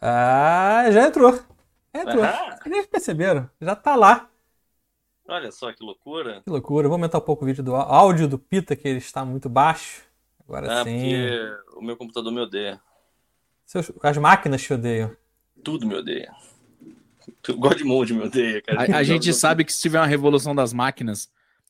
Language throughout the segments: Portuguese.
Ah, já entrou. Entrou. Ah, Vocês perceberam? Já tá lá. olha só que loucura. Que loucura. Vou aumentar um pouco o vídeo do áudio do Pita, que ele está muito baixo. Agora Ah, sim. porque o meu computador me odeia. As máquinas te odeiam. Tudo me odeia. O Godmode me odeia, cara. A gente sabe que se tiver uma revolução das máquinas,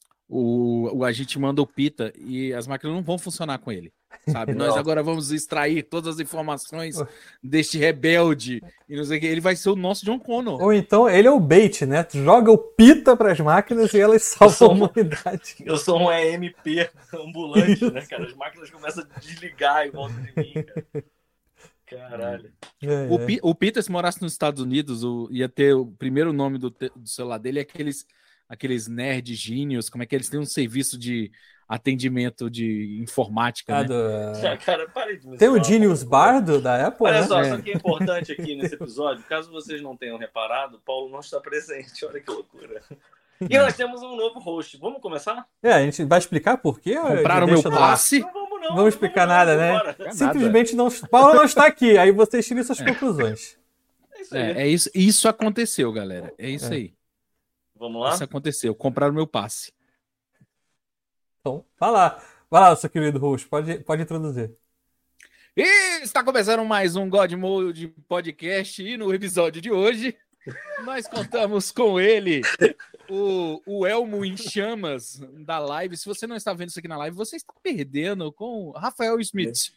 a gente manda o Pita e as máquinas não vão funcionar com ele. Sabe? Nós agora vamos extrair todas as informações deste rebelde e não sei o que. Ele vai ser o nosso John Connor. Ou então ele é o bait, né? Tu joga o Pita pras máquinas e elas salvam a humanidade. Eu sou um EMP ambulante, né, cara? As máquinas começam a desligar em volta de mim, cara. Caralho. O Peter, se morasse nos Estados Unidos, ia ter o primeiro nome do celular dele é aqueles nerd gênios, como é que eles têm um serviço de atendimento de informática, né? Cara, para de me Tem o Genius Bar da Apple, Olha né? só, só que é importante aqui nesse episódio, caso vocês não tenham reparado, o Paulo não está presente. Olha que loucura. E nós temos um novo host. Vamos começar? A gente vai explicar por quê? Compraram o meu passe? Não vamos explicar nada, né? Vambora. Simplesmente não. Paulo não está aqui, aí vocês tiram suas conclusões. É isso aí. Isso aconteceu, galera. É isso aí. Vamos lá? Isso aconteceu. Compraram o meu passe. Então, vai lá, seu querido host, pode introduzir. E está começando mais um God Mode Podcast e no episódio de hoje nós contamos com ele, o Elmo em chamas da live. Se você não está vendo isso aqui na live, você está perdendo com Rafael Smith.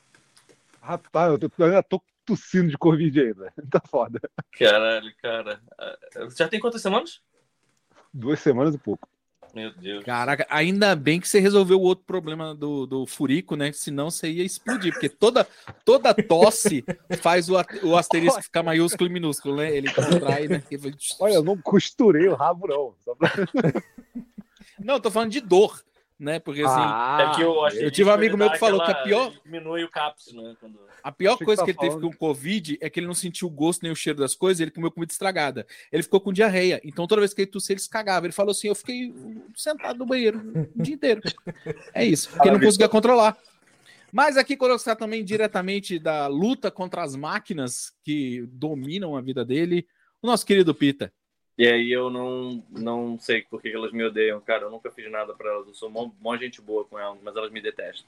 Rapaz, eu ainda tô tossindo de Covid ainda. Tá foda. Caralho, cara. Já tem quantas semanas? 2 semanas e pouco. Meu Deus. Caraca, ainda bem que você resolveu o outro problema do furico, né? Senão você ia explodir, porque toda tosse faz o asterisco ficar maiúsculo e minúsculo, né? Ele contrai, né? Olha, eu não costurei o rabo, não. Só pra... Não, eu tô falando de dor, né? Porque assim, É que eu tive um amigo meu que falou que a pior... diminui o CAPS, né? A pior coisa tá que ele teve com o Covid é que ele não sentiu o gosto nem o cheiro das coisas, ele comeu comida estragada. Ele ficou com diarreia. Então, toda vez que ele tossia, ele se cagava. Ele falou assim: eu fiquei sentado no banheiro o dia inteiro. É isso, porque ele não conseguia controlar. Mas aqui, quando está também diretamente da luta contra as máquinas que dominam a vida dele, o nosso querido Pita. E aí eu não sei por que elas me odeiam, cara. Eu nunca fiz nada pra elas. Eu sou uma gente boa com elas, mas elas me detestam.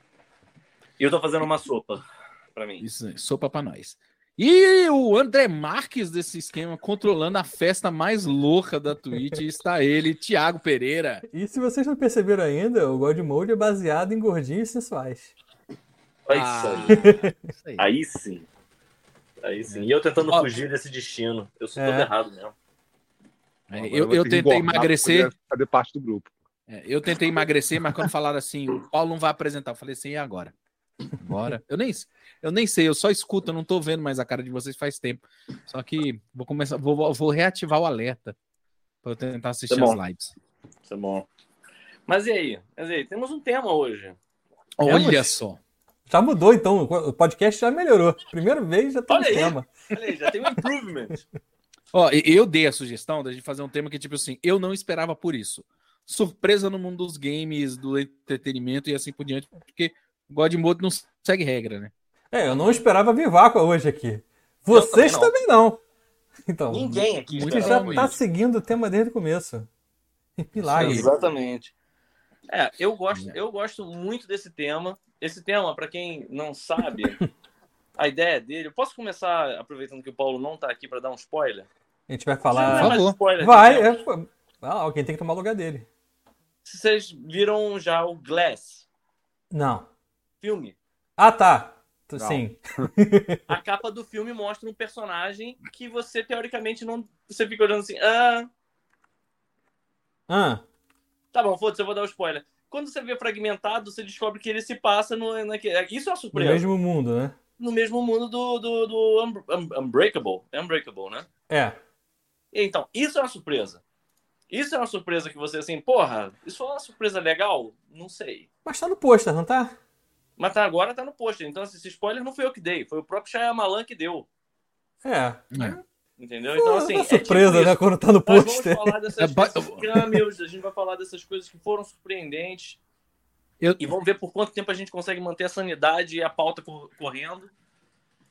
E eu tô fazendo uma sopa pra mim. Isso aí, sopa pra nós. E o André Marques desse esquema, controlando a festa mais louca da Twitch, está ele, Thiago Pereira. E se vocês não perceberam ainda, o God Mode é baseado em gordinhos sensuais. Isso aí. Aí sim. Aí sim. E eu tentando fugir desse destino. Eu sou todo errado mesmo. Eu tentei emagrecer. Fazer parte do grupo. Eu tentei emagrecer, mas quando falaram assim, o Paulo não vai apresentar, eu falei assim, e agora? Agora? Eu nem sei, eu só escuto, eu não tô vendo mais a cara de vocês faz tempo. Só que vou reativar o alerta para eu tentar assistir as lives. Isso é bom. Mas e aí? Temos um tema hoje. Olha só. Já mudou, então. O podcast já melhorou. Primeira vez já tem um tema. Olha aí, já tem um improvement. Ó, eu dei a sugestão da gente fazer um tema que, tipo assim, eu não esperava por isso. Surpresa no mundo dos games, do entretenimento e assim por diante, porque o God Mode não segue regra, né? Eu não esperava Vivaco hoje aqui. Vocês também não. Então, ninguém aqui já tá seguindo o tema desde o começo. Milagre. Exatamente. Eu gosto muito desse tema. Esse tema, para quem não sabe, a ideia dele... Eu posso começar aproveitando que o Paulo não tá aqui para dar um spoiler? A gente vai falar... Por favor. Spoiler, alguém tem que tomar o lugar dele. Vocês viram já o Glass? Não. Filme? Ah, tá. Sim. A capa do filme mostra um personagem que você, teoricamente, não... Você fica olhando assim... Tá bom, foda-se, eu vou dar o spoiler. Quando você vê fragmentado, você descobre que ele se passa isso é uma surpresa. No mesmo mundo, né? No mesmo mundo do Unbreakable. É Unbreakable, né? É. Então, isso é uma surpresa. Isso é uma surpresa que você, assim, porra, isso foi uma surpresa legal? Não sei. Mas tá no pôster, não tá? Mas agora tá no pôster. Então, esse spoiler não foi eu que dei. Foi o próprio Shyamalan que deu. Entendeu? Então, assim, é surpresa, tipo né? Quando tá no pôster. Nós vamos falar desses cameos, a gente vai falar dessas coisas que foram surpreendentes. E vamos ver por quanto tempo a gente consegue manter a sanidade e a pauta correndo.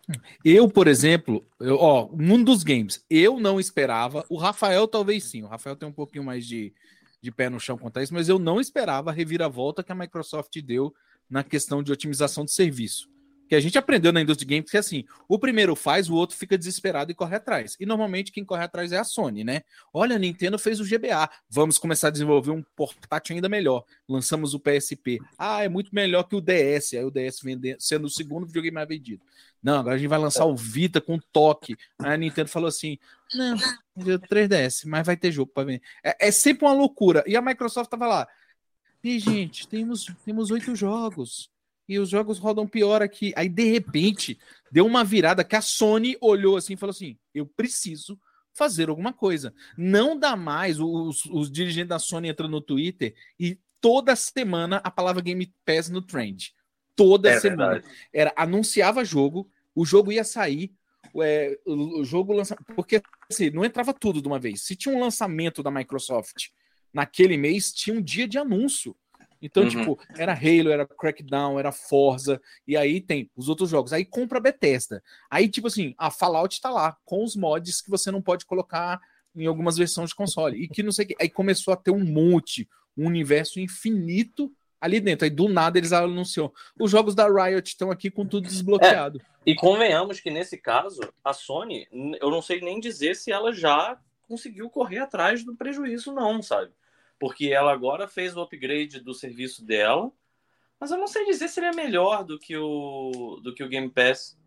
Eu, por exemplo, mundo dos games, eu não esperava, o Rafael talvez sim, o Rafael tem um pouquinho mais de pé no chão quanto a isso, mas eu não esperava a reviravolta que a Microsoft deu na questão de otimização de serviço. Que a gente aprendeu na indústria de games que assim, o primeiro faz, o outro fica desesperado e corre atrás. E normalmente quem corre atrás é a Sony, né? Olha, a Nintendo fez o GBA, vamos começar a desenvolver um portátil ainda melhor. Lançamos o PSP. Ah, é muito melhor que o DS. Aí o DS sendo o segundo videogame mais vendido. Não, agora a gente vai lançar o Vita com toque. Aí a Nintendo falou assim, não, 3DS, mas vai ter jogo para ver. É sempre uma loucura. E a Microsoft tava lá, e gente, temos 8 jogos. E os jogos rodam pior aqui. Aí, de repente, deu uma virada que a Sony olhou assim e falou assim, eu preciso fazer alguma coisa. Não dá mais, os dirigentes da Sony entram no Twitter e toda semana a palavra Game Pass no trend. Toda semana. Anunciava jogo, o jogo ia sair, o jogo lançava... Porque assim, não entrava tudo de uma vez. Se tinha um lançamento da Microsoft naquele mês, tinha um dia de anúncio. Então, tipo, era Halo, era Crackdown, era Forza, e aí tem os outros jogos. Aí compra a Bethesda. Aí, tipo assim, a Fallout tá lá, com os mods que você não pode colocar em algumas versões de console. E que não sei o que. Aí começou a ter um universo infinito ali dentro. Aí, do nada, eles anunciam. Os jogos da Riot estão aqui com tudo desbloqueado. E convenhamos que, nesse caso, a Sony, eu não sei nem dizer se ela já conseguiu correr atrás do prejuízo, não, sabe? Porque ela agora fez o upgrade do serviço dela, mas eu não sei dizer se ele é melhor do que o Game Pass.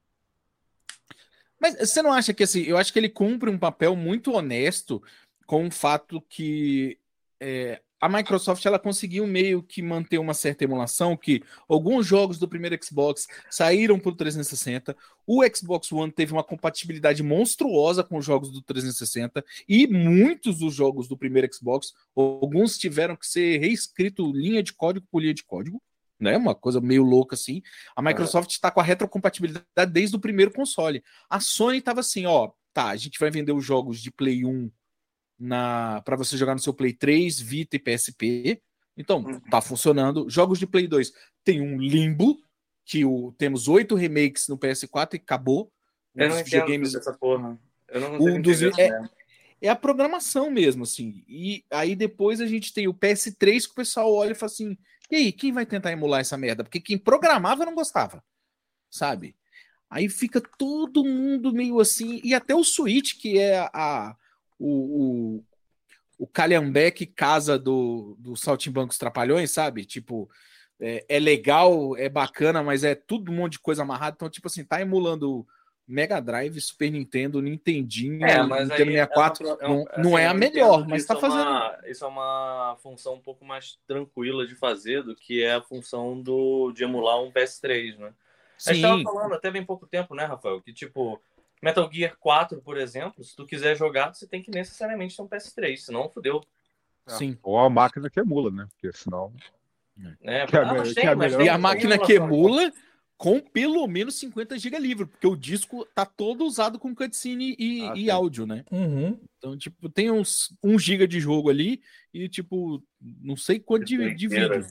Mas você não acha que assim, eu acho que ele cumpre um papel muito honesto com o fato que a Microsoft ela conseguiu meio que manter uma certa emulação, que alguns jogos do primeiro Xbox saíram para o 360, o Xbox One teve uma compatibilidade monstruosa com os jogos do 360 e muitos dos jogos do primeiro Xbox, alguns tiveram que ser reescrito linha de código por linha de código, né? Uma coisa meio louca assim. A Microsoft está com a retrocompatibilidade desde o primeiro console. A Sony estava assim, a gente vai vender os jogos de Play 1 para você jogar no seu Play 3, Vita e PSP. Então, tá funcionando. Jogos de Play 2 tem um Limbo, que temos 8 remakes no PS4 e acabou. Eu não entendo essa porra. Eu não consigo entender é a programação mesmo, assim. E aí depois a gente tem o PS3 que o pessoal olha e fala assim, e aí, quem vai tentar emular essa merda? Porque quem programava não gostava, sabe? Aí fica todo mundo meio assim, e até o Switch, que é o calhambeque casa do Saltimbancos Trapalhões, sabe? Tipo, é legal, é bacana, mas é tudo um monte de coisa amarrada. Então, tipo assim, tá emulando Mega Drive, Super Nintendo, Nintendinho, mas Nintendo 64. Não é a melhor, mas tá fazendo. Isso é uma função um pouco mais tranquila de fazer do que é a função de emular um PS3, né? A gente tava falando até bem pouco tempo, né, Rafael? Que, tipo, Metal Gear 4, por exemplo, se tu quiser jogar, você tem que necessariamente ter um PS3, senão fodeu. Sim. Ou a máquina que emula, né? Porque senão... E a máquina que emula com pelo menos 50 GB livre, porque o disco tá todo usado com cutscene e áudio, né? Então, tipo, tem uns 1 GB de jogo ali e, tipo, não sei quanto de vídeo.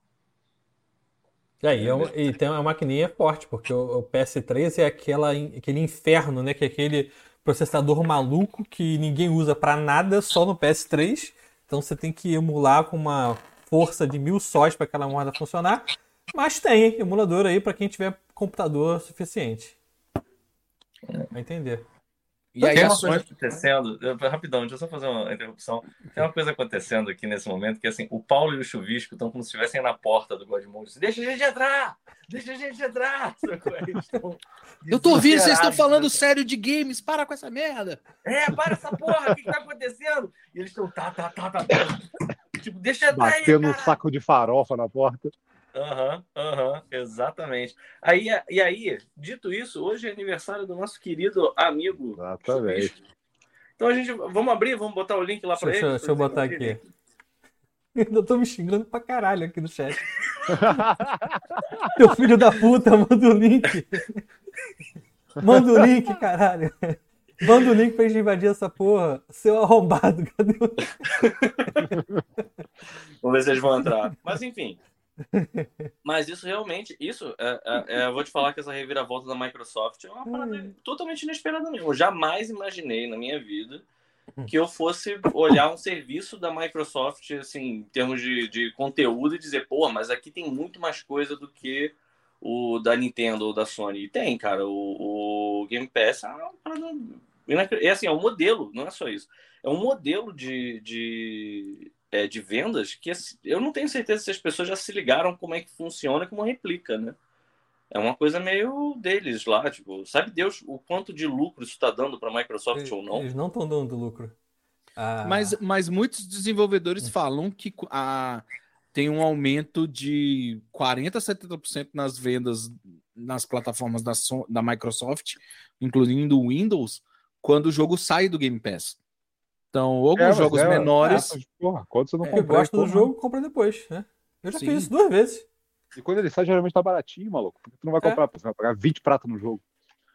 E tem uma maquininha forte, porque o PS3 é aquele inferno, né? Que é aquele processador maluco que ninguém usa pra nada, só no PS3. Então você tem que emular com uma força de 1000 sóis para aquela moda funcionar. Mas tem emulador aí para quem tiver computador suficiente. Vai entender. E aí, tem uma coisa acontecendo, rapidão, deixa eu só fazer uma interrupção. Tem uma coisa acontecendo aqui nesse momento, que assim, o Paulo e o Chuvisco estão como se estivessem na porta do Godmode. Deixa a gente entrar! Deixa a gente entrar! Eu tô ouvindo, vocês estão falando sério de games, para com essa merda! Para essa porra, o que tá acontecendo? E eles estão, tá. Tipo, deixa entrar aí, batendo um saco de farofa na porta. Exatamente. E aí, dito isso, hoje é aniversário do nosso querido amigo. Exatamente. Chuvisco. Então vamos botar o link lá pra ele. Deixa eu botar aqui. Eu tô me xingando pra caralho aqui no chat. Teu filho da puta, manda o link. Manda o link, caralho. Manda o link pra gente invadir essa porra. Seu arrombado, cadê o... Vamos ver se eles vão entrar. Mas enfim. Mas isso realmente, eu vou te falar que essa reviravolta da Microsoft é uma parada totalmente inesperada mesmo. Eu jamais imaginei na minha vida que eu fosse olhar um serviço da Microsoft, assim, em termos de conteúdo e dizer, pô, mas aqui tem muito mais coisa do que o da Nintendo ou da Sony. E tem, cara, o Game Pass é uma parada... É assim, é um modelo, não é só isso. É um modelo de vendas que eu não tenho certeza se as pessoas já se ligaram como é que funciona como replica, né? É uma coisa meio deles lá, tipo, sabe Deus o quanto de lucro isso está dando para a Microsoft ou não? Eles não estão dando lucro. Mas muitos desenvolvedores falam que tem um aumento de 40% a 70% nas vendas nas plataformas da Microsoft, incluindo o Windows, quando o jogo sai do Game Pass. Então, alguns jogos menores... Porra, quando você não Eu gosto do jogo, compra depois, né? Eu já fiz isso 2 vezes. E quando ele sai, geralmente tá baratinho, maluco. Porque tu não vai comprar, você vai pagar 20 prata no jogo.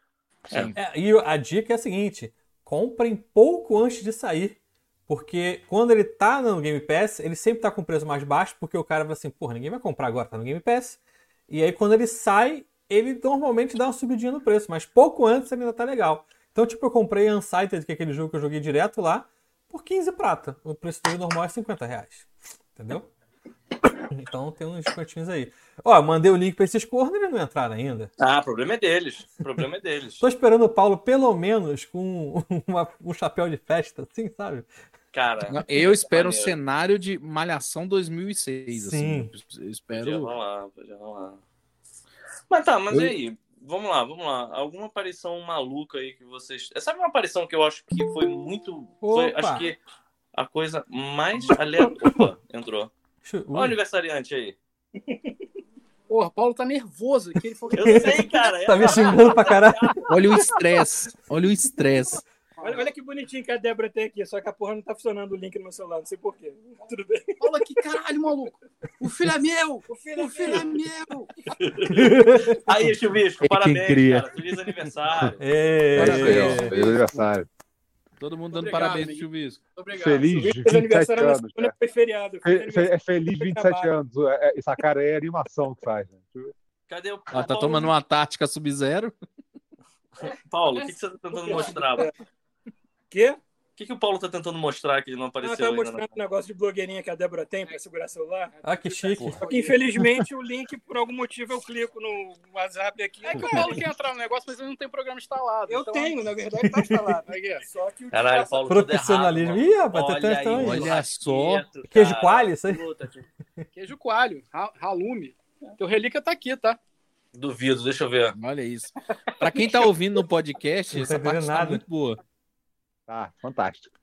E a dica é a seguinte: comprem pouco antes de sair. Porque quando ele tá no Game Pass, ele sempre tá com preço mais baixo, porque o cara vai assim, porra, ninguém vai comprar agora, tá no Game Pass. E aí quando ele sai, ele normalmente dá uma subidinha no preço, mas pouco antes ele ainda tá legal. Então, tipo, eu comprei Unsighted, que é aquele jogo que eu joguei direto lá, por 15 prata. O preço dele normal é R$50. Entendeu? Então tem uns descontinhos aí. Ó, mandei o link pra esses cornos e eles não entraram ainda. O problema é deles. O problema é deles. Tô esperando o Paulo, pelo menos, com um chapéu de festa, assim, sabe? Cara, eu espero um cenário de Malhação 2006. Sim. Assim. Eu espero... Podia rolar. Mas tá, e aí? Vamos lá. Alguma aparição maluca aí que vocês... Sabe uma aparição que eu acho que foi muito... acho que a coisa mais aleatória... Opa, entrou. Olha o aniversariante aí. Porra, o Paulo tá nervoso aqui. Ele falou... Eu sei, cara. Tá me xingando pra caralho. Olha o estresse. Olha que bonitinho que a Débora tem aqui, só que a porra não tá funcionando o link no meu celular, não sei porquê. Tudo bem. Paulo aqui, caralho, maluco. O filho é meu! O filho é meu! Aí, Chuvisco, parabéns, cara. Feliz aniversário. Feliz aniversário. Todo mundo dando parabéns pro Chuvisco. Obrigado. Feliz 27 anos. Foi feriado. É feliz 27 anos. Essa cara é animação que faz. Cadê o Ela tá tomando uma tática Sub-Zero. Paulo, o que você tá tentando mostrar? Quê? O que o Paulo tá tentando mostrar que ele não apareceu ainda? Tá mostrando o negócio de blogueirinha que a Débora tem pra segurar celular. Ah, que chique. Só que, infelizmente, o link, por algum motivo, eu clico no WhatsApp aqui. É que o Paulo quer entrar no negócio, mas ele não tem programa instalado. Eu tenho, na verdade, tá instalado. Só que o Caralho, Paulo, profissionalismo. Ih, rapaz, tá testando. Olha só. Queijo coalho, isso aí? Queijo coalho, halume. Teu relíquia tá aqui, tá? Duvido, deixa eu ver. Olha isso. Pra quem tá ouvindo no podcast, essa parte tá muito boa. Tá, fantástico.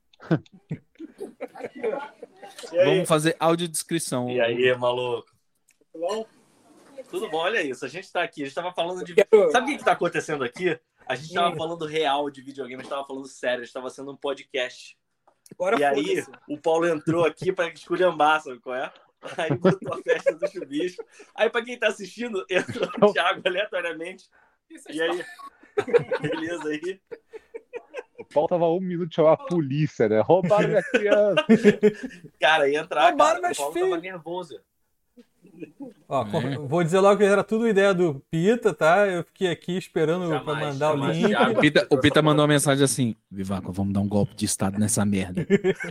Vamos fazer audiodescrição. E aí, maluco? Tudo bom? Olha isso, a gente tá aqui, a gente tava falando de... Sabe o que tá acontecendo aqui? A gente tava falando real de videogame, a gente tava falando sério, a gente tava sendo um podcast. E aí, o Paulo entrou aqui pra esculhambar, sabe qual é? Aí botou a festa do Chuvisco. Aí, pra quem tá assistindo, entrou o Thiago aleatoriamente. E aí, beleza aí? O Paulo tava 1 minuto de chamar a polícia, né? Roubaram minha criança. Cara, ia entrar, Roubaram cara. O Paulo tava nervoso. Ó, vou dizer logo que era tudo ideia do Pita, tá? Eu fiquei aqui esperando pra mandar o link. O Pita mandou uma mensagem assim: Vivaco, vamos dar um golpe de estado nessa merda.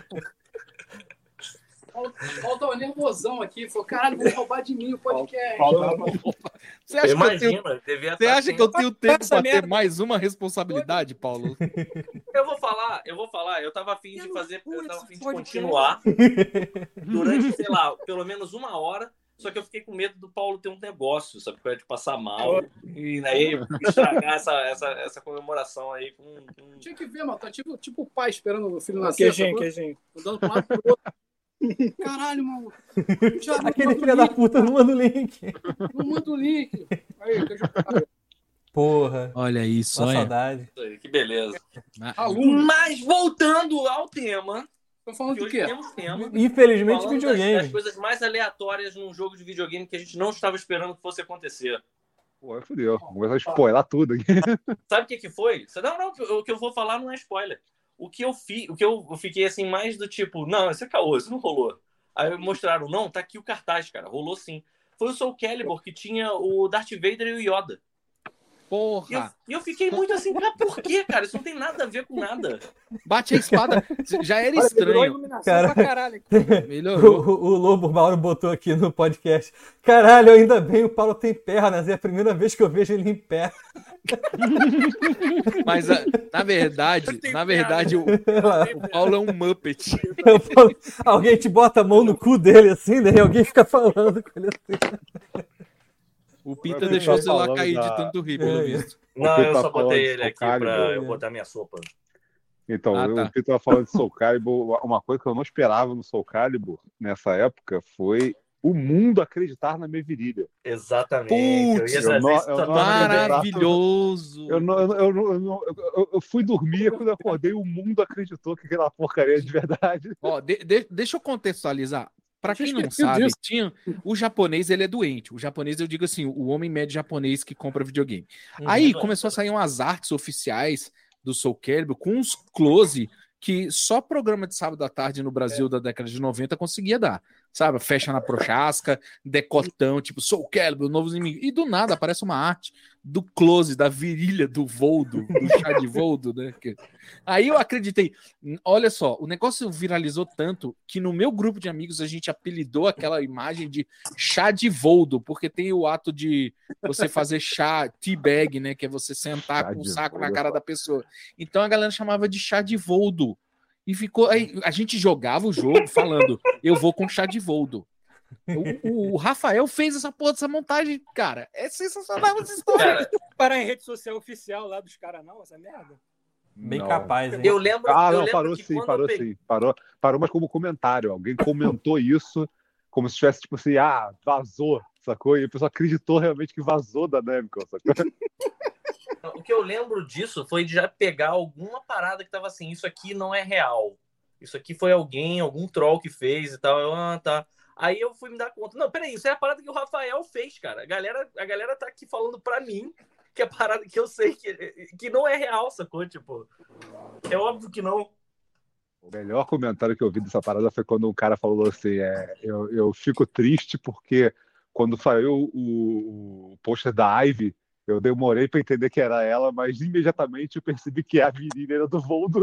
Paulo tava nervosão aqui, falou, caralho, vou roubar de mim o podcast. Você acha que eu tenho tempo pra ter mais uma responsabilidade, Paulo? Eu vou falar, eu tava afim de fazer, eu tava afim de continuar durante, sei lá, pelo menos 1 hora, só que eu fiquei com medo do Paulo ter um negócio, sabe, de passar mal, e aí estragar essa comemoração aí com... Tinha que ver, mano, tá tipo o pai esperando o filho nascer. Queijinho. Andando pra um lado pro outro. Caralho, mano. Aquele filho da puta não manda o link. Não manda o link. Aí, porra. Olha isso, olha. Saudade. Que beleza. Mas voltando ao tema. Tô falando do quê? Infelizmente, videogame. Das coisas mais aleatórias num jogo de videogame que a gente não estava esperando que fosse acontecer. Pô, fudeu. Vamos começar a spoiler tudo aqui. Sabe o que foi? Não, o que eu vou falar não é spoiler. O que eu fiquei assim, mais do tipo, não, isso é caô, isso não rolou. Aí mostraram, não, tá aqui o cartaz, cara, rolou sim. foi o Soul Calibur, que tinha o Darth Vader e o Yoda. Porra! E eu fiquei muito assim, cara, por quê, cara? Isso não tem nada a ver com nada. Bate a espada. Já era Olha, melhorou a estranho. iluminação Cara. pra caralho. Melhorou. O Lobo Mauro botou aqui no podcast. Caralho, ainda bem o Paulo tem pernas. É a primeira vez que eu vejo ele em pé. Mas, na verdade, o Paulo é um Muppet. Alguém te bota a mão no cu dele assim, né? E alguém fica falando com ele assim. O Pinta deixou o celular cair de tanto rir, pelo visto. Não, eu só botei ele Soul aqui pra Calibur. eu botar minha sopa. Então, Ah, tá. o Peter tava falando de Soul Calibur. Uma coisa que eu não esperava no Soul Calibur nessa época foi o mundo acreditar na minha virilha. Exatamente. Putz, eu ia trazer isso também. Maravilhoso. Eu fui dormir, quando eu acordei, o mundo acreditou que aquela porcaria é de verdade. Ó, deixa eu contextualizar. Pra quem não esqueci sabe, disso. o japonês, ele é doente. O japonês, eu digo assim, o homem médio japonês que compra videogame. Uhum. Aí começou a sair umas artes oficiais do Soul Calibur com uns close que só programa de sábado à tarde no Brasil da década de 90 conseguia dar. Sabe? Fecha na prochasca, decotão, tipo Soul Calibur, novos inimigos. E do nada aparece uma arte do close, da virilha do Voldo, do chá de Voldo, né? Aí eu acreditei. Olha só, o negócio viralizou tanto que no meu grupo de amigos a gente apelidou aquela imagem de chá de Voldo, porque tem o ato de você fazer chá, teabag, né? Que é você sentar Chá com o de saco na Voldo, cara da pessoa. Então a galera chamava de chá de Voldo. E ficou. Aí a gente jogava o jogo falando, eu vou com chá de Voldo. O Rafael fez essa porra dessa montagem, cara. É sensacional essa história. Cara, Parar em rede social oficial lá dos caras, não, essa merda. Bem Não. capaz, hein? eu lembro. Ah, eu não, lembro parou que sim, quando parou eu peguei... sim. Parou, mas como comentário. Alguém comentou isso como se tivesse, tipo assim, vazou, sacou? E a pessoa acreditou realmente que vazou da Namco, sacou? O que eu lembro disso foi de já pegar alguma parada que tava assim, isso aqui não é real. Isso aqui foi algum troll que fez e tal. Tá. Aí eu fui me dar conta. Não, peraí, isso é a parada que o Rafael fez, cara. A galera tá aqui falando pra mim que é a parada que eu sei que não é real, sacou? Tipo, é óbvio que não. O melhor comentário que eu vi dessa parada foi quando um cara falou assim, eu fico triste porque quando saiu o pôster da Ivy, eu demorei pra entender que era ela, mas imediatamente eu percebi que a virilha era do Voldo.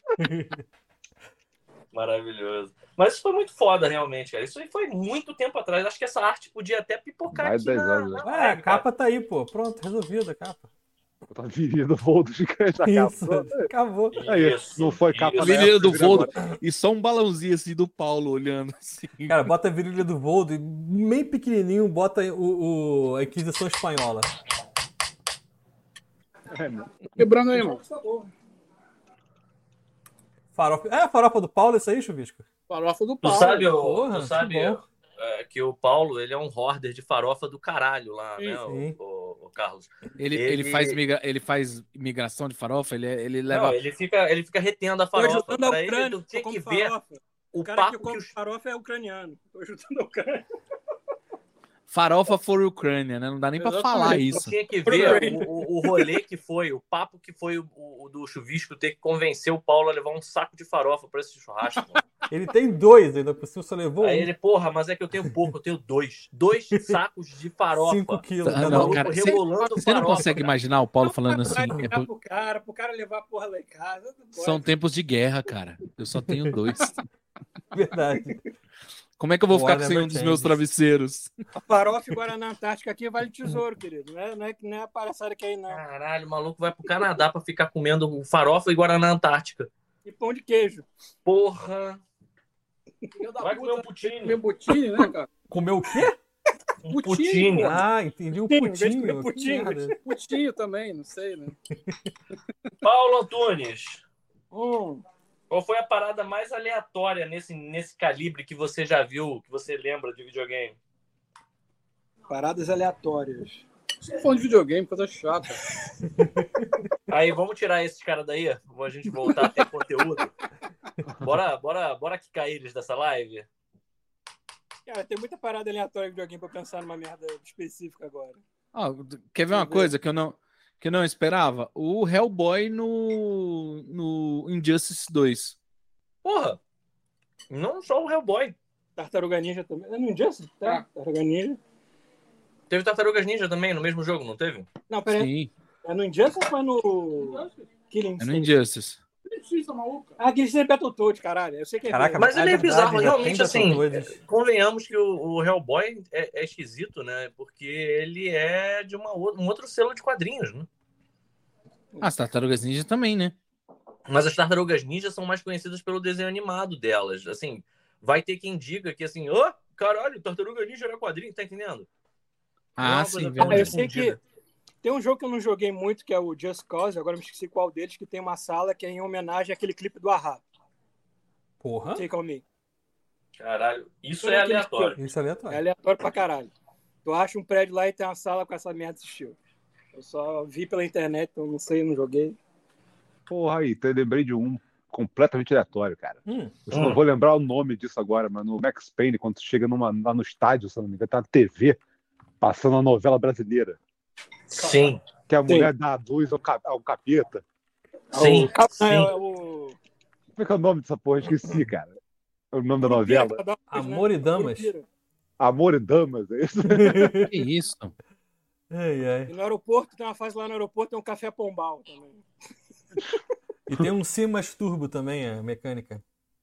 Maravilhoso. Mas isso foi muito foda, realmente, cara. Isso aí foi muito tempo atrás. Acho que essa arte podia até pipocar Mais aqui 10 anos, na Ué, a live, capa cara. tá aí, pô. Pronto, resolvida a capa. A virilha do Voldo gigante na Isso, capa. acabou. Aí, Isso, não foi capa isso. na Virilha época, do vira Voldo agora. e só um balãozinho assim do Paulo olhando assim. Cara, bota a virilha do Voldo e bem pequenininho bota a Inquisição Espanhola. Quebrando aí, mano. Farofa. É a farofa do Paulo isso aí, Chuvisco? Farofa do Tu Paulo. sabe, Porra, que bom. que o Paulo, ele é um hoarder de farofa do caralho lá, né, Sim. o Carlos? Ele faz migração de farofa, ele leva. Não, ele fica retendo a Tô farofa. ajudando a Pra ele, Ucrânia. tu tinha Como que ver farofa. o O cara que papo come que os... farofa é ucraniano. Tô ajudando a Ucrânia. Farofa for Ucrânia, né? Não dá nem pra Exatamente. falar Tu isso. tinha que ver o rolê que foi, o papo que foi o do Chuvisco ter que convencer o Paulo a levar um saco de farofa pra esse churrasco. Mano. Ele tem 2, ainda por cima só levou Aí um. ele, porra, mas é que eu tenho pouco, eu tenho 2. 2 sacos de farofa. 5 quilos. Ah, O não, maluco cara, rebolando Você não farofa, consegue cara. imaginar o Paulo falando assim. Pro cara levar a porra lá em casa. não pode. São tempos de guerra, cara. Eu só tenho 2. Verdade. Como é que eu vou ficar War sem um never dos changes. meus travesseiros? A farofa e Guaraná Antártica aqui vale tesouro, querido. Não é a palhaçada que é aí, não. Caralho, o maluco vai pro Canadá pra ficar comendo farofa e Guaraná Antártica. E pão de queijo. Porra. Filho da Vai puta, comer um poutine. comer butine, né, cara? Comeu o quê? Um Poutine, poutine. pô. Ah, entendi. O Em vez de putinho. comer Que putinho, merda. putinho também, não sei, né? Paulo Antunes. Hum. Qual foi a parada mais aleatória nesse calibre que você já viu, que você lembra de videogame? Paradas aleatórias. Você tá falando de videogame, coisa chata. Aí, vamos tirar esses caras daí? Vamos a gente voltar a ter conteúdo? Bora quicar eles dessa live? Cara, tem muita parada aleatória de videogame pra pensar numa merda específica agora. Ah, quer ver uma coisa que eu não esperava? O Hellboy no Injustice 2. Porra! Não só o Hellboy. Tartaruga Ninja também. É no Injustice? Tá? Tartaruga Ninja. Teve Tartarugas Ninja também no mesmo jogo, não teve? Não, peraí. Sim, É no Injustice ou é no Killing é no Instinct? Injustice. Ah, Killing Instinct é Battletoad, caralho. Eu sei que é Caraca, bem. Mas ele é verdade, bizarro, já realmente, tem assim, Battletoads. convenhamos que o Hellboy é esquisito, né? Porque ele é de um outro selo de quadrinhos, né? As Tartarugas Ninja também, né? Mas as Tartarugas Ninja são mais conhecidas pelo desenho animado delas. Assim, vai ter quem diga que assim, caralho, Tartaruga Ninja era quadrinho, tá entendendo? Não é Ah, uma sim, coisa tão Eu verdade. sei que difundida. tem um jogo que eu não joguei muito, que é o Just Cause, agora eu me esqueci qual deles, que tem uma sala que é em homenagem àquele clipe do Ahá, Porra, Take On Me. Caralho, isso Todo é aquele aleatório. estilo. isso é É aleatório. aleatório pra caralho. Tu acha um prédio lá e tem uma sala com essa merda desse estilo. Eu só vi pela internet, então não sei, não joguei. Porra, aí, eu lembrei de um completamente aleatório, cara. Eu só não vou lembrar o nome disso agora, mas no Max Payne, quando tu chega lá no estádio, se eu não me engano, tá na TV, passando a novela brasileira, Sim, que a mulher dá a luz ao capeta. sim, sim. É o... Como é que é o nome dessa porra? Esqueci, cara. É o nome da Curupira, novela. que dá uma luz, né? Amor e Damas. Curupira. Amor e Damas, é isso? Que isso? Ai, ai. E no aeroporto, tem uma fase lá no aeroporto, tem um café pombal também. E tem um Simas Turbo também, a mecânica.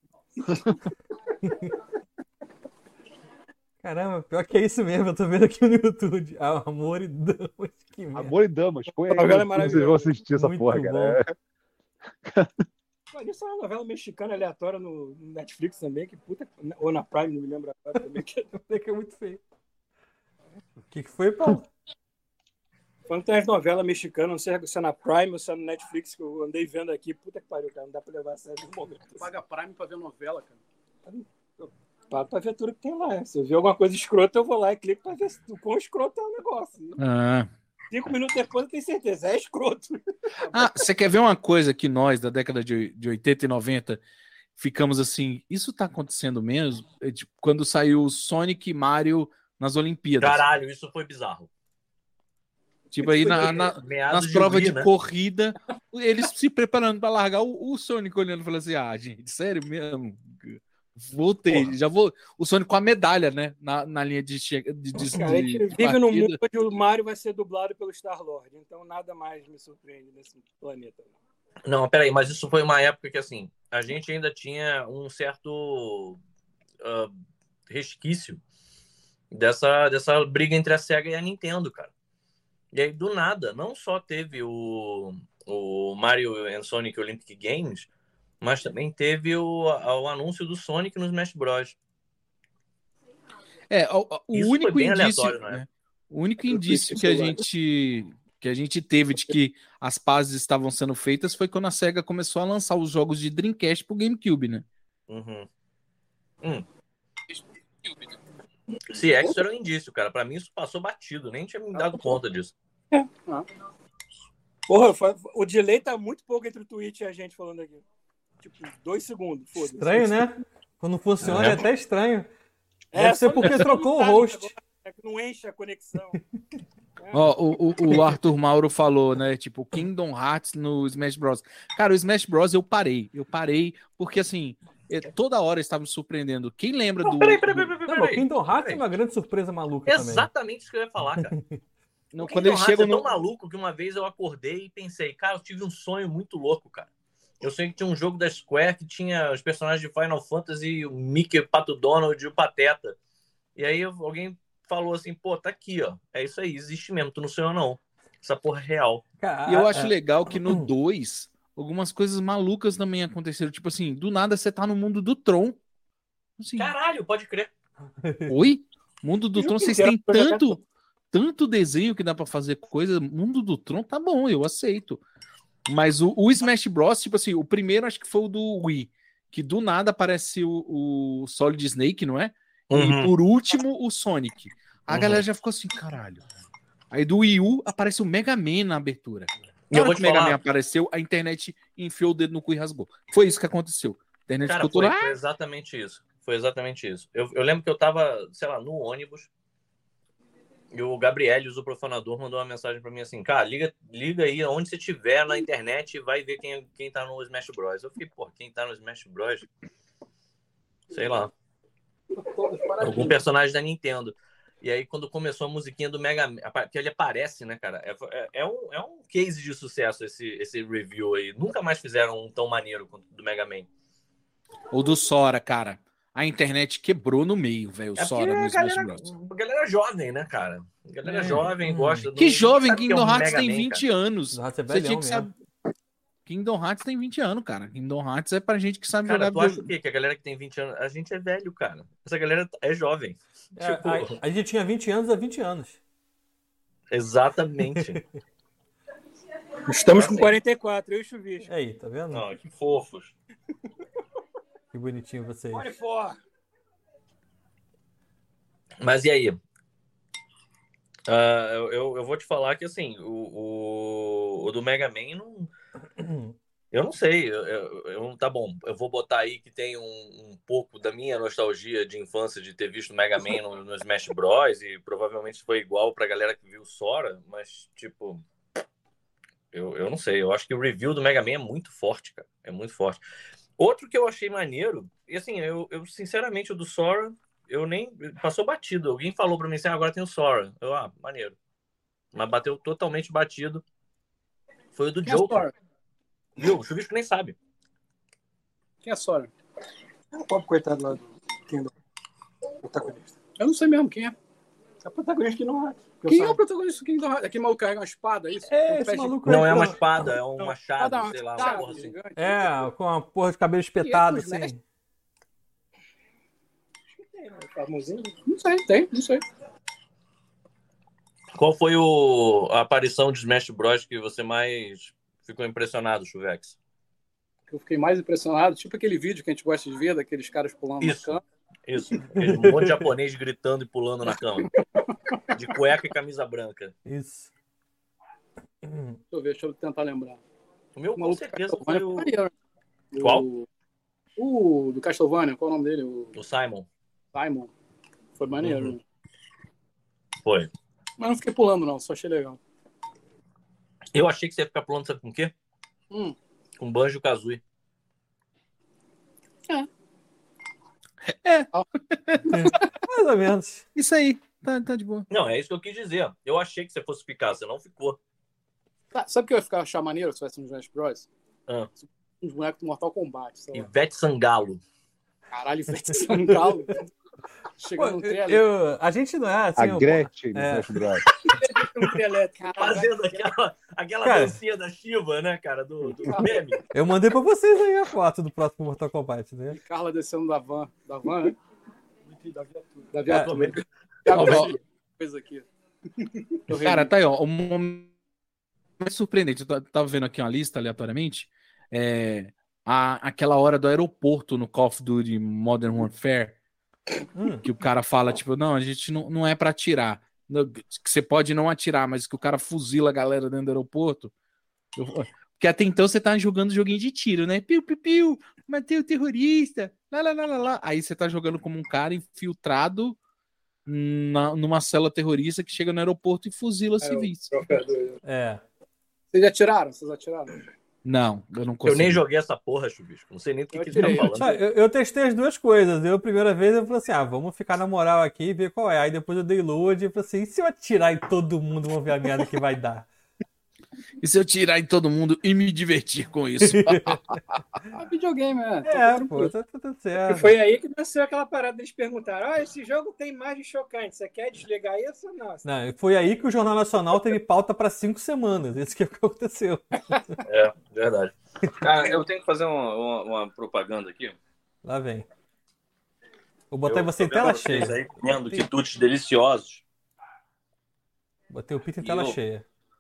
Caramba, pior que é isso mesmo, eu tô vendo aqui no YouTube. Amor e Damas, que merda. Amor e Damas. Põe aí, A novela é vocês maravilhosa. vão assistir essa Muito porra, bom. cara. Mas isso é uma novela mexicana aleatória no Netflix também, que puta... Ou na Prime, não me lembro agora também. É muito feio. O que foi, Paulo? Falando que tem as novelas mexicanas, não sei se é na Prime ou se é no Netflix, que eu andei vendo aqui. Puta que pariu, cara. Não dá pra levar a sério no momento. Tu paga Prime pra ver novela, cara. Pago pra ver tudo que tem lá. Se eu ver alguma coisa escrota, eu vou lá e clico pra ver o quão escroto é o negócio. Ah. 5 minutos depois eu tenho certeza, é escroto. Você quer ver uma coisa que nós, da década de 80 e 90, ficamos assim, isso tá acontecendo mesmo? É, tipo, quando saiu Sonic e Mario nas Olimpíadas. Caralho, isso foi bizarro. Tipo, aí Meados nas provas de né? corrida, eles se preparando pra largar, o Sonic olhando e falando assim, gente, sério mesmo? Voltei, Porra. já vou. O Sonic com a medalha, né? Na linha de Cara, a gente vive num mundo onde o Mario vai ser dublado pelo Star-Lord, então nada mais me surpreende nesse planeta. Não, peraí, mas isso foi uma época que, assim, a gente ainda tinha um certo resquício dessa briga entre a SEGA e a Nintendo, cara. E aí, do nada, não só teve o Mario and Sonic Olympic Games, mas também teve o anúncio do Sonic nos Smash Bros. O Isso único foi bem indício, aleatório, né? O único indício que a gente teve de que as pazes estavam sendo feitas foi quando a SEGA começou a lançar os jogos de Dreamcast pro GameCube, né? Uhum. Se é que isso era um indício, cara. Pra mim isso passou batido, nem tinha me dado conta disso. Porra, o delay tá muito pouco entre o Twitch e a gente falando aqui. Tipo, 2 segundos, foda-se. Estranho, né? Quando funciona é até estranho. Deve ser porque trocou o host. É que não enche a conexão. O Arthur Mauro falou, né? Tipo, Kingdom Hearts no Smash Bros. Cara, o Smash Bros. Eu parei porque assim, toda hora estava me surpreendendo. Quem lembra do. Peraí. Não, o Kingdom Hearts é uma grande surpresa maluca também. Exatamente isso que eu ia falar, cara. Não, quando ele chega é tão maluco que uma vez eu acordei e pensei, cara, eu tive um sonho muito louco, cara. Eu sei que tinha um jogo da Square que tinha os personagens de Final Fantasy, o Mickey, o Pato Donald e o Pateta. E aí alguém falou assim, pô, tá aqui, ó. É isso aí, existe mesmo, tu não sonhou não. Essa porra é real. E eu acho legal que no 2, algumas coisas malucas também aconteceram. Tipo assim, do nada você tá no mundo do Tron. Assim, caralho, pode crer. Oi? Mundo do Tron, vocês têm tanto desenho que dá pra fazer coisa. Mundo do Tron tá bom, eu aceito. Mas o Smash Bros, tipo assim, o primeiro acho que foi o do Wii, que do nada aparece o Solid Snake, não é? E por último, o Sonic. A galera já ficou assim, caralho. Aí do Wii U aparece o Mega Man na abertura. Na hora que o Mega Man apareceu, a internet enfiou o dedo no cu e rasgou. Foi isso que aconteceu. A internet cara, ficou foi exatamente isso. Foi exatamente isso. Eu lembro que eu tava, sei lá, no ônibus, e o Gabrielius, o profanador, mandou uma mensagem pra mim assim, cara, liga aí onde você estiver na internet e vai ver quem tá no Smash Bros. Eu fiquei, pô, quem tá no Smash Bros? Sei lá. Algum personagem da Nintendo. E aí, quando começou a musiquinha do Mega Man, que ele aparece, né, cara? É um case de sucesso esse review aí. Nunca mais fizeram um tão maneiro quanto do Mega Man. Ou do Sora, cara. A internet quebrou no meio, velho. O Sora no Smash Bros. A galera jovem, né, cara? A galera jovem gosta do... Que jovem, sabe que Kingdom é um Hearts Mega tem Man, 20 cara? anos. Kingdom Hearts é Você velhão tinha que mesmo. saber. Kingdom Hearts tem 20 anos, cara. Kingdom Hearts é pra gente que sabe Cara, jogar tu acha o quê? Que a galera que tem 20 anos... A gente é velho, cara. Essa galera é jovem. Tipo, A gente tinha 20 anos há 20 anos. exatamente. Estamos com 44, eu e o Chuvisco. Aí, tá vendo? Não, que fofos. Que bonitinho vocês. Olha fora. Mas e aí? Eu vou te falar que, assim, o do Mega Man não... Eu não sei. Tá bom, eu vou botar aí que tem um pouco da minha nostalgia de infância de ter visto o Mega Man no Smash Bros. E provavelmente foi igual pra galera que viu o Sora, mas, tipo... Eu não sei. Eu acho que o review do Mega Man é muito forte, cara. É muito forte. Outro que eu achei maneiro, e assim, eu sinceramente, o do Sora... Eu nem... Passou batido. Alguém falou pra mim assim, agora tem o Sora. Maneiro. Mas bateu totalmente batido. Foi o do Quem é Joker. Sora? Viu? O Chuvisco nem sabe. Quem é Sora? É o pobre coitado lá do Kingdom. Protagonista. Eu não sei mesmo quem é. É o protagonista que não há. Quem é o protagonista do Kingdom Hearts? Aquele maluco carrega uma espada, é isso? É, Um esse pé maluco Não aí, é uma pô. espada, é um machado, Ah, sei lá, uma tá, porra assim. gigante. É, com a porra de cabelo espetado, E é assim. Famosinho. Não sei, não sei. Qual foi a aparição de Smash Bros que você mais ficou impressionado, Chuvex? Eu fiquei mais impressionado, tipo aquele vídeo que a gente gosta de ver, daqueles caras pulando Isso. na cama. Isso. Aquele monte de japonês gritando e pulando na cama. De cueca e camisa branca. Isso. Deixa eu tentar lembrar. O meu, O com maluco certeza, foi o... Castlevania. Qual? O do Castlevania, qual é o nome dele? O O Simon. Simon. Foi maneiro. Uhum. Né? Foi. Mas não fiquei pulando, não, só achei legal. Eu achei que você ia ficar pulando, sabe com o quê? Com Banjo-Kazooie. Mais ou menos. Isso aí, tá de boa. Não, é isso que eu quis dizer. Eu achei que você fosse ficar, você não ficou. Tá, sabe o que eu ia achar maneiro se tivesse no Smash Bros? Ah. Uns bonecos do Mortal Kombat. Sei lá. Ivete Sangalo. Caralho, Ivete Sangalo. Chegando no trailer. A gente não é assim. A Gretchen do Smash Bros. Um trio elétrico. Fazendo aquela Cara. dancinha da Shiva, né, cara? Do meme. Eu mandei pra vocês aí a foto do próximo Mortal Kombat, né? E Carla descendo da van. Da van, né? Da É, viatura. Coisa aqui. Cara, tá aí, ó. O momento mais surpreendente. Eu tava vendo aqui uma lista aleatoriamente. Aquela hora do aeroporto no Call of Duty Modern Warfare. Que o cara fala, tipo, não, a gente não é pra atirar. Que você pode não atirar, mas que o cara fuzila a galera dentro do aeroporto. Porque até então você tá jogando joguinho de tiro, né? Piu, piu, piu, matei o terrorista. Lá, lá, lá, lá, lá. Aí você tá jogando como um cara infiltrado numa célula terrorista que chega no aeroporto e fuzila civis. É. Vocês atiraram? Não, eu não Eu consigo. nem joguei essa porra, Chubisco. Não sei nem do que você tá tirei. falando. Ah, eu testei as duas coisas. Eu, a primeira vez, eu falei assim, vamos ficar na moral aqui e ver qual é. Aí depois eu dei load e falei assim, e se eu atirar em todo mundo, vamos ver a merda que vai dar. E se eu tirar em todo mundo e me divertir com isso? Videogame, né? Pô, tá tudo certo. E foi aí que nasceu aquela parada deles perguntaram: esse jogo tem imagem chocante, você quer desligar isso ou não? Não, foi aí que o Jornal Nacional teve pauta pra 5 semanas. Isso que aconteceu. É, verdade. Cara, eu tenho que fazer uma propaganda aqui. Lá vem. Vou botar você em tô vendo tela vocês cheia. aí comendo quitutes deliciosos. Botei o pito em tela eu? cheia.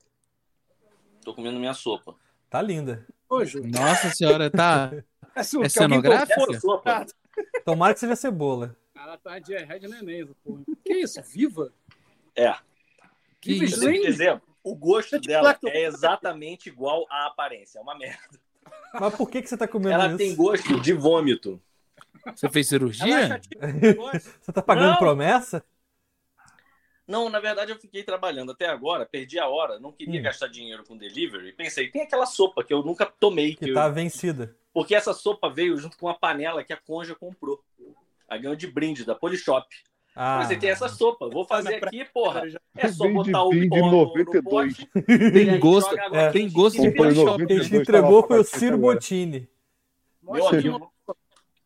Tô comendo minha sopa. Tá linda. Ô, Ju. Nossa senhora, tá. É Que alguém cenográfica? Essa sopa. Tomara que seja cebola. Cara, tá de diarreia de neném, essa porra. Que isso? Viva? É. Que Viva isso? Por exemplo, o gosto dela Lacto- é exatamente igual à aparência. É uma merda. Mas por que você tá comendo Ela isso? tem gosto de vômito. Você fez Ela cirurgia? acha tipo negócio. Você tá pagando Não. promessa? Não, na verdade eu fiquei trabalhando até agora, perdi a hora, não queria gastar dinheiro com delivery. Pensei, tem aquela sopa que eu nunca tomei. Que tá vencida. Porque essa sopa veio junto com uma panela que a Conja comprou. Aí ganhou de brinde da Polishop. Mas você tem essa sopa. Vou fazer aqui, porra. É só Vem de botar o vinho de pó no 92. pote. Tem gosto, joga água tem quente gosto em de cima. Comprei polishop. 92, Quem te entregou foi o tava Ciro agora. Bottini. Meu Mostra de amigo. novo.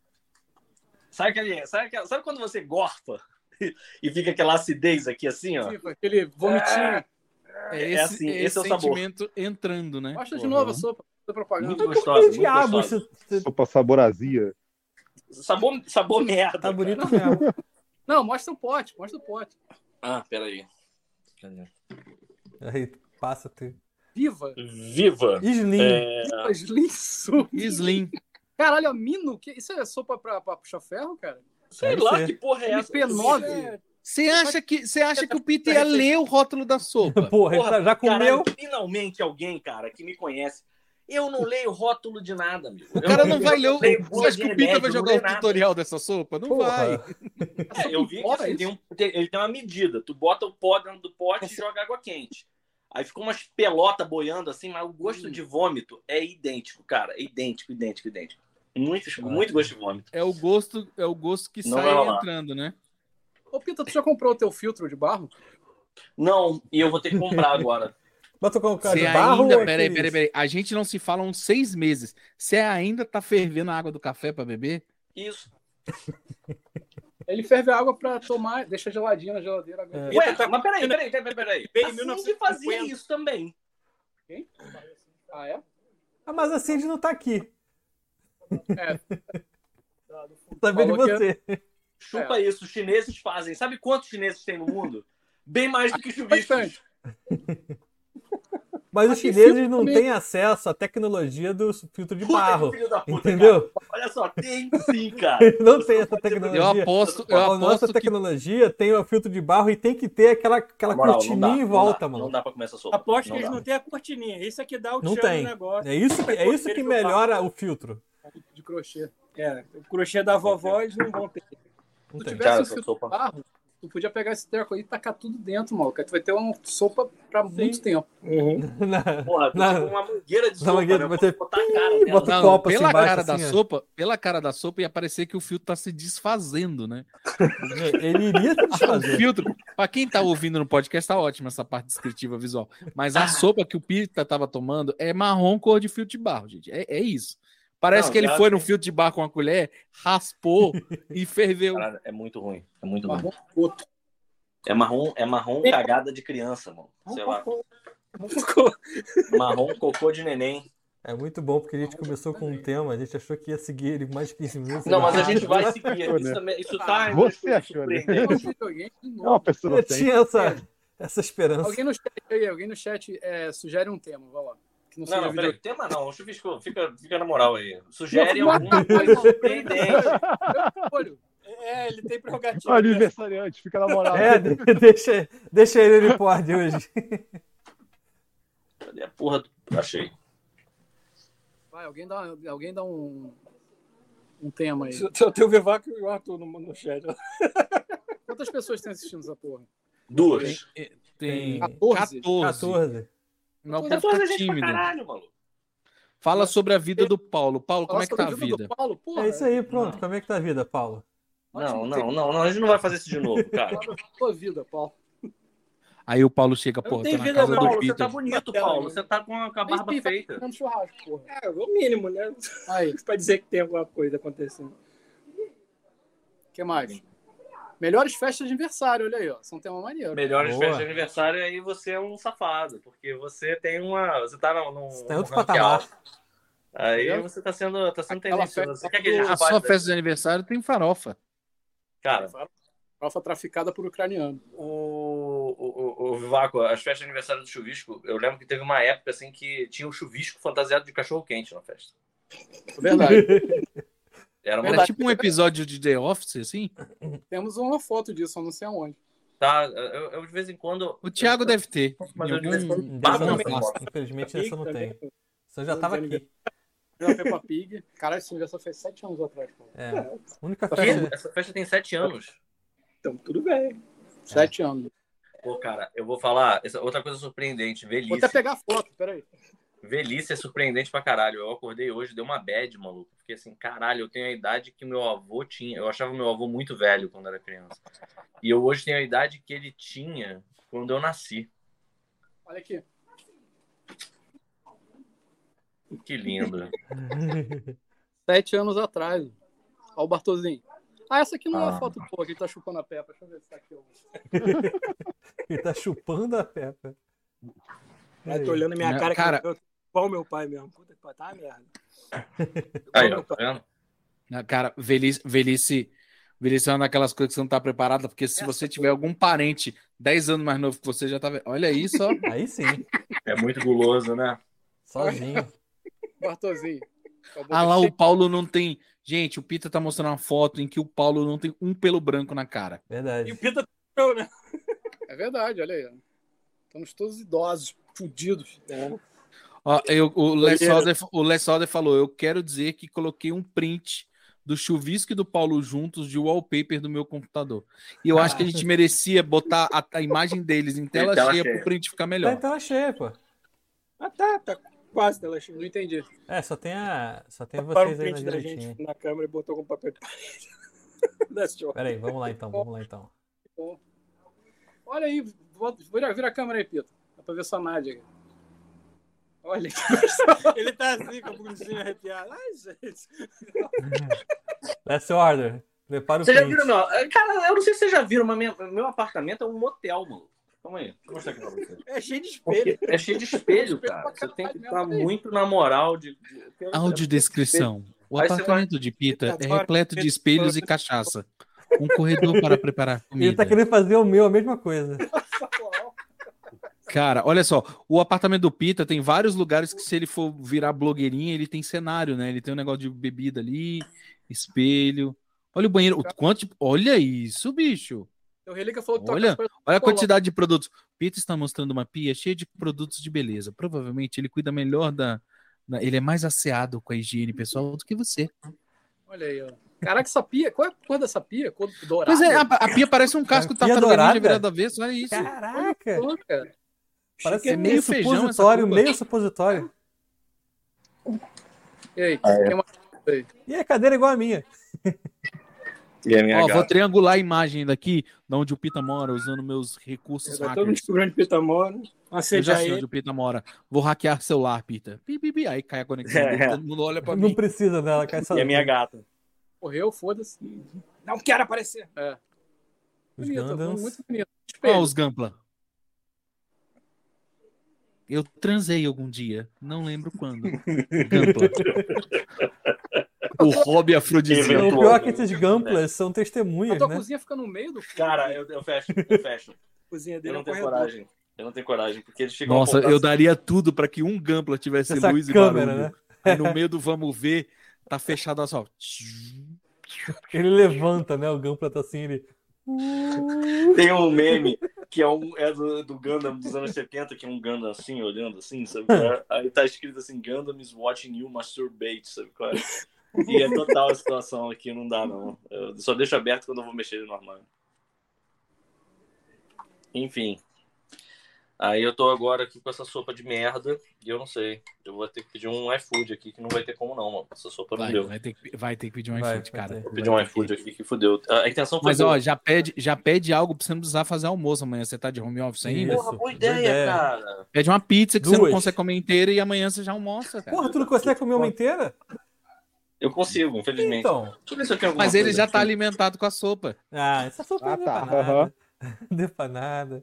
Sabe quando você gorfa e fica aquela acidez aqui assim, ó? Tipo, aquele vomitinho. Esse é o sabor. sentimento entrando, né? Mostra de novo a sopa. Da propaganda. Muito Por gostosa, que muito diabo gostosa. você Sopa saborazia. Sabor merda. tá bonito cara. mesmo? Não, mostra o pote. Mostra o pote. Ah, peraí. Cadê? Aí, passa. Viva. Viva! Slim. Viva Slim Soup. Slim. Caralho, amino? Isso é sopa pra puxar ferro, cara? Sei Deve lá ser. que porra é essa. P9. Você acha que o Peter ia ler o rótulo da sopa? Porra, ele já comeu? Caralho, finalmente alguém, cara, que me conhece. Eu não leio rótulo de nada, amigo. O cara não vai ler o... leio Você acha que o Peter vai jogar o tutorial? tutorial dessa sopa? Não vai. Porra. Eu vi que assim, ele tem uma medida. Tu bota o pó dentro do pote e joga água quente. Aí ficou umas pelotas boiando assim, mas o gosto de vômito é idêntico, cara. É idêntico. Muito gosto de vômito. É o gosto que Não sai vai rolar. entrando, né? Ô, Pita, tu já comprou o teu filtro de barro? Não, e eu vou ter que comprar agora. Bota com cara Você de barro ainda... ou aqueles- Peraí. A gente não se fala há uns 6 meses. Você ainda tá fervendo a água do café pra beber? Isso. Ele ferve a água pra tomar, deixa geladinha na geladeira. É. Ué, tá- mas peraí. Bem, Assim 1950. que fazia isso também. Quem? Ah, é? Ah, mas a Cindy não tá aqui. É. Tá vendo Falou que você. Chupa isso, os chineses fazem. Sabe quantos chineses tem no mundo? Bem mais do que chuviscos. Bastante. Mas os Mas que chineses filtro não também? têm acesso à tecnologia do filtro de Puta que barro. filho da puta, Entendeu? cara. Olha só, tem sim, cara. Não tem essa pode ser tecnologia. Eu aposto A nossa que... tecnologia tem o filtro de barro e tem que ter aquela Na moral, cortininha em volta, não mano. dá pra comer essa sopa. Aposto que Não eles dá. não têm a cortininha. Isso é que dá o Não tchan tem. no negócio. É isso que melhora o filtro. De crochê. É, o crochê da vovó eles não vão ter. Não Se tem. tivesse Cara, um essa filtro sopa- de barro, tu podia pegar esse treco aí e tacar tudo dentro, maluco. Aí tu vai ter uma sopa pra muito tempo. Porra, tu Na- tipo uma mangueira de na sopa, mangueira, né? você- Botar a cara dela. bota o Não, copo assim pela embaixo, cara da assim, ó. sopa, pela cara da sopa ia parecer que o filtro tá se desfazendo, né? Ele iria se O desfazer. filtro, pra quem tá ouvindo no podcast, tá ótima essa parte descritiva visual. Mas a sopa que o Pita tava tomando é marrom cor de filtro de barro, gente. É isso. Parece Não, que ele já foi tem- no filtro de barro com a colher, raspou e ferveu. Caralho, é muito ruim. É muito ruim. Marrom coto. É marrom cagada de criança, mano. Sei lá. Marrom cocô de neném. É muito bom, porque a gente começou com um tema, a gente achou que ia seguir ele mais de 15 minutos. Não, mas a ele- gente vai seguir. Isso, também, isso tá... Você achou, né? surpreendente. Videogame de É novo. uma pessoa Eu inocente. tinha essa esperança. Alguém no chat sugere um tema, vai lá. Que não seja Não, peraí. videogame. Tema não. Chuvisco, fica na moral aí. Sugere Não, alguma coisa surpreendente. Olha, É, ele tem prerrogativa. Ó, aniversariante, fica na moral. É, deixa ele no pod hoje. Cadê a porra do... Achei. vai, alguém dá um tema aí. Só tem o Vivaco e o Arthur no chat. Quantas pessoas estão assistindo essa porra? 2. Tem 14. 14. Não, Tá fica gente pra tímido. caralho, maluco. Fala sobre a vida do Paulo. Paulo, como é que tá a Fala sobre vida? do Paulo, porra. É isso aí, pronto. Como é que tá a vida, Paulo? Não. A gente não vai fazer isso de novo, cara. Fala da tua vida, Paulo. Aí o Paulo chega, Eu porra, tenho tô na vida, casa não, do Paulo, você Peter. tá bonito, Paulo. Você tá com a barba Ih, vai feita. fazendo churrasco, porra. É, o mínimo, né? Aí, Pra dizer que tem alguma coisa acontecendo. o que mais? Melhores festas de aniversário, olha aí, ó. São um tema maneiro. Melhores Boa. festas de aniversário, aí você é um safado, porque você tem uma. Você tá num. Você tá em outro ranking patamar. alto. Aí Entendeu? você tá sendo Aquela tendencioso. festa Você quer que a gente A fale sua da- festa de aniversário tem farofa. Cara, Alfa traficada por ucraniano. o Vivaco, as festas de aniversário do chuvisco, eu lembro que teve uma época assim que tinha um chuvisco fantasiado de cachorro quente na festa. É verdade. Era uma Era tipo um episódio de The Office, assim? Temos uma foto disso, eu não sei aonde. Tá, eu de vez em quando. O Thiago deve ter. Mas Em eu de vez em quando. algum- Dessa Bago não na tem. foto. Infelizmente, essa não tem. Você já tava aqui. A Peppa Pig. Caralho, esse aniversário foi 7 anos atrás, pô. É. A única Que? festa. Essa festa tem 7 anos. Então, tudo bem. 7 anos. Pô, cara, eu vou falar outra coisa surpreendente, Vou velhice. até pegar a foto, peraí. Velhice é surpreendente pra caralho. Eu acordei hoje, deu uma bad, maluco. Fiquei assim, caralho, eu tenho a idade que meu avô tinha. Eu achava meu avô muito velho quando era criança. E eu hoje tenho a idade que ele tinha quando eu nasci. Olha aqui. Que lindo. 7 anos atrás. Olha o Bartozinho. Essa aqui não é a foto boa, que ele tá chupando a Peppa. Deixa eu ver se tá aqui. Ele tá chupando a Peppa. Vai tô olhando a minha cara. Qual o meu pai mesmo? Puta que tá uma merda. Aí, ó, tá vendo? Cara, velhice é uma daquelas coisas que você não tá preparada, porque se você tiver algum parente 10 anos mais novo que você, já tá vendo. Olha isso, ó. Aí sim. É muito guloso, né? Sozinho. Bartozinho. Ah lá, o Paulo não tem... Gente, o Pita tá mostrando uma foto em que o Paulo não tem um pelo branco na cara. Verdade. E o Pita tá, né? É verdade, olha aí. Estamos todos idosos, fudidos. Ó, o Les Soder falou, eu quero dizer que coloquei um print do Chuvisco e do Paulo juntos de wallpaper do meu computador. E eu acho que a gente merecia botar a imagem deles em tela cheia pro print ficar Tá melhor. em tela cheia, pô. Tá quase tela cheia. Não entendi. Só tem Para vocês um aí na print da direitinha. gente na câmera e botou com papel de parede. Pera aí, vamos lá então. Olha aí, vira a câmera aí, Pita. Dá pra ver sua Nádia. Olha. Ele tá assim, com a bundinha arrepiada. Ai, gente. Let's order. Prepara o Vocês já print. viram, não? Cara, eu não sei se vocês já viram, mas meu apartamento é um motel, mano. Calma aí, deixa eu mostrar aqui pra vocês. É cheio de espelho. É cheio de espelho, cara. Você tem que estar muito na moral de... Audiodescrição. O Aí você apartamento de Pita é repleto de espelhos e cachaça. Um corredor para preparar comida. Ele tá querendo fazer o meu, a mesma coisa. Cara, olha só, o apartamento do Pita tem vários lugares que se ele for virar blogueirinha, ele tem cenário, né? Ele tem um negócio de bebida ali, espelho. Olha o banheiro, olha isso, bicho. O Relíquia falou que olha a quantidade de produtos. O Pita está mostrando uma pia cheia de produtos de beleza. Provavelmente ele cuida melhor ele é mais asseado com a higiene pessoal do que você. Olha aí, ó. Caraca, essa pia, qual é a cor dessa pia? Cor dourada? Pois é, a pia parece um casco de tartaruga ninja virado avesso, olha isso. Caraca! Olha, cara. Parece é meio feijão supositório, meio supositório. E aí, quem mais? E a cadeira é igual a minha. E a minha vou triangular a imagem daqui, de onde o Pita mora, usando meus recursos Todo mundo hackers. descobrindo onde o Pita mora. Eu já sei onde o Pita mora. Vou hackear celular, Pita. Aí cai a conexão dele, todo mundo olha pra mim. Não precisa dela, cai só. E a minha gata. Correu, foda-se. Não quero aparecer. Os Bonito, Gundams. muito bonito. Ó, os Gampla. Eu transei algum dia, não lembro quando. Gampla. O hobby afrodisíaco. O pior é que esses Gamplas são testemunhas, A tua né? cozinha fica no meio do... Cara, eu fecho. A cozinha Eu dele não é tenho corredor. coragem. Eu não tenho coragem, porque eles ficam... Nossa, eu daria tudo pra que um Gampla tivesse Essa luz câmera, e barulho. né? Aí no meio do vamos ver, tá fechado só. Ele levanta, né? O Gampla tá assim, ele... Tem um meme que é do Gundam dos anos 70, que é um Gundam assim, olhando assim, sabe? Aí tá escrito assim, Gundam is watching you masturbate, sabe qual é? E é total a situação aqui, não dá não. Eu só deixo aberto quando eu vou mexer no armário. Enfim. Aí eu tô agora aqui com essa sopa de merda e eu não sei. Eu vou ter que pedir um iFood aqui, que não vai ter como não, mano. Essa sopa não deu. Vai ter que pedir um iFood, cara. Vou pedir um iFood aqui que fudeu. A intenção foi... Mas, ó, já pede algo pra você não precisar fazer almoço amanhã. Você tá de home office ainda? Porra, boa ideia, cara. Pede uma pizza que você Duas. não consegue comer inteira e amanhã você já almoça, cara. Porra, tu não consegue comer uma inteira? Eu consigo, infelizmente. Então. Deixa eu ver se eu tenho alguma Mas ele coisa já aqui. tá alimentado com a sopa. Ah, essa sopa não é tá. pra nada. Não é pra nada.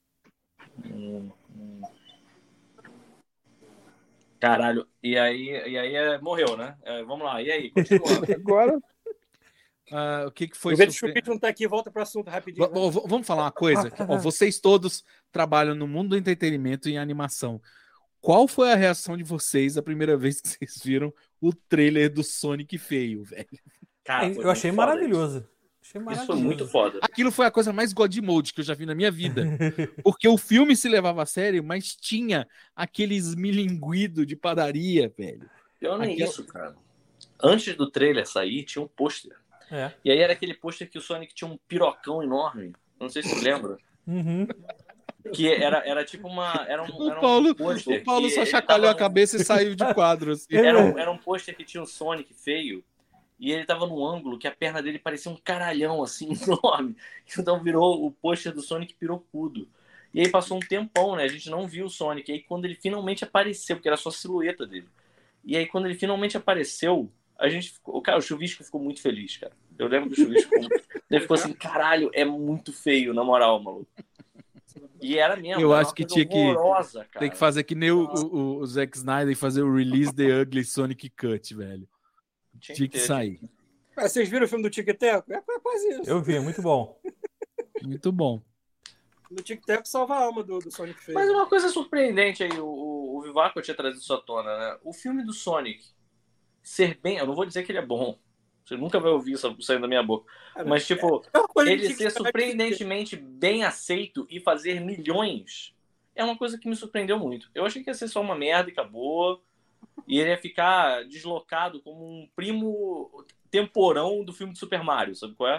Caralho, e aí morreu, né? Vamos lá, e aí? Continua. Agora, O que foi O Chupito não tá aqui, volta pro assunto rapidinho. Vamos falar uma coisa? Ó, vocês todos trabalham no mundo do entretenimento e em animação. Qual foi a reação de vocês a primeira vez que vocês viram o trailer do Sonic feio, velho? Cara, Eu achei maravilhoso. Isso foi muito foda. Aquilo foi a coisa mais God Mode que eu já vi na minha vida. Porque o filme se levava a sério, mas tinha aquele esmilinguido de padaria, velho. Pior nem isso, cara. Antes do trailer sair, tinha um pôster. E aí era aquele pôster que o Sonic tinha um pirocão enorme. Não sei se você lembra. Uhum. Que era tipo uma... Era um O pôster Paulo que só ele chacoalhou tava a cabeça e saiu de quadro. Assim. Era um pôster que tinha um Sonic feio. E ele tava num ângulo que a perna dele parecia um caralhão, assim, enorme. Então virou o pôster do Sonic pirocudo. E aí passou um tempão, né? A gente não viu o Sonic. E aí quando ele finalmente apareceu, porque era só a silhueta dele. E aí quando ele finalmente apareceu, a gente ficou... Cara, o Chuvisco ficou muito feliz, cara. Eu lembro que o Chuvisco ele ficou assim, caralho, é muito feio, na moral, maluco. E era mesmo. Eu era acho uma que coisa tinha que... horrorosa, cara. Tem que fazer que nem o Zack Snyder e fazer o Release the Ugly Sonic Cut, velho. Tinha que sair. Vocês viram o filme do Tic Teco? É quase isso. Eu vi, é muito bom. Muito bom. No Tic Teco salva a alma do Sonic feio. Mas uma coisa surpreendente aí, o Vivaco tinha trazido isso à tona, né? O filme do Sonic ser bem... Eu não vou dizer que ele é bom. Você nunca vai ouvir isso saindo da minha boca. Mas, tipo, ele ser surpreendentemente bem aceito e fazer milhões é uma coisa que me surpreendeu muito. Eu achei que ia ser só uma merda e acabou. E ele ia ficar deslocado como um primo temporão do filme de Super Mario, sabe qual é?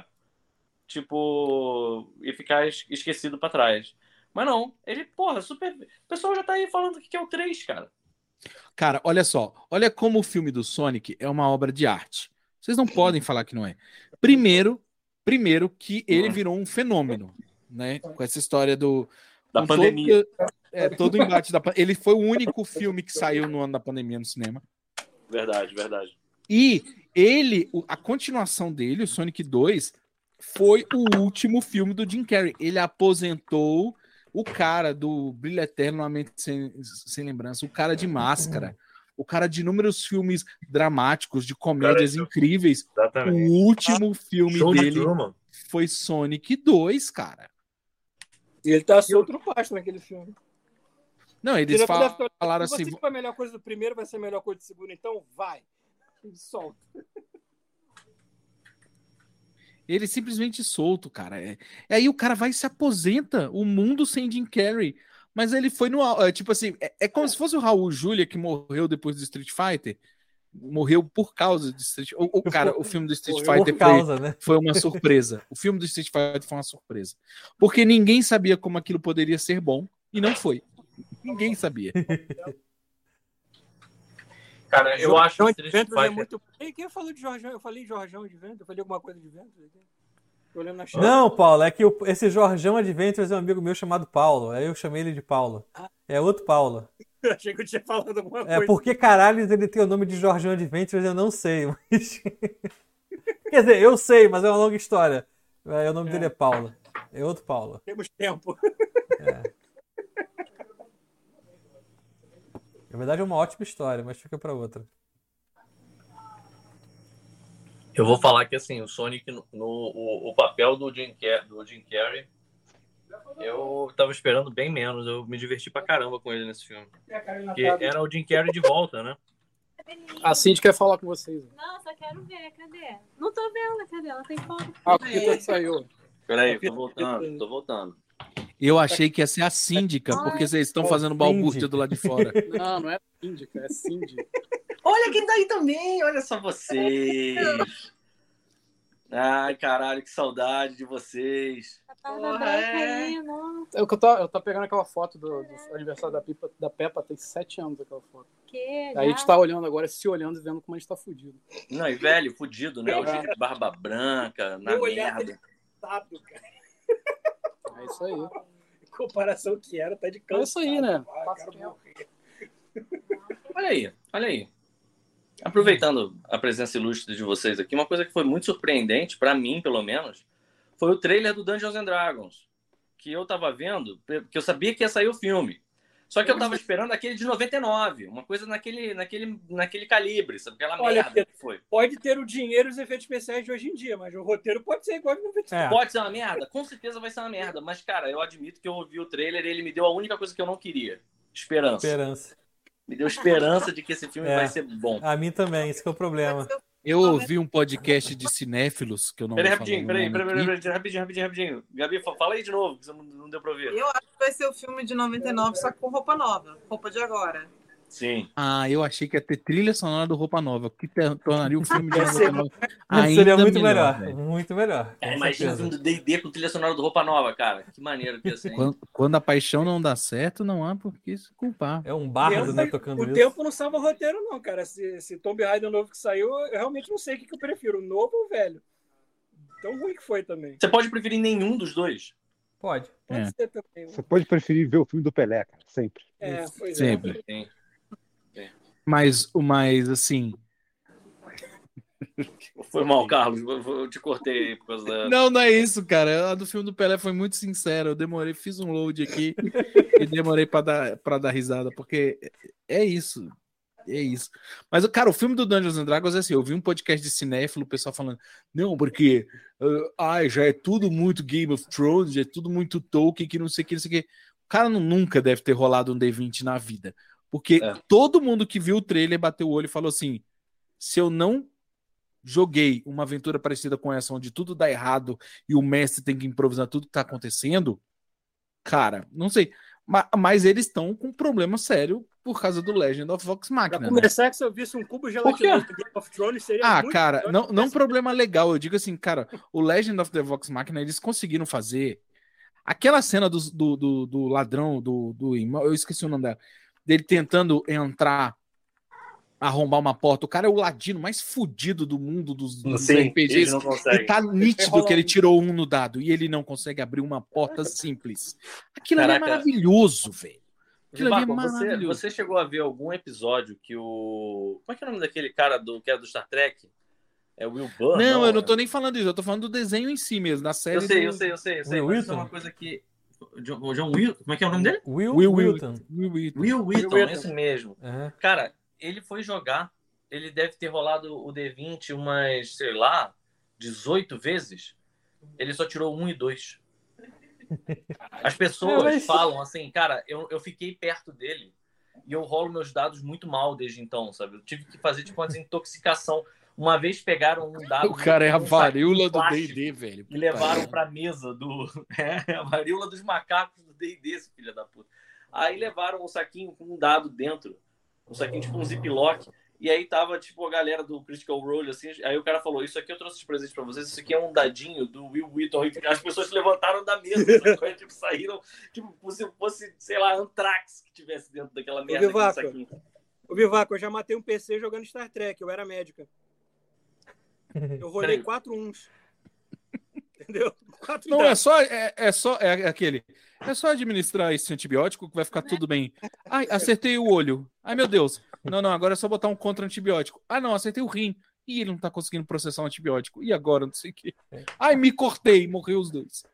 Tipo, ia ficar esquecido pra trás. Mas não, ele, porra, super... O pessoal já tá aí falando que é o 3, cara. Cara, olha só. Olha como o filme do Sonic é uma obra de arte. Vocês não podem falar que não é. Primeiro que ele virou um fenômeno, né? Com essa história da pandemia. Todo o embate da pandemia. Ele foi o único filme que saiu no ano da pandemia no cinema. Verdade. E a continuação dele, o Sonic 2, foi o último filme do Jim Carrey. Ele aposentou o cara do Brilho Eterno, Uma Mente Sem Lembrança, o cara de Máscara, o cara de inúmeros filmes dramáticos, de comédias incríveis. Exatamente. O último filme dele foi Sonic 2, cara. E ele tá solto no pasto naquele filme. Não, eles falaram assim... Se for a melhor coisa do primeiro, vai ser a melhor coisa do segundo, então vai. Solta. Ele simplesmente solto, cara. Aí o cara vai e se aposenta. O mundo sem Jim Carrey. Mas ele foi no... Tipo assim, é como se fosse o Raul Julia que morreu depois do Street Fighter. Morreu por causa do Street Fighter. Cara, o filme do Street Fighter foi uma surpresa. O filme do Street Fighter foi uma surpresa. Porque ninguém sabia como aquilo poderia ser bom. E não foi. Ninguém sabia. Cara, eu acho que Street Fighter é muito... Quem falou de Jorjão? Eu falei Jorjão de Ventos? Eu falei alguma coisa de Ventos aqui? Tô olhando na chave. Não, Paulo, é que esse Jorjão Adventures é um amigo meu chamado Paulo. Aí eu chamei ele de Paulo. É outro Paulo. Eu achei que eu tinha falado alguma coisa. É porque caralho ele tem o nome de Jorjão Adventures, eu não sei. Mas... Quer dizer, eu sei, mas é uma longa história. O nome dele é Paulo. É outro Paulo. Temos tempo. Na verdade é uma ótima história, mas fica pra outra. Eu vou falar que assim, o Sonic, o papel do Jim Carrey, eu tava esperando bem menos. Eu me diverti pra caramba com ele nesse filme. Porque era o Jim Carrey de volta, né? A Cindy quer falar com vocês. Não, só quero ver. Cadê? Não tô vendo, cadê? Ela tem foto. O Peter saiu. Peraí, tô voltando. Eu achei que ia ser a síndica, porque vocês estão fazendo balbúrdia do lado de fora. Não é síndica, é Cindy. Olha quem tá aí também, olha só vocês. Ai, caralho, que saudade de vocês. Eu tô pegando aquela foto do aniversário da Peppa, tem 7 anos aquela foto. Aí a gente tá olhando agora, se olhando e vendo como a gente tá fudido. Não, e velho, fudido, né? O jeito de barba branca, na merda. É isso aí. Em comparação que era, tá de canto. É isso aí, né? Olha aí. Aproveitando a presença ilustre de vocês aqui, uma coisa que foi muito surpreendente, pra mim, pelo menos, foi o trailer do Dungeons and Dragons. Que eu tava vendo, porque eu sabia que ia sair o filme. Só que eu tava esperando aquele de 99, uma coisa naquele calibre, sabe? Aquela merda que foi. Pode ter o dinheiro e os efeitos especiais de hoje em dia, mas o roteiro pode ser igual de 99. Pode ser uma merda? Com certeza vai ser uma merda. Mas, cara, eu admito que eu ouvi o trailer e ele me deu a única coisa que eu não queria. Esperança. Me deu esperança de que esse filme vai ser bom. A mim também, esse que é o problema. Eu ouvi um podcast de cinéfilos, que eu não vou falar. Peraí, rapidinho. Gabi, fala aí de novo, que você não deu pra ouvir. Eu acho que vai ser o filme de 99, só com roupa nova. Roupa de agora. Sim. Ah, eu achei que ia ter trilha sonora do Roupa Nova, que tornaria o filme de Ia ser- Roupa Nova Seria ainda muito melhor. velho. Muito melhor. Com Cara, imagina o certeza. filme do D&D com trilha sonora do Roupa Nova, cara. Que maneiro que ia ser, hein? Quando a paixão não dá certo, não há por que se culpar. É um bardo, né, Tempo- tocando o isso. tempo não salva roteiro, não, cara. Esse Tomb Raider novo que saiu, eu realmente não sei o que eu prefiro, o novo ou o velho. Tão ruim que foi também. Você pode preferir nenhum dos dois. Pode. Pode É. ser também. Você pode preferir ver o filme do Pelé, cara, sempre. Pois Sempre. Sim. Mas o mais, assim... Foi mal, Carlos. Eu te cortei por causa da... Não é isso, cara. A do filme do Pelé foi muito sincera. Eu demorei, fiz um load aqui e demorei pra dar risada, porque é isso. É isso. Mas, cara, o filme do Dungeons and Dragons é assim, eu vi um podcast de cinéfilo, o pessoal falando, não, porque já é tudo muito Game of Thrones, já é tudo muito Tolkien, que não sei o que, não sei o que. O cara nunca deve ter rolado um D20 na vida. Porque todo mundo que viu o trailer bateu o olho e falou assim, se eu não joguei uma aventura parecida com essa, onde tudo dá errado e o mestre tem que improvisar tudo que tá acontecendo, cara, não sei. Mas eles estão com um problema sério por causa do Legend of Vox Pra Machina. Né? começar, que se eu visse um cubo gelatinoso do Game of Thrones, seria muito cara, melhor. não problema legal. Eu digo assim, cara, o Legend of the Vox Machina, eles conseguiram fazer aquela cena do ladrão, eu esqueci o nome dela, dele tentando entrar, arrombar uma porta. O cara é o ladino mais fudido do mundo dos RPGs. Não consegue. E tá nítido que ele tirou um no dado e ele não consegue abrir uma porta simples. Aquilo ali é maravilhoso, velho. Aquilo ali é maravilhoso. Você chegou a ver algum episódio que o... Como é que é o nome daquele cara que é do Star Trek? É Will Burr? Não, eu não tô nem falando isso. Eu tô falando do desenho em si mesmo, da série. Eu sei. Mas isso é uma coisa que... John Wilton? Como é que é o nome dele? Will Wilton. Will Wilton, esse mesmo. É. Cara, ele foi jogar, ele deve ter rolado o D20 umas, sei lá, 18 vezes. Ele só tirou 1 e 2. As pessoas falam assim, cara, eu fiquei perto dele e eu rolo meus dados muito mal desde então, sabe? Eu tive que fazer tipo uma desintoxicação. Uma vez pegaram um dado... O cara é a varíola do D&D, velho. E levaram pra mesa do... a varíola dos macacos do D&D, esse filho da puta. Aí levaram um saquinho com um dado dentro. Um saquinho tipo um ziplock. E aí tava tipo a galera do Critical Role, assim. Aí o cara falou, isso aqui eu trouxe de presente pra vocês. Isso aqui é um dadinho do Will Wheaton. E as pessoas se levantaram da mesa. Tipo, saíram, tipo, como se fosse, sei lá, Anthrax que tivesse dentro daquela merda daquele saquinho. Ô, Vivaco, eu já matei um PC jogando Star Trek. Eu era médica. Eu rolei 4 uns. Entendeu? 4 Não, é aquele. É só administrar esse antibiótico que vai ficar tudo bem. Ai, acertei o olho. Ai, meu Deus. Não, agora é só botar um contra-antibiótico. Ah, não, acertei o rim. E ele não tá conseguindo processar um antibiótico. E agora, não sei o quê. Ai, me cortei. Morreu os dois.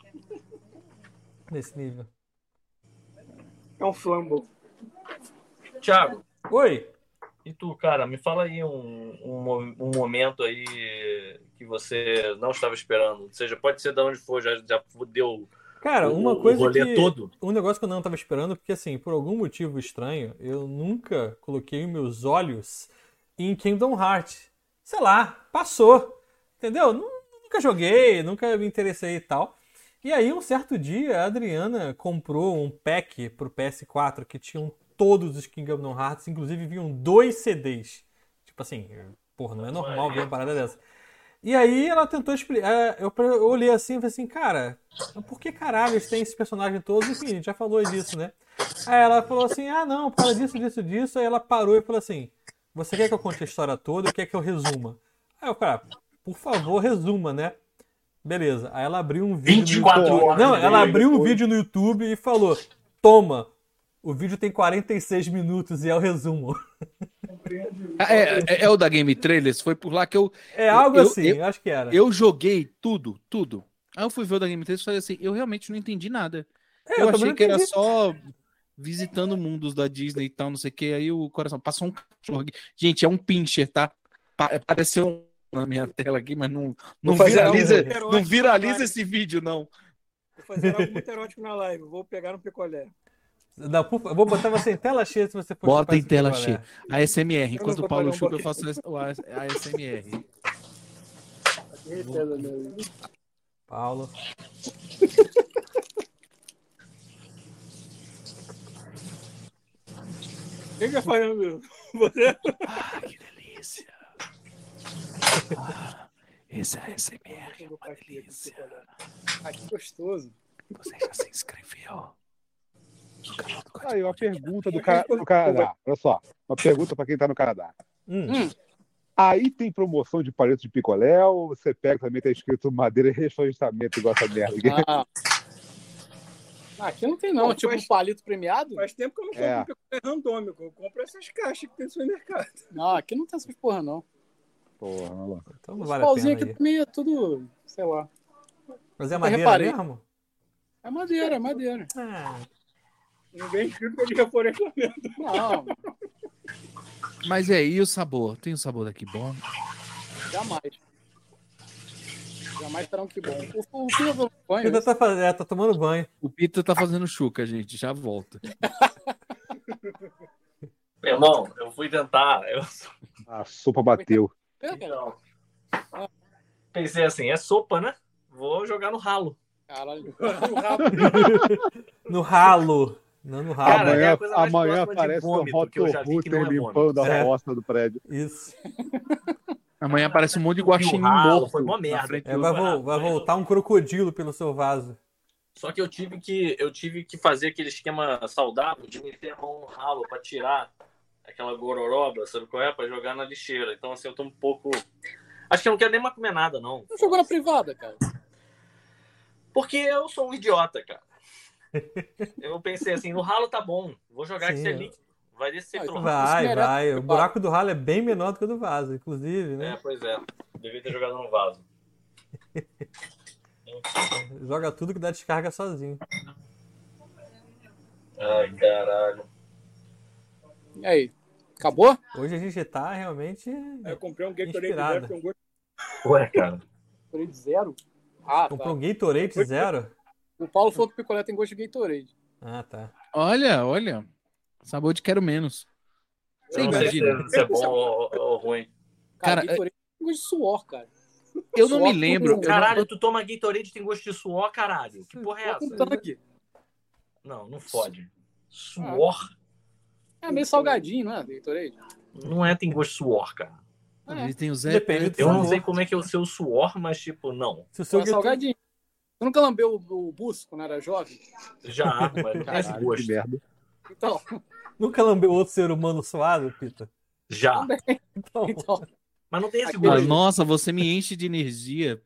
Nesse nível. É um flambo. Thiago. Oi. E tu, cara, me fala aí um momento aí que você não estava esperando. Ou seja, pode ser de onde for, já deu. Cara, uma coisa rolê todo. Um negócio que eu não estava esperando, porque assim, por algum motivo estranho, eu nunca coloquei meus olhos em Kingdom Hearts. Sei lá, passou. Entendeu? Nunca joguei, nunca me interessei e tal. E aí, um certo dia, a Adriana comprou um pack pro PS4 que tinham todos os Kingdom Hearts, inclusive vinham 2 CDs. Tipo assim, porra, não é normal ver uma parada dessa. E aí ela tentou explicar. Eu olhei assim e falei assim, cara, por que caralho eles têm esses personagens todos? Enfim, a gente já falou disso, né? Aí ela falou assim, não, por causa disso. Aí ela parou e falou assim, você quer que eu conte a história toda ou quer que eu resuma? Aí eu, cara, por favor, resuma, né? Beleza. Aí ela abriu um vídeo 24 no YouTube. horas. Não, ela abriu um vídeo no YouTube e falou, toma, o vídeo tem 46 minutos e é o resumo. É o da Game Trailers? Foi por lá que eu... É algo assim, eu acho que era. Eu joguei tudo. Aí eu fui ver o da Game Trailers e falei assim, eu realmente não entendi nada. Eu achei que era só visitando mundos da Disney e tal, não sei o que. Aí o coração passou um cachorro aqui. Gente, é um pincher, tá? Apareceu na minha tela aqui, mas não viraliza esse vídeo, não. Vou fazer algo muito erótico na live. Vou pegar no picolé. Não, eu vou botar você em tela cheia se você for. Bota em tela cheia. A ASMR. Enquanto o Paulo chupa, eu faço a ASMR. Paulo. Quem tá fazendo isso? Você? Ah, que delícia. Esse é SMR, uma delícia. Ah, que gostoso. Você já se inscreveu no canal do Aí, uma pergunta do Canadá. Olha só, uma pergunta para quem tá no Canadá. Aí tem promoção de palito de picolé ou você pega também, tá escrito madeira e reflorestamento igual essa merda aqui? Aqui não tem não, tipo um palito premiado? Faz tempo que eu não compro um picolé randômico. Eu compro essas caixas que tem no supermercado. Não, aqui não tem essas porra, não. Porra, maluco. Então não Os vale a pauzinhos pena aqui também é tudo, sei lá. Mas é Eu madeira reparei. mesmo? É madeira, é madeira. Ah, Não vem escrito que é de reflorestamento. Não, Mas e o sabor? Tem um sabor daqui bom? jamais. Jamais terá um que bom. O Pita do banho. Ainda tá tomando banho. O Pita tá fazendo chuca, gente. Já volta. Meu irmão, eu fui tentar. A sopa bateu. Então, pensei assim, é sopa, né? Vou jogar no ralo. Caralho. No ralo. Não no ralo. Cara, é a coisa mais Amanhã próxima de aparece o vômito que eu já Roto vi que não Router é limpando vômito. a roça do prédio. Isso. Amanhã aparece um monte de guaxinim ralo, morto foi mó na merda. frente É, do- vai voltar um crocodilo pelo seu vaso. Só que eu tive que fazer aquele esquema saudável de meter a mão no ralo pra tirar aquela gororoba, sabe qual é? Pra jogar na lixeira. Então, assim, eu tô um pouco... Acho que eu não quero nem mais comer nada, não. Não jogou na privada, cara. Porque eu sou um idiota, cara. Eu pensei assim, no ralo tá bom. Vou jogar que Sim, isso é líquido. Vai descer pro ralo. Vai. O buraco do ralo é bem menor do que o do vaso, inclusive, né? Pois é. Devia ter jogado no vaso. Joga tudo que dá descarga sozinho. Ai, caralho. E aí? Acabou? Hoje a gente tá realmente Aí eu comprei um Gatorade inspirado. zero, que tem um gosto. Ué, cara. Gatorade zero? Ah, Comprou um tá. Gatorade zero? O Paulo falou que o picolé tem gosto de Gatorade. Ah, tá. Olha. Sabor de quero menos. Você Eu não sei imagina? se é bom ou ruim. Cara, Cara, Gatorade tem gosto de suor, cara. Eu não me Suor lembro. com- Caralho, tu toma Gatorade e tem gosto de suor, caralho. Que porra é Suor com essa? tanque. Não fode. Suor É meio salgadinho, não é? Gatorade? não é tem gosto de suor, cara. Ele tem o Zé. Depende do Eu não sabor. sei como é que é o seu suor, mas tipo, não. Se o seu É salgadinho. Você nunca lambeu o buço quando era jovem? Já, mas não tem esse Caralho, que gosto. merda. Então, Nunca lambeu outro ser humano suado, Pita? Já, então. mas não tem esse Ah, gosto. nossa, você me enche de energia.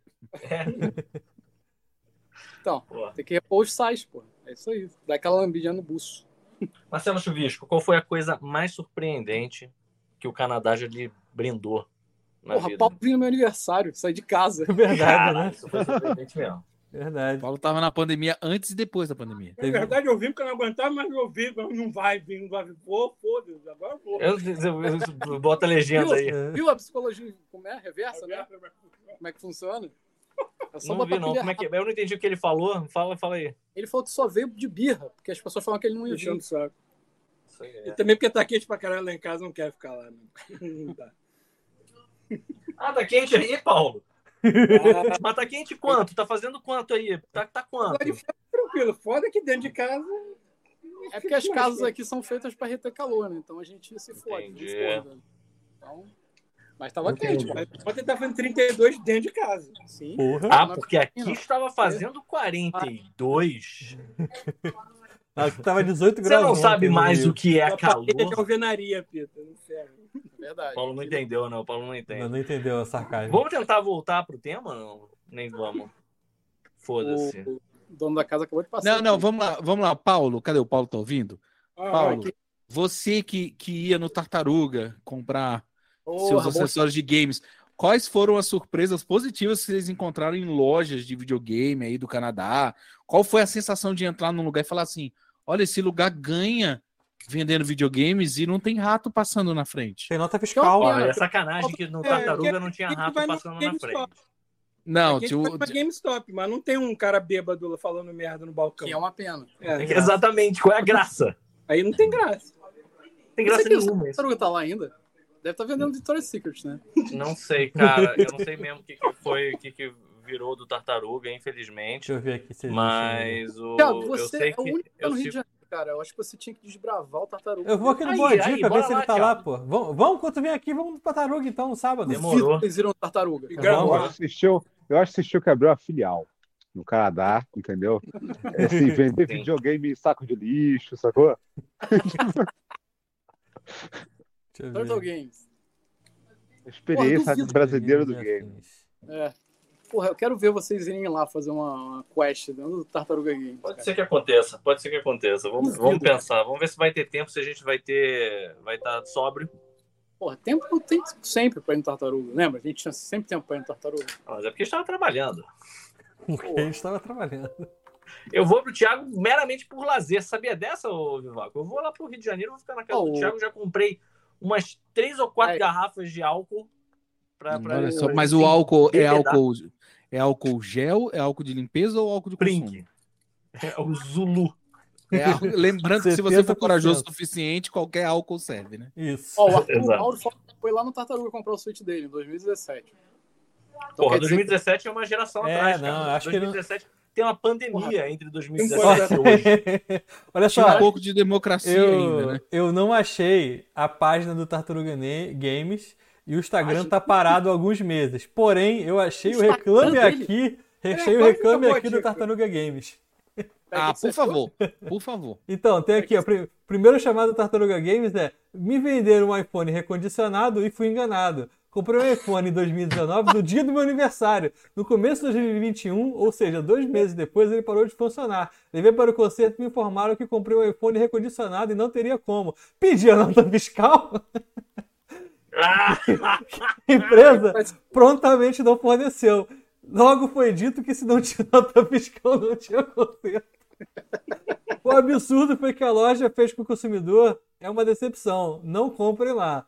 Então, Pô. tem que repor os sais, pô. É isso aí. Dá aquela lambidinha no buço. Marcelo Chuvisco, qual foi a coisa mais surpreendente que o Canadá já lhe brindou na Porra, vida? Paulo vinha no meu aniversário, saí de casa. É verdade, Caralho, né? isso foi surpreendente mesmo. Verdade. O Paulo tava na pandemia antes e depois da pandemia. Na verdade, eu vim porque eu não aguentava mais me ouvir. Não vai vir, não vai vir. Pô, foda-se, agora eu vou. Eu boto a legenda aí. Viu a psicologia como é? Reversa, né? Como é que funciona? É só Não botar vi, não. pilha Como é que... rápida. Eu não entendi o que ele falou. Fala aí. Ele falou que só veio de birra, porque as pessoas falam que ele não ia vir. Enchendo o saco. Isso aí, E também porque tá quente pra caralho lá em casa, não quero ficar lá. Não dá. Ah, tá quente aí, Paulo? Mas tá quente quanto? Tá fazendo quanto aí? Tá quanto? Agora fica tranquilo. Foda que dentro de casa. É porque as casas aqui são feitas para reter calor, né? Então a gente se fode. Entendi. se foda. Então, mas tava quente, pô. Mas ontem tá fazendo 32 dentro de casa. Sim. Porra. Ah, porque aqui estava fazendo 42. Acho que tava 18 Você graus. não sabe ontem, mais né? o que é A parede de calor. alvenaria, Pita. Não serve. Verdade. O Paulo não entendeu, não. O Paulo não entende. Não entendeu a sarcasmo. Vamos tentar voltar pro tema? Não? Nem vamos. Foda-se. O dono da casa acabou de passar. Não, aqui. vamos lá. Paulo, cadê o Paulo? Tá ouvindo? Paulo, aqui. você que ia no Tartaruga comprar Porra, seus bom. acessórios de games, quais foram as surpresas positivas que vocês encontraram em lojas de videogame aí do Canadá? Qual foi a sensação de entrar num lugar e falar assim, olha, esse lugar ganha vendendo videogames e não tem rato passando na frente? Tem nota fiscal. Olha, é sacanagem que no Tartaruga não tinha a gente rato vai no passando na GameStop. frente. Não, Aqui a gente vai pra GameStop, mas não tem um cara bêbado falando merda no balcão. Que é uma pena. É, Exatamente. Qual é a graça? aí não tem graça. Não tem graça Você que o nenhuma isso. Tartaruga tá lá ainda? Deve estar vendendo Victoria's Secret, né? Não sei, cara. Eu não sei mesmo o que foi, o que virou do Tartaruga, infelizmente. Deixa eu ver aqui se existe. Mas Thiago, eu você sei é o que único que tá eu no Rio de sigo... Janeiro, cara. Eu acho que você tinha que desbravar o Tartaruga. Eu vou aqui no Aí, Boa aí, Dica ver bora se ele lá, tá lá, Thiago. pô. Vamos, quando tu vem aqui, vamos no Tartaruga então, no sábado. Demorou. Vocês viram o Tartaruga. E Vamos. gravou. Eu acho que assistiu que abriu a filial no Canadá, entendeu? Assim, vender Sim. videogame em saco de lixo, sacou? Deixa eu Turtle ver. Games. Experiência Porra, duvido. brasileira do game. É. Porra, eu quero ver vocês irem lá fazer uma quest dentro do Tartaruga Games. Pode ser que aconteça, pode ser que aconteça. Vamos pensar, vamos ver se vai ter tempo, se a gente vai estar sóbrio. Porra, tempo tem sempre pra ir no Tartaruga. Lembra? A gente tinha sempre tempo pra ir no Tartaruga. Mas é porque estava trabalhando. Porque a gente tava trabalhando. Eu vou pro Thiago meramente por lazer. Sabia dessa, ô Vivaco? Eu vou lá pro Rio de Janeiro, vou ficar na casa do Thiago. Já comprei umas 3 ou 4 garrafas de álcool. Olha só, mas o álcool é álcool gel, é álcool de limpeza ou álcool de consumo? Brink. É o Zulu. Lembrando que se você for 70%. corajoso o suficiente, qualquer álcool serve, né? Isso. Ó, o Arthur Exato. Mauro foi lá no Tartaruga comprar o Switch dele em 2017. Então, Porra, quer dizer 2017 é uma geração É, atrás, não, cara. acho que 2017 tem uma pandemia entre 2017 Porra. e hoje. Olha Tinha só, um pouco de democracia ainda, né? eu não achei a página do Tartaruga Games e o Instagram tá parado há alguns meses. Porém, eu achei o reclame aqui, achei o reclame aqui do Tartaruga Games. Ah, por favor, por favor. Então, tem aqui, ó, primeiro chamado do Tartaruga Games é: me venderam um iPhone recondicionado e fui enganado. Comprei um iPhone em 2019 no dia do meu aniversário. No começo de 2021, ou seja, 2 meses depois, ele parou de funcionar. Levei para o conserto e me informaram que comprei um iPhone recondicionado e não teria como. Pedi a nota fiscal. A empresa prontamente não forneceu. Logo foi dito que se não tinha nota fiscal, não tinha conserto. O absurdo foi que a loja fez com o consumidor é uma decepção. Não comprem lá.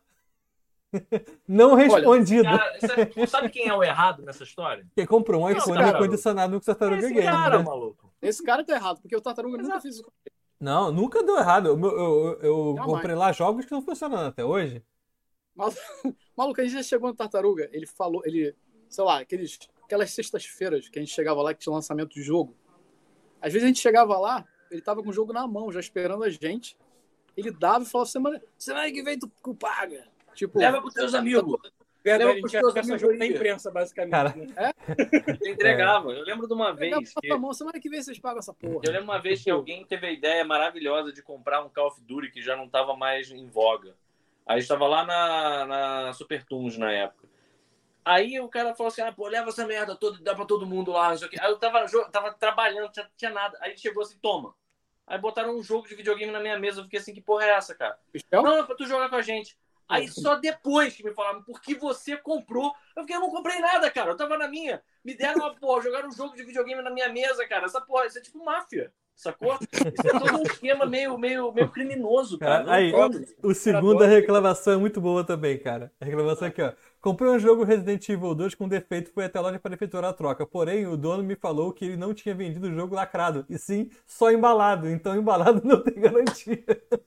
Não respondido. Cara, sabe quem é o errado nessa história? Quem comprou um iPhone cara, recondicionado no Tartaruga Esse Games. cara, Né? maluco. Esse cara tá errado, porque o Tartaruga nunca fez isso. Não, nunca deu errado. Eu Jamais. comprei lá jogos que não funcionam até hoje. Maluco, a gente já chegou no Tartaruga, ele falou, sei lá, aquelas sextas-feiras que a gente chegava lá que tinha lançamento de jogo. Às vezes a gente chegava lá, ele tava com o jogo na mão, já esperando a gente. Ele dava e falava, semana que vem tu paga. Tipo, Leva pros teus amigos. Verdade, Leva a pros gente teus acesso amigos jogo da aí. imprensa, basicamente. Cara. Né? Você entregava. Eu lembro de uma pegava vez na que... tua mão, semana que vem vocês pagam essa porra. Eu lembro uma vez que alguém teve a ideia maravilhosa de comprar um Call of Duty que já não estava mais em voga. Aí estava lá na Super Tunes na época. Aí o cara falou assim, pô, leva essa merda toda, dá pra todo mundo lá, não sei o quê. Aí eu tava trabalhando, não tinha nada. Aí ele chegou assim, toma. Aí botaram um jogo de videogame na minha mesa, eu fiquei assim, que porra é essa, cara? Não, é pra tu jogar com a gente. Aí só depois que me falaram, por que você comprou? Eu fiquei, eu não comprei nada, cara, eu tava na minha. Me deram uma porra, jogaram um jogo de videogame na minha mesa, cara. Essa porra, isso é tipo máfia, sacou? Isso é todo um esquema meio criminoso, cara. Cara, aí, o segundo da reclamação é muito boa também, cara. A reclamação aqui, ó. Comprei um jogo Resident Evil 2 com defeito e fui até a loja para efetuar a troca. Porém, o dono me falou que ele não tinha vendido o jogo lacrado, e sim só embalado. Então, embalado não tem garantia.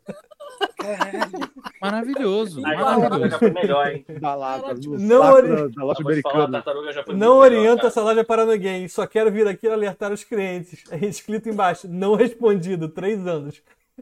Maravilhoso. Aí, Tartaruga já foi melhor, hein? Balada, Não da loja Vou te falar, a americana. Tartaruga já foi Não muito melhor, orienta cara. essa loja para ninguém. Só quero vir aqui alertar os clientes. É escrito embaixo. Não respondido. 3 anos.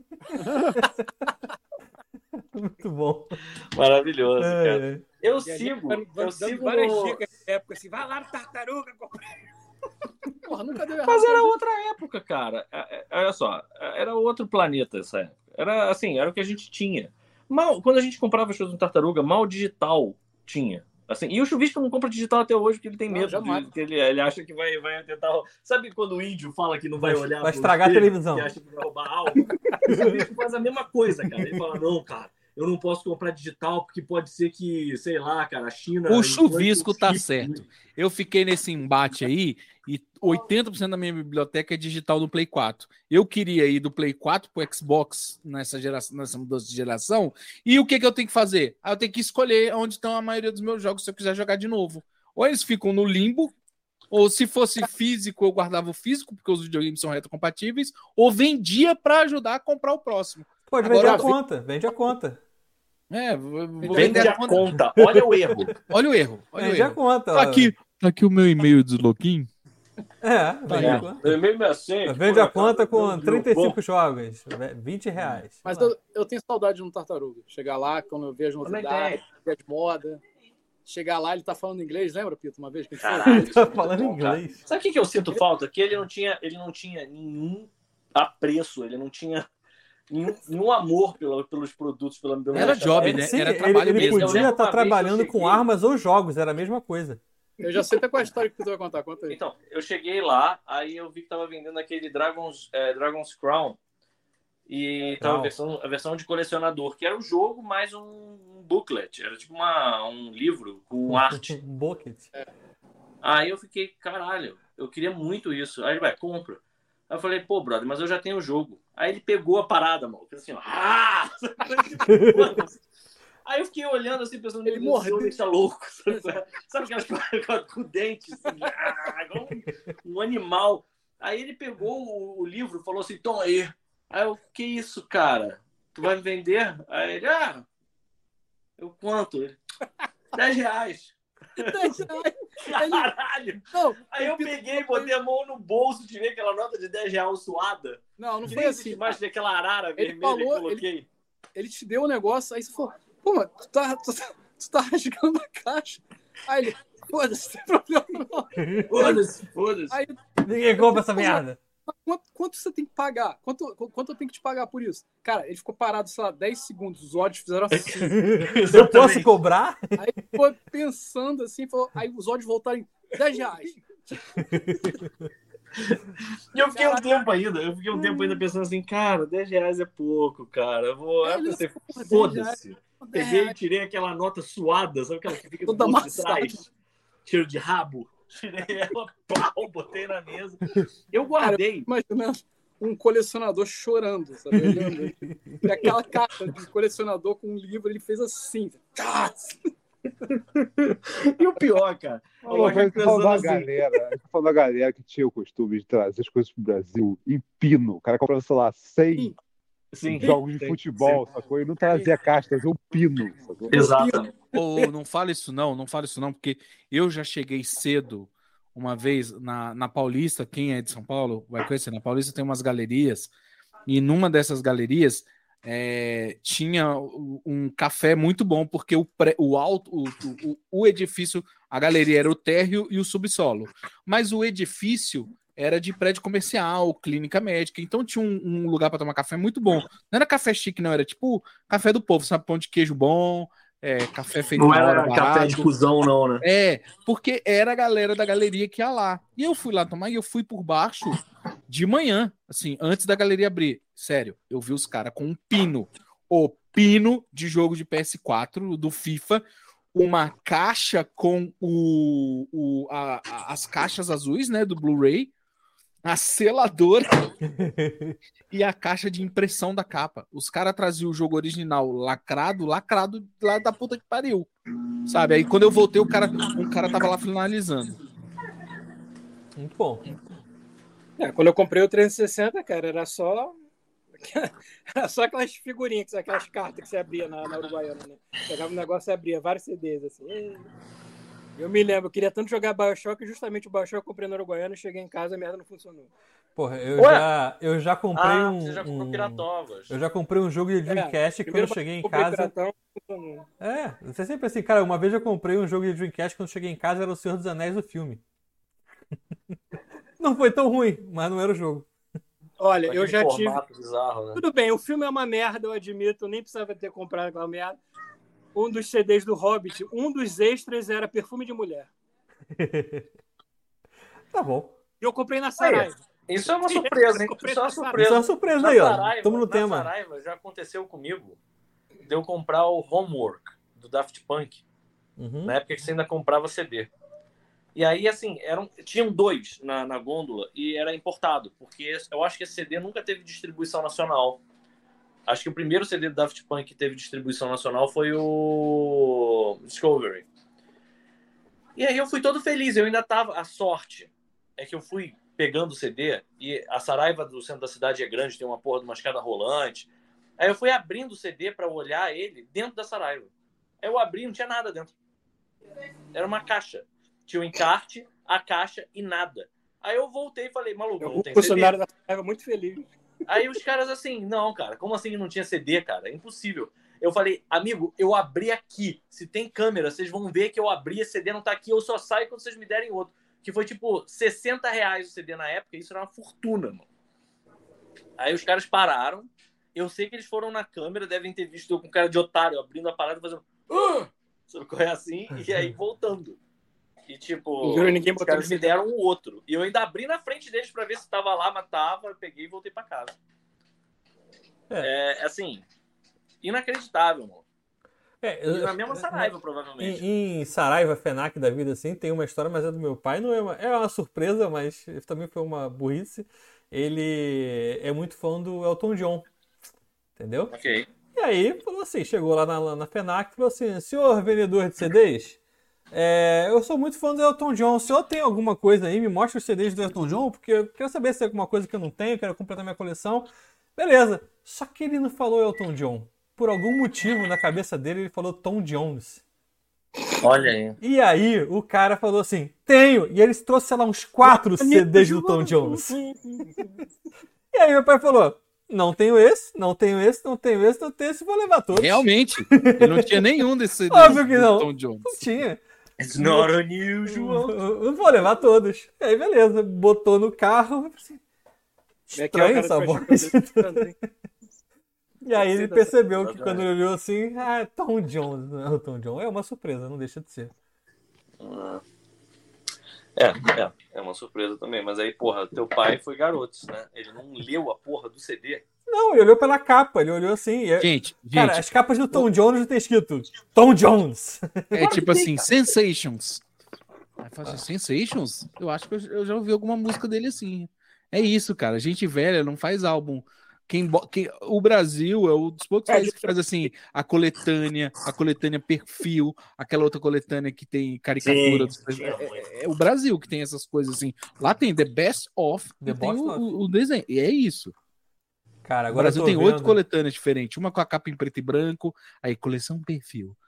Muito bom. Maravilhoso, cara. É. Eu E a gente sigo dando no... várias dicas na época, assim, vai lá no Tartaruga, compra. Porra, nunca deu errado. Mas era outra época, cara. Olha só, era outro planeta essa época. Era assim, era o que a gente tinha. Quando a gente comprava as coisas no Tartaruga, mal digital tinha. Assim, e o Chuvisco não compra digital até hoje porque ele tem medo. Que ele acha que vai tentar. Sabe quando o índio fala que não vai olhar? Vai estragar a televisão. Que acha que vai roubar algo? O Chuvisco faz a mesma coisa, cara. Ele fala, não, cara, eu não posso comprar digital porque pode ser que, sei lá, cara, a China. O Chuvisco tá certo. Eu fiquei nesse embate aí e 80% da minha biblioteca é digital do Play 4. Eu queria ir do Play 4 pro Xbox nessa mudança de geração. E o que eu tenho que fazer? Eu tenho que escolher onde estão a maioria dos meus jogos se eu quiser jogar de novo. Ou eles ficam no limbo, ou se fosse físico, eu guardava o físico, porque os videogames são retrocompatíveis, ou vendia para ajudar a comprar o próximo. Pode Agora, vender a conta. Vende a conta. Vou Vende a conta. Olha o erro. Olha o erro. Vende a conta. Tá aqui o meu e-mail do Login. Mesmo assim, Vende a conta com 35 jogos, R$20. Mas eu tenho saudade de um Tartaruga. Chegar lá, quando eu vejo novidades, ver as modas. Chegar lá, ele tá falando inglês, lembra, Pito? Uma vez que a gente foi? Ele tá falando inglês. Sabe o que eu sinto falta? Que ele não tinha nenhum apreço, ele não tinha nenhum amor pelos produtos. Era job, né? Era trabalho mesmo. Ele podia estar trabalhando com armas ou jogos, era a mesma coisa. Eu já sei até qual é a história que tu vai contar. Conta aí. Então, eu cheguei lá, aí eu vi que tava vendendo aquele Dragon's Crown. E tava a versão de colecionador, que era o jogo mais um booklet. Era tipo um livro com arte. Um booklet. Aí eu fiquei, caralho, eu queria muito isso. Aí ele vai, compra. Aí eu falei, pô, brother, mas eu já tenho o jogo. Aí ele pegou a parada, mano. Assim, ó. Aí eu fiquei olhando assim, pensando, ele morreu, ele tá louco. Sabe aquelas coisas com dentes, assim, igual um animal. Aí ele pegou o livro e falou assim, toma aí. Aí eu, que isso, cara? Tu vai me vender? Aí ele, eu quanto? Ele, R$10. Caralho! Não, aí eu peguei, botei a mão no bolso, tirei aquela nota de R$10 suada. Não foi assim. Mais daquela arara vermelha que eu coloquei. Ele te deu um negócio, aí você falou, pô, mas tu tá rasgando a caixa. Aí ele, foda-se, não tem problema não. Foda-se. Aí, ninguém compra essa merda. Quanto você tem que pagar? Quanto eu tenho que te pagar por isso? Cara, ele ficou parado, sei lá, 10 segundos. Os olhos fizeram assim. Eu posso cobrar? Aí ele ficou pensando assim, falou, aí os olhos voltaram em R$10. E eu fiquei um tempo ainda pensando assim, cara, R$10 é pouco, cara. Eu vou. Foda-se. Peguei e tirei aquela nota suada, sabe aquela que fica do bolso de trás? Cheiro de rabo. Tirei ela, pau, botei na mesa. Eu guardei. Cara, imaginando um colecionador chorando, sabe? E aquela caixa de colecionador com um livro, ele fez assim. E o pior, cara. Eu tô falando da galera que tinha o costume de trazer as coisas pro Brasil em pino. O cara comprava, sei lá, 100 jogos de futebol, sacou? E não trazia caixa, trazia um pino, sacou? Exato. Não fala isso não, porque eu já cheguei cedo uma vez na Paulista. Quem é de São Paulo vai conhecer. Na Paulista tem umas galerias, e numa dessas galerias tinha um café muito bom, porque o edifício, a galeria era o térreo e o subsolo, mas o edifício era de prédio comercial, clínica médica, então tinha um lugar para tomar café muito bom. Não era café chique, não, era tipo café do povo, sabe? Pão de queijo bom, café feito não na hora, era barato. Café de cuzão, não, né? Porque era a galera da galeria que ia lá. E eu fui lá tomar, e eu fui por baixo de manhã, assim, antes da galeria abrir. Sério, eu vi os caras com um pino. O pino de jogo de PS4, do FIFA, uma caixa com as caixas azuis, né, do Blu-ray, a seladora e a caixa de impressão da capa. Os caras traziam o jogo original lacrado lá da puta que pariu. Sabe? Aí quando eu voltei, um cara tava lá finalizando. Muito bom. Quando eu comprei o 360, cara, era só aquelas figurinhas, aquelas cartas que você abria na Uruguaiana, né? Pegava um negócio e abria vários CDs, assim. Eu me lembro, eu queria tanto jogar BioShock, e justamente o BioShock eu comprei na Uruguaiana, e cheguei em casa e a merda não funcionou. Porra, eu já comprei você já comprou Piratovas. Eu já comprei um jogo de Dreamcast que quando eu cheguei em casa... Piratão, você é sempre assim, cara, uma vez eu comprei um jogo de Dreamcast, quando eu cheguei em casa era o Senhor dos Anéis do filme. Não foi tão ruim, mas não era o jogo. Olha, eu já tive... Bizarro, né? Tudo bem, o filme é uma merda, eu admito, eu nem precisava ter comprado aquela merda. Um dos CDs do Hobbit, um dos extras era Perfume de Mulher. Tá bom. E eu comprei na Saraiva. Isso é uma surpresa, hein? Isso é uma surpresa aí, ó. Estamos no tema. Saraiva já aconteceu comigo de eu comprar o Homework do Daft Punk, na época que você ainda comprava CD. E aí, assim, tinham 2 na gôndola e era importado, porque eu acho que esse CD nunca teve distribuição nacional. Acho que o primeiro CD do Daft Punk que teve distribuição nacional foi o Discovery. E aí eu fui todo feliz, eu ainda tava... A sorte é que eu fui pegando o CD, e a Saraiva do centro da cidade é grande, tem uma porra de uma escada rolante. Aí eu fui abrindo o CD pra olhar ele dentro da Saraiva. Aí eu abri, não tinha nada dentro. Era uma caixa. Tinha o encarte, a caixa e nada. Aí eu voltei e falei, maluco, não O tem CD. funcionário da Saraiva muito feliz. Aí os caras assim, não, cara, como assim não tinha CD, cara? É impossível. Eu falei, amigo, eu abri aqui. Se tem câmera, vocês vão ver que eu abri, esse CD não tá aqui, eu só saio quando vocês me derem outro. Que foi tipo R$60 o CD na época, isso era uma fortuna, mano. Aí os caras pararam. Eu sei que eles foram na câmera, devem ter visto eu com cara de otário, abrindo a parada e fazendo. Sabe qual é assim? E aí voltando. E tipo, Ninguém os botou caras no me deram um outro. E eu ainda abri na frente deles pra ver se tava lá, mas tava. Eu peguei e voltei pra casa. É assim, inacreditável, mano. E na mesma Saraiva, provavelmente. Em Saraiva, FENAC da vida, assim, tem uma história, mas é do meu pai. Não é uma surpresa, mas também foi uma burrice. Ele é muito fã do Elton John. Entendeu? Ok. E aí, falou assim, chegou lá na FENAC e falou assim, senhor vendedor de CDs, eu sou muito fã do Elton John, o senhor tem alguma coisa aí? Me mostra os CDs do Elton John, porque eu quero saber se tem alguma coisa que eu não tenho, eu quero completar minha coleção. Beleza. Só que ele não falou Elton John. Por algum motivo, na cabeça dele, ele falou Tom Jones. Olha aí. E aí, o cara falou assim, tenho! E eles trouxeram, sei lá, uns 4 CDs do Tom Jones. E aí meu pai falou, não tenho esse, não tenho esse, não tenho esse, não tenho esse, vou levar todos. Realmente, ele não tinha nenhum desses CDs Óbvio que não. do Tom Jones. Não tinha. It's not unusual. Eu vou levar todos. E aí, beleza, botou no carro. Assim, estranho essa voz. E aí ele percebeu que quando ele olhou assim, Tom Jones, não é o Tom John. É uma surpresa, não deixa de ser. É uma surpresa também. Mas aí, porra, teu pai foi garoto, né? Ele não leu a porra do CD. Não, ele olhou pela capa, ele olhou assim. Gente, cara, as capas do Tom Jones não tem escrito Tom Jones. É tipo assim, Sensations. Aí fala assim, Sensations? Eu acho que eu já ouvi alguma música dele assim. É isso, cara. Gente velha não faz álbum. O Brasil é um dos poucos países que faz assim a coletânea perfil, aquela outra coletânea que tem caricatura. É o Brasil que tem essas coisas assim. Lá tem The Best Of, tem o desenho. E é isso. Cara, agora o Brasil tem 8 coletâneas diferentes, uma com a capa em preto e branco, aí coleção perfil.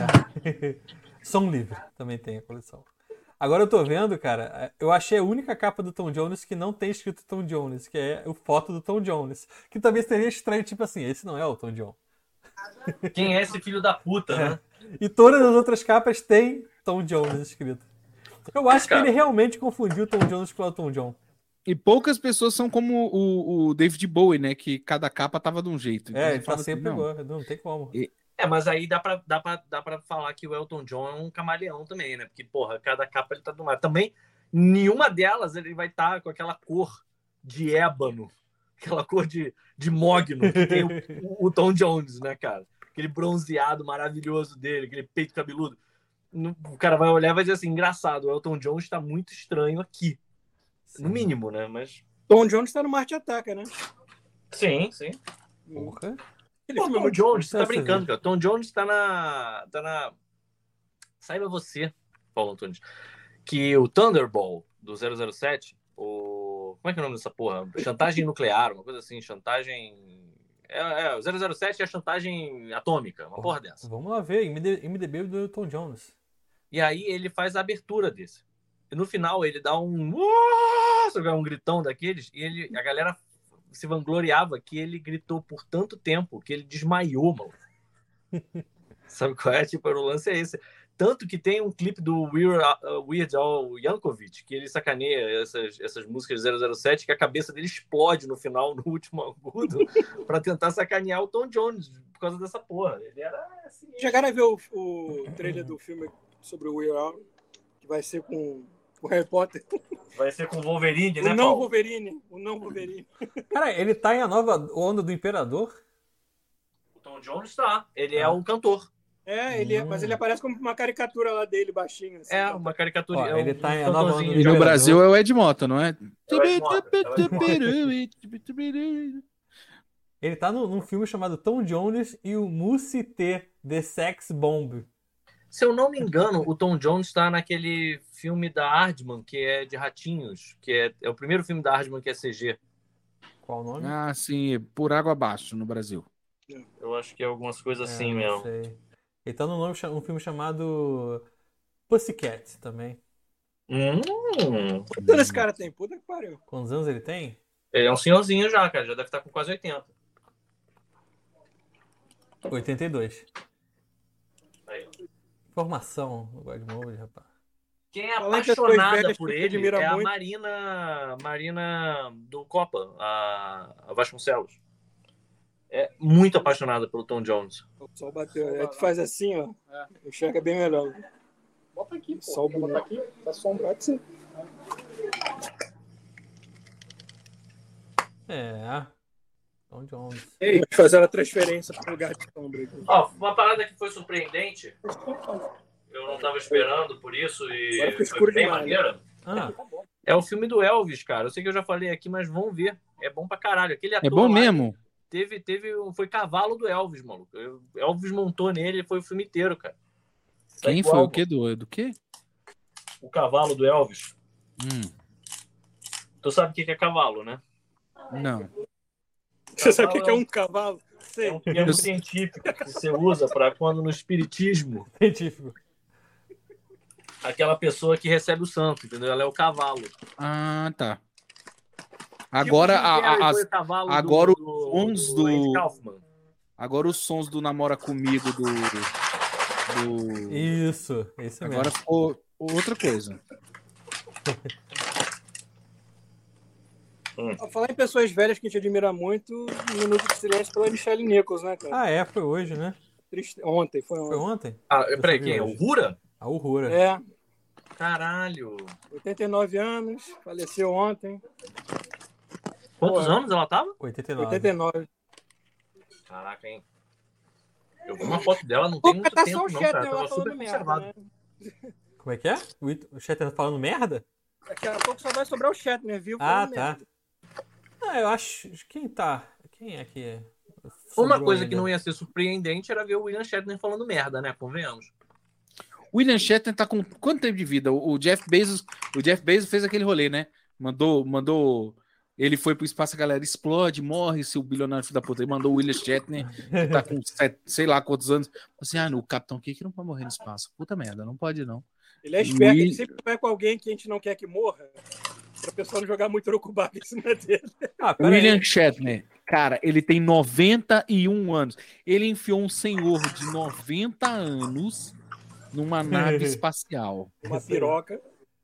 Som Livre também tem a coleção. Agora eu tô vendo, cara, eu achei a única capa do Tom Jones que não tem escrito Tom Jones, que é o foto do Tom Jones. Que talvez seria estranho, tipo assim, esse não é o Tom John. Quem é esse filho da puta, né? E todas as outras capas têm Tom Jones escrito. Eu acho que ele realmente confundiu o Tom Jones com o Elton John. E poucas pessoas são como o David Bowie, né? Que cada capa tava de um jeito. Então ele tá sempre igual, não tem como. Mas aí dá pra falar que o Elton John é um camaleão também, né? Porque, porra, cada capa ele tá de um lado. Também, nenhuma delas ele vai estar com aquela cor de ébano, aquela cor de mogno que tem o Tom Jones, né, cara? Aquele bronzeado maravilhoso dele, aquele peito cabeludo. O cara vai olhar e vai dizer assim, engraçado, o Elton John está muito estranho aqui. Sim. No mínimo, né? Mas... Tom Jones tá no Marte Ataca, né? Sim. Porra. Tom Jones, você tá brincando, cara. Tom Jones tá na... Saiba você, Paulo Antunes, que o Thunderball do 007, como é que é o nome dessa porra? Chantagem nuclear, uma coisa assim, chantagem... o 007 é a chantagem atômica, uma porra dessa. Vamos lá ver, MDB do Tom Jones. E aí ele faz a abertura desse. E no final ele dá um gritão daqueles, e a galera se vangloriava que ele gritou por tanto tempo que ele desmaiou, mano. Sabe qual é? Tipo, o lance é esse. Tanto que tem um clipe do Weird Al Yankovic, que ele sacaneia essas músicas de 007, que a cabeça dele explode no final, no último agudo, pra tentar sacanear o Tom Jones, por causa dessa porra. Ele era assim. Chegaram a ver o trailer do filme sobre o Weird Al, que vai ser com o Harry Potter. Vai ser com o Wolverine, né, Paulo? O não Wolverine. Cara, ele tá em A Nova Onda do Imperador? O Tom Jones tá. Ele é um cantor. Mas ele aparece como uma caricatura lá dele, baixinho. Assim, uma caricatura. Ele tá em A Nova Onda do E Imperador. no Brasil é o Ed Mota, não é? Ele tá num filme chamado Tom Jones e o Mousse T, The Sex Bomb. Se eu não me engano, o Tom Jones está naquele filme da Aardman, que é de ratinhos, que é o primeiro filme da Aardman que é CG. Qual o nome? Ah, sim, Por Água Abaixo, no Brasil. Eu acho que é algumas coisas assim mesmo. Sei. Ele tá num filme chamado Pussycat também. Quantos anos esse cara tem? Puta que pariu. Quantos anos ele tem? Ele é um senhorzinho já, cara. Já deve estar com quase 80. 82. Aí. Informação no Godmode, rapaz. Quem é Falar em pessoas apaixonada velhas por que você ele admira é a muito. Marina do Copa, a Vasconcelos. É muito apaixonada pelo Tom Jones. O sol bateu. Aí tu faz assim, ó. Enxerga bem melhor. Bota aqui, pô. Sol Quer botar aqui? Tá sombra. Pode ser. Tom Jones. Ei, fazer a transferência pro lugar de sombra aqui. Ó, uma parada que foi surpreendente, eu não tava esperando por isso e Agora ficou foi escuro bem demais. maneira, Ah, é o filme do Elvis, cara. Eu sei que eu já falei aqui, mas vão ver. É bom pra caralho. Aquele ator É bom lá, mesmo? foi cavalo do Elvis, maluco. Elvis montou nele, foi o filme inteiro, cara. Tá Quem igual foi o quê? Do quê? o cavalo do Elvis. Hum, Tu sabe o que é cavalo, né? não. Você sabe o que é um cavalo? Sei. É um termo científico que você usa para quando no espiritismo, científico. aquela pessoa que recebe o santo, entendeu? Ela é o cavalo. Ah, tá. Agora, Tipo, Jim Carrey as- foi o cavalo agora os do sons do- Andy Kaufman. agora os sons do Namora Comigo do... Isso mesmo. Agora ficou outra coisa. Ao falar em pessoas velhas que a gente admira muito, um minuto de silêncio pela Michelle Nichols, né, cara? Foi hoje, né? Ontem, foi Foi ontem. ontem? Ah, Eu peraí, sabia quem é? O hoje. Rura? A Uhura. É, Caralho. 89 anos, faleceu ontem. Quantos Pô, anos ela tava? 89. 89. Caraca, hein? Eu vi uma foto dela não tem Pô, muito tá tempo, só o não, cara. Shatner Tava lá super falando merda, conservado. né? Como é que é? O Shatner falando merda? Daqui a pouco só vai sobrar o Shatner, viu? Ah, Falando tá. merda. Eu acho... Quem tá? Quem é que Uma sobrou coisa ainda? que não ia ser surpreendente era ver o William Shatner falando merda, né? Convenhamos. William Shatner tá com quanto tempo de vida? O Jeff Bezos fez aquele rolê, né? Mandou ele foi pro espaço, a galera explode, morre, seu bilionário filho da puta. Ele mandou o William Shatner, que tá com sei lá quantos anos. Assim, o Capitão Kirk não pode morrer no espaço. Puta merda, não pode não. Ele é esperto, ele sempre vai com alguém que a gente não quer que morra, pra pessoa não jogar muito urucubaca em cima dele. Pera William aí. Shatner, cara, ele tem 91 anos. Ele enfiou um senhor de 90 anos numa nave espacial. Uma piroca.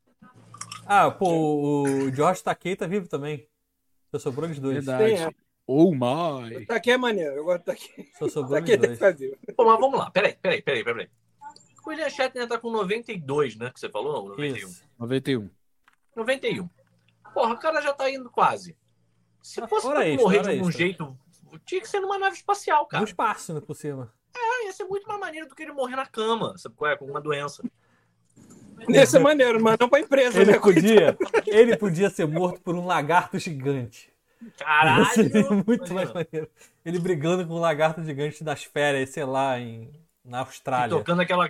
O Josh Takei tá vivo também. Só sobrou os dois. Verdade. Tem, é. Oh my. Tá aqui é maneiro, eu gosto daqui. Só sobrou Tá os aqui tem dois. que fazer. Pô, mas vamos lá. Peraí. O William Shatner tá com 92, né? Que você falou? 91. Isso. 91. 91. Porra, o cara já tá indo quase. Se fosse Hora pra extra, morrer hora de um extra. jeito, tinha que ser numa nave espacial, No cara. espaço, né, por cima. Ia ser muito mais maneiro do que ele morrer na cama, sabe qual é? Com uma doença. Ia ser maneiro, mas não pra empresa, né? Ele podia ser morto por um lagarto gigante. Caralho! Seria muito Imagina. mais maneiro. Ele brigando com um lagarto gigante das férias, sei lá, na E Austrália. tocando aquela.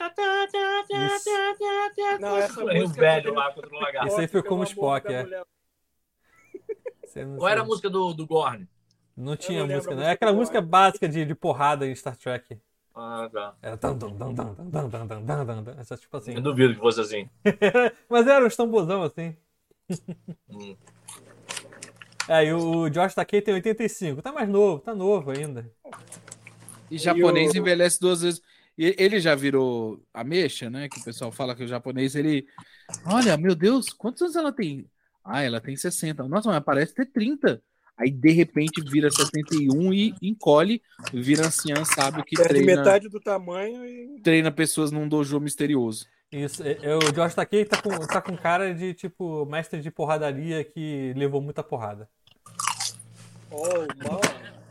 Não, essa Aí o música velho lá contra o lagarto. Isso aí foi como Pelo amor Spock, da é. mulher. Você não Qual era a sabe. música do Gorn? Não tinha não lembro música, a não. música É aquela do música básica de porrada em Star Trek. Ah, tá. Era tan, tan, tan, tan, tan, tan, tan, tan, tan, tan, tan. Essa, tipo assim. Eu duvido que fosse assim. Mas era uns tambozão assim. Hum. E o Josh Takei tem 85. Tá mais novo, tá novo ainda. E japonês E o- envelhece 2 vezes. E ele já virou ameixa, né? Que o pessoal fala que o japonês, ele... Olha, meu Deus, quantos anos ela tem? Ela tem 60. Nossa, mas parece ter 30. Aí, de repente, vira 71 e encolhe, vira anciã, sabe, que Perde treina, metade do tamanho e. treina pessoas num dojo misterioso. Isso, o Josh Takei tá com cara de, tipo, mestre de porradaria que levou muita porrada. Oh, mal.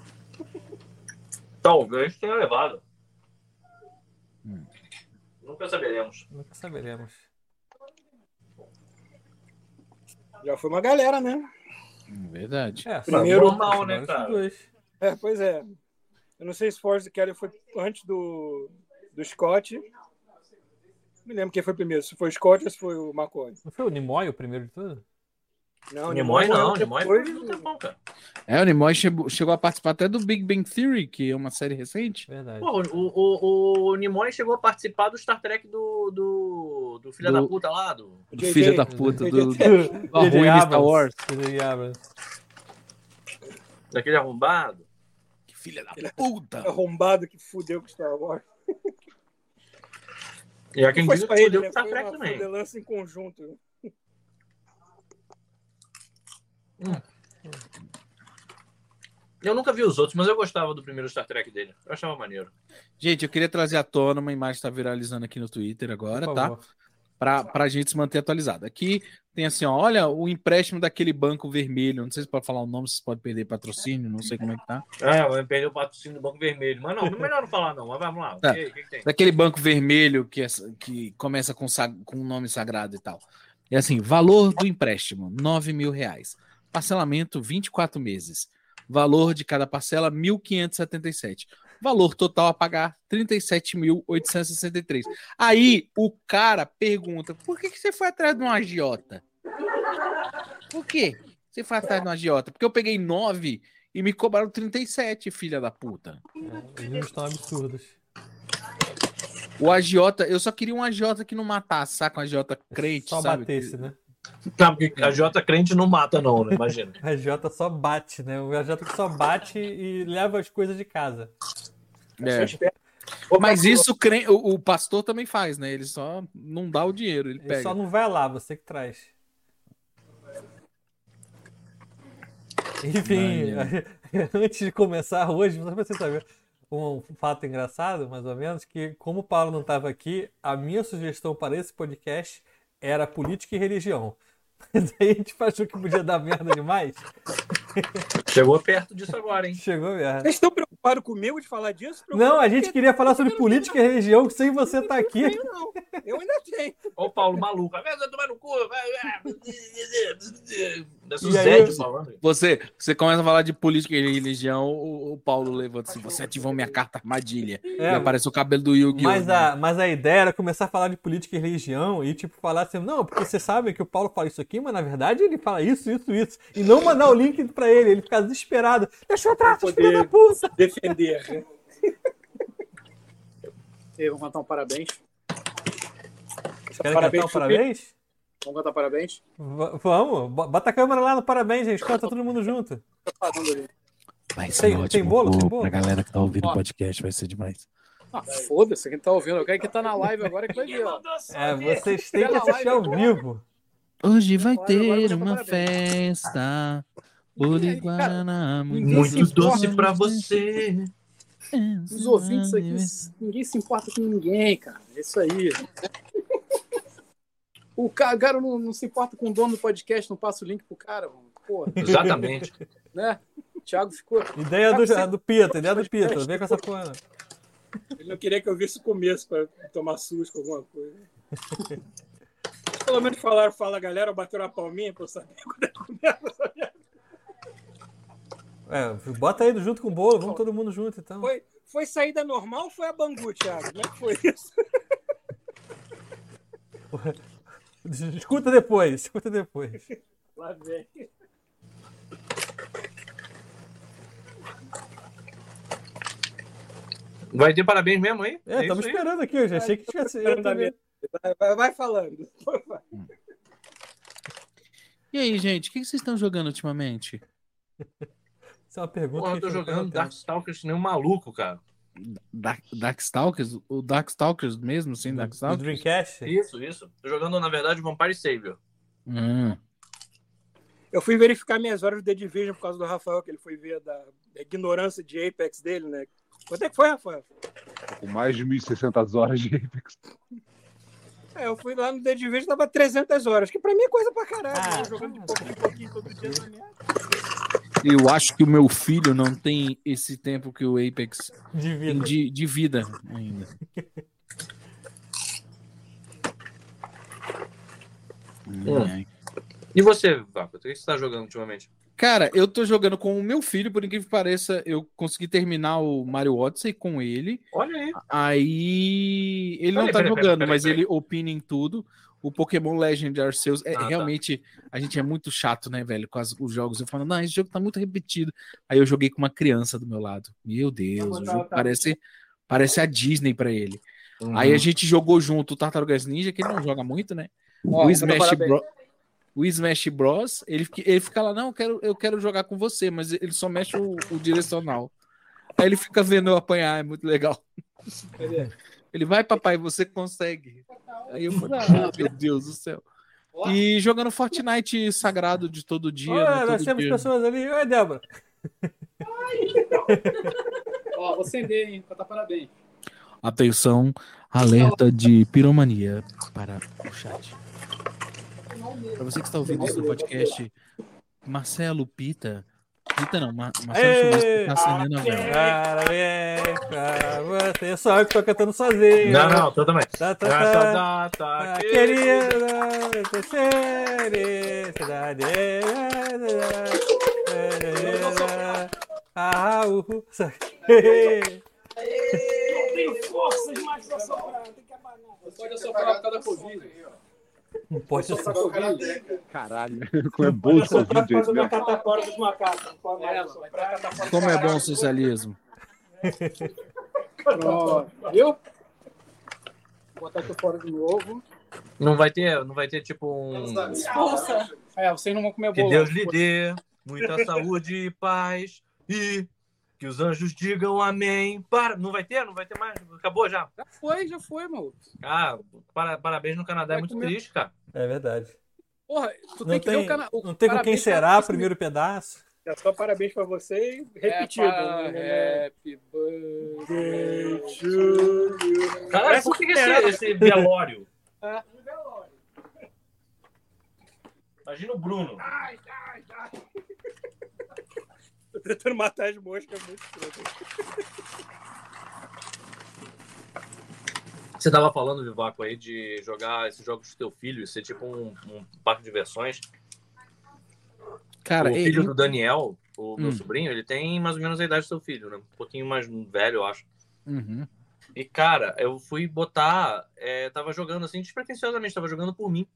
Talvez tenha levado. Nunca saberemos. Nunca saberemos. Já foi uma galera, né? Verdade. Primeiro- normal, né, sobraram os cara? dois. Pois é. Eu não sei se Forrest Kelly foi antes do Scott. Não me lembro quem foi primeiro. Se foi o Scott ou se foi o McCoy. Não foi o Nimoy o primeiro de tudo? Não, Nimoy não, morreu Nimoy depois foi um tempão, cara. O Nimoy chegou a participar até do Big Bang Theory, que é uma série recente. Verdade. Pô, o Nimoy chegou a participar do Star Trek do filho da puta lá, do... JJ. Filho da puta, do J.J. ruim Star Abrams. Wars. J.J. Abrams. daquele arrombado. Que filha da puta. Arrombado que fudeu com Star Wars. E há quem Não foi diga só que ele, fudeu né? com Star Foi Trek uma também. fudelança em conjunto. Eu nunca vi os outros, mas eu gostava do primeiro Star Trek dele. Eu achava maneiro. Gente, eu queria trazer à tona uma imagem que está viralizando aqui no Twitter agora, Por tá? favor. Pra gente se manter atualizado. Aqui tem assim, ó, olha o empréstimo daquele banco vermelho. Não sei se pode falar o nome, se pode perder patrocínio, não sei como é que tá. Ah, vai perder o patrocínio do Banco Vermelho. Mas não, melhor não falar não. Mas vamos lá. Tá. O que tem? Daquele banco vermelho que começa com um nome sagrado e tal. É assim, valor do empréstimo, R$9.000. Parcelamento, 24 meses. Valor de cada parcela, 1.577. Valor total a pagar, 37.863. Aí o cara pergunta, por que você foi atrás de um agiota? Por quê? Você foi atrás de um agiota? Porque eu peguei 9 e me cobraram 37, filha da puta. Os números estão absurdos. O agiota, eu só queria um agiota que não matasse, saca? Um agiota crente, Só sabe? batesse, né? Não, porque a Jota crente não mata não, né? Imagina. A Jota só bate, né? O Jota que só bate e leva as coisas de casa. É. Mas isso o pastor também faz, né? Ele só não dá o dinheiro, ele Ele pega. só não vai lá, você que traz. Enfim, antes de começar hoje, só pra você saber um fato engraçado, mais ou menos, que como o Paulo não estava aqui, a minha sugestão para esse podcast era política e religião. Daí a gente achou que podia dar merda demais. Chegou perto disso agora, hein? Chegou merda. Vocês estão preocupados comigo de falar disso? Não, a gente queria falar sobre política e religião sem você estar aqui. Não, eu ainda tenho. Olha o Paulo maluco. Vai tomar no cu. Dessa E aí, Zé falando. Você começa a falar de política e religião, o Paulo levanta assim, você ativou minha carta armadilha. E aparece o cabelo do Yu-Gi-Oh! Mas a ideia era começar a falar de política e religião e, tipo, falar assim, não, porque você sabe que o Paulo fala isso aqui, mas na verdade ele fala isso. E não mandar o link pra ele ficar desesperado. Deixa eu atrás, filho da puta! Defender. E aí, vamos cantar um parabéns. Querem cantar um parabéns? Vamos cantar parabéns? Vamos, bota a câmera lá no parabéns, gente. Canta todo mundo junto. Vai ser ótimo. Tem bolo? Tem bolo? Pra galera que tá ouvindo o podcast, vai ser demais. Ah, foda-se, quem tá ouvindo. Quem que tá na live agora que vai ver, ó. Vocês têm que assistir ao vivo. Hoje vai Agora eu ter vou uma cantar festa. Bolo e Guaraná, Muito doce pra você. Os ouvintes aqui, ninguém se importa com ninguém, cara. É isso aí. O cara não se importa com o dono do podcast, não passa o link pro cara, mano. Porra, Exatamente. né? O Thiago ficou. Ideia do Pita, vem com essa porra. Ele não queria que eu visse o começo pra tomar susto com alguma coisa. Pelo menos fala galera, bateram a palminha pra eu saber quando é que começa. Bota aí junto com o bolo, vamos todo mundo junto então. Foi saída normal ou foi a Bangu, Thiago? Como é que foi isso? Escuta depois. Lá vem. Vai ter parabéns mesmo aí? Estamos isso aí? esperando aqui, eu já achei que tivesse. Vai falando. E aí, gente, o que vocês estão jogando ultimamente? Isso é uma pergunta. Porra, eu tô jogando Darkstalkers que nem um maluco, cara. Darkstalkers? O Darkstalkers mesmo, sim, Do Darkstalkers? Dreamcast? Isso. Tô jogando, na verdade, Vampire Savior. Eu fui verificar minhas horas do The Division por causa do Rafael, que ele foi ver da ignorância de Apex dele, né? Quanto é que foi, Rafael? Com mais de 1.600 horas de Apex. Eu fui lá no The Division, tava 300 horas, que pra mim é coisa pra caralho. Jogando de pouquinho em pouquinho todo dia na minha. Eu acho que o meu filho não tem esse tempo que o Apex De tem de vida ainda. E você, Vaco? O que você tá jogando ultimamente? Cara, eu tô jogando com o meu filho, por incrível que pareça, eu consegui terminar o Mario Odyssey com ele. Olha aí. Aí ele não tá jogando, mas ele opina em tudo. O Pokémon Legend Arceus realmente a gente é muito chato, né, velho, com os jogos. Eu falo, não, esse jogo tá muito repetido. Aí eu joguei com uma criança do meu lado. Meu Deus, o jogo parece a Disney pra ele. Aí a gente jogou junto o Tartarugas Ninja, que ele não joga muito, né? O Smash Bros, ele fica lá, não, eu quero jogar com você, mas ele só mexe o direcional. Aí ele fica vendo eu apanhar, é muito legal. Ele vai, papai, você consegue. Aí eu falei, meu Deus do céu. E jogando Fortnite sagrado de todo dia. Nós temos pessoas ali. Oi, Débora. Ó, vou acender, hein? Pra dar parabéns. Atenção, alerta de piromania para o chat. Para você que está ouvindo isso no podcast, Marcelo Pita não, Marcelo Chubisco está acendendo a vela. Parabéns pra você. Só eu que tô cantando sozinho. Não, totalmente. Querida felicidade. Tem força demais pra soprar. Tem que abanar. Pode assoprar por causa da Covid. Não pode ser. Caralho, como é bom esse vídeo aí mesmo. Como é bom o socialismo. Pronto. Viu? Vou botar aqui fora de novo. Não vai ter tipo um... Vocês não vão comer Que bolo. Deus lhe dê muita saúde e paz e que os anjos digam amém. Não vai ter mais? Acabou já? Já foi, mano. Parabéns no Canadá, é muito triste, cara. É verdade. Porra, tu Não tem que ver não tem com quem será o primeiro pedaço. É só parabéns pra você e repetido. Happy birthday to you. Caralho, por que esse velório? Imagina o Bruno. Tô tentando matar as moscas, é muito escroto. Você tava falando, Vivaco, aí de jogar esses jogos com teu filho e ser tipo um parque de diversões. Cara, o filho do Daniel, o meu sobrinho, ele tem mais ou menos a idade do seu filho, né? Um pouquinho mais velho, eu acho. Uhum. E, cara, eu fui botar... tava jogando assim, despretensiosamente, tava jogando por mim.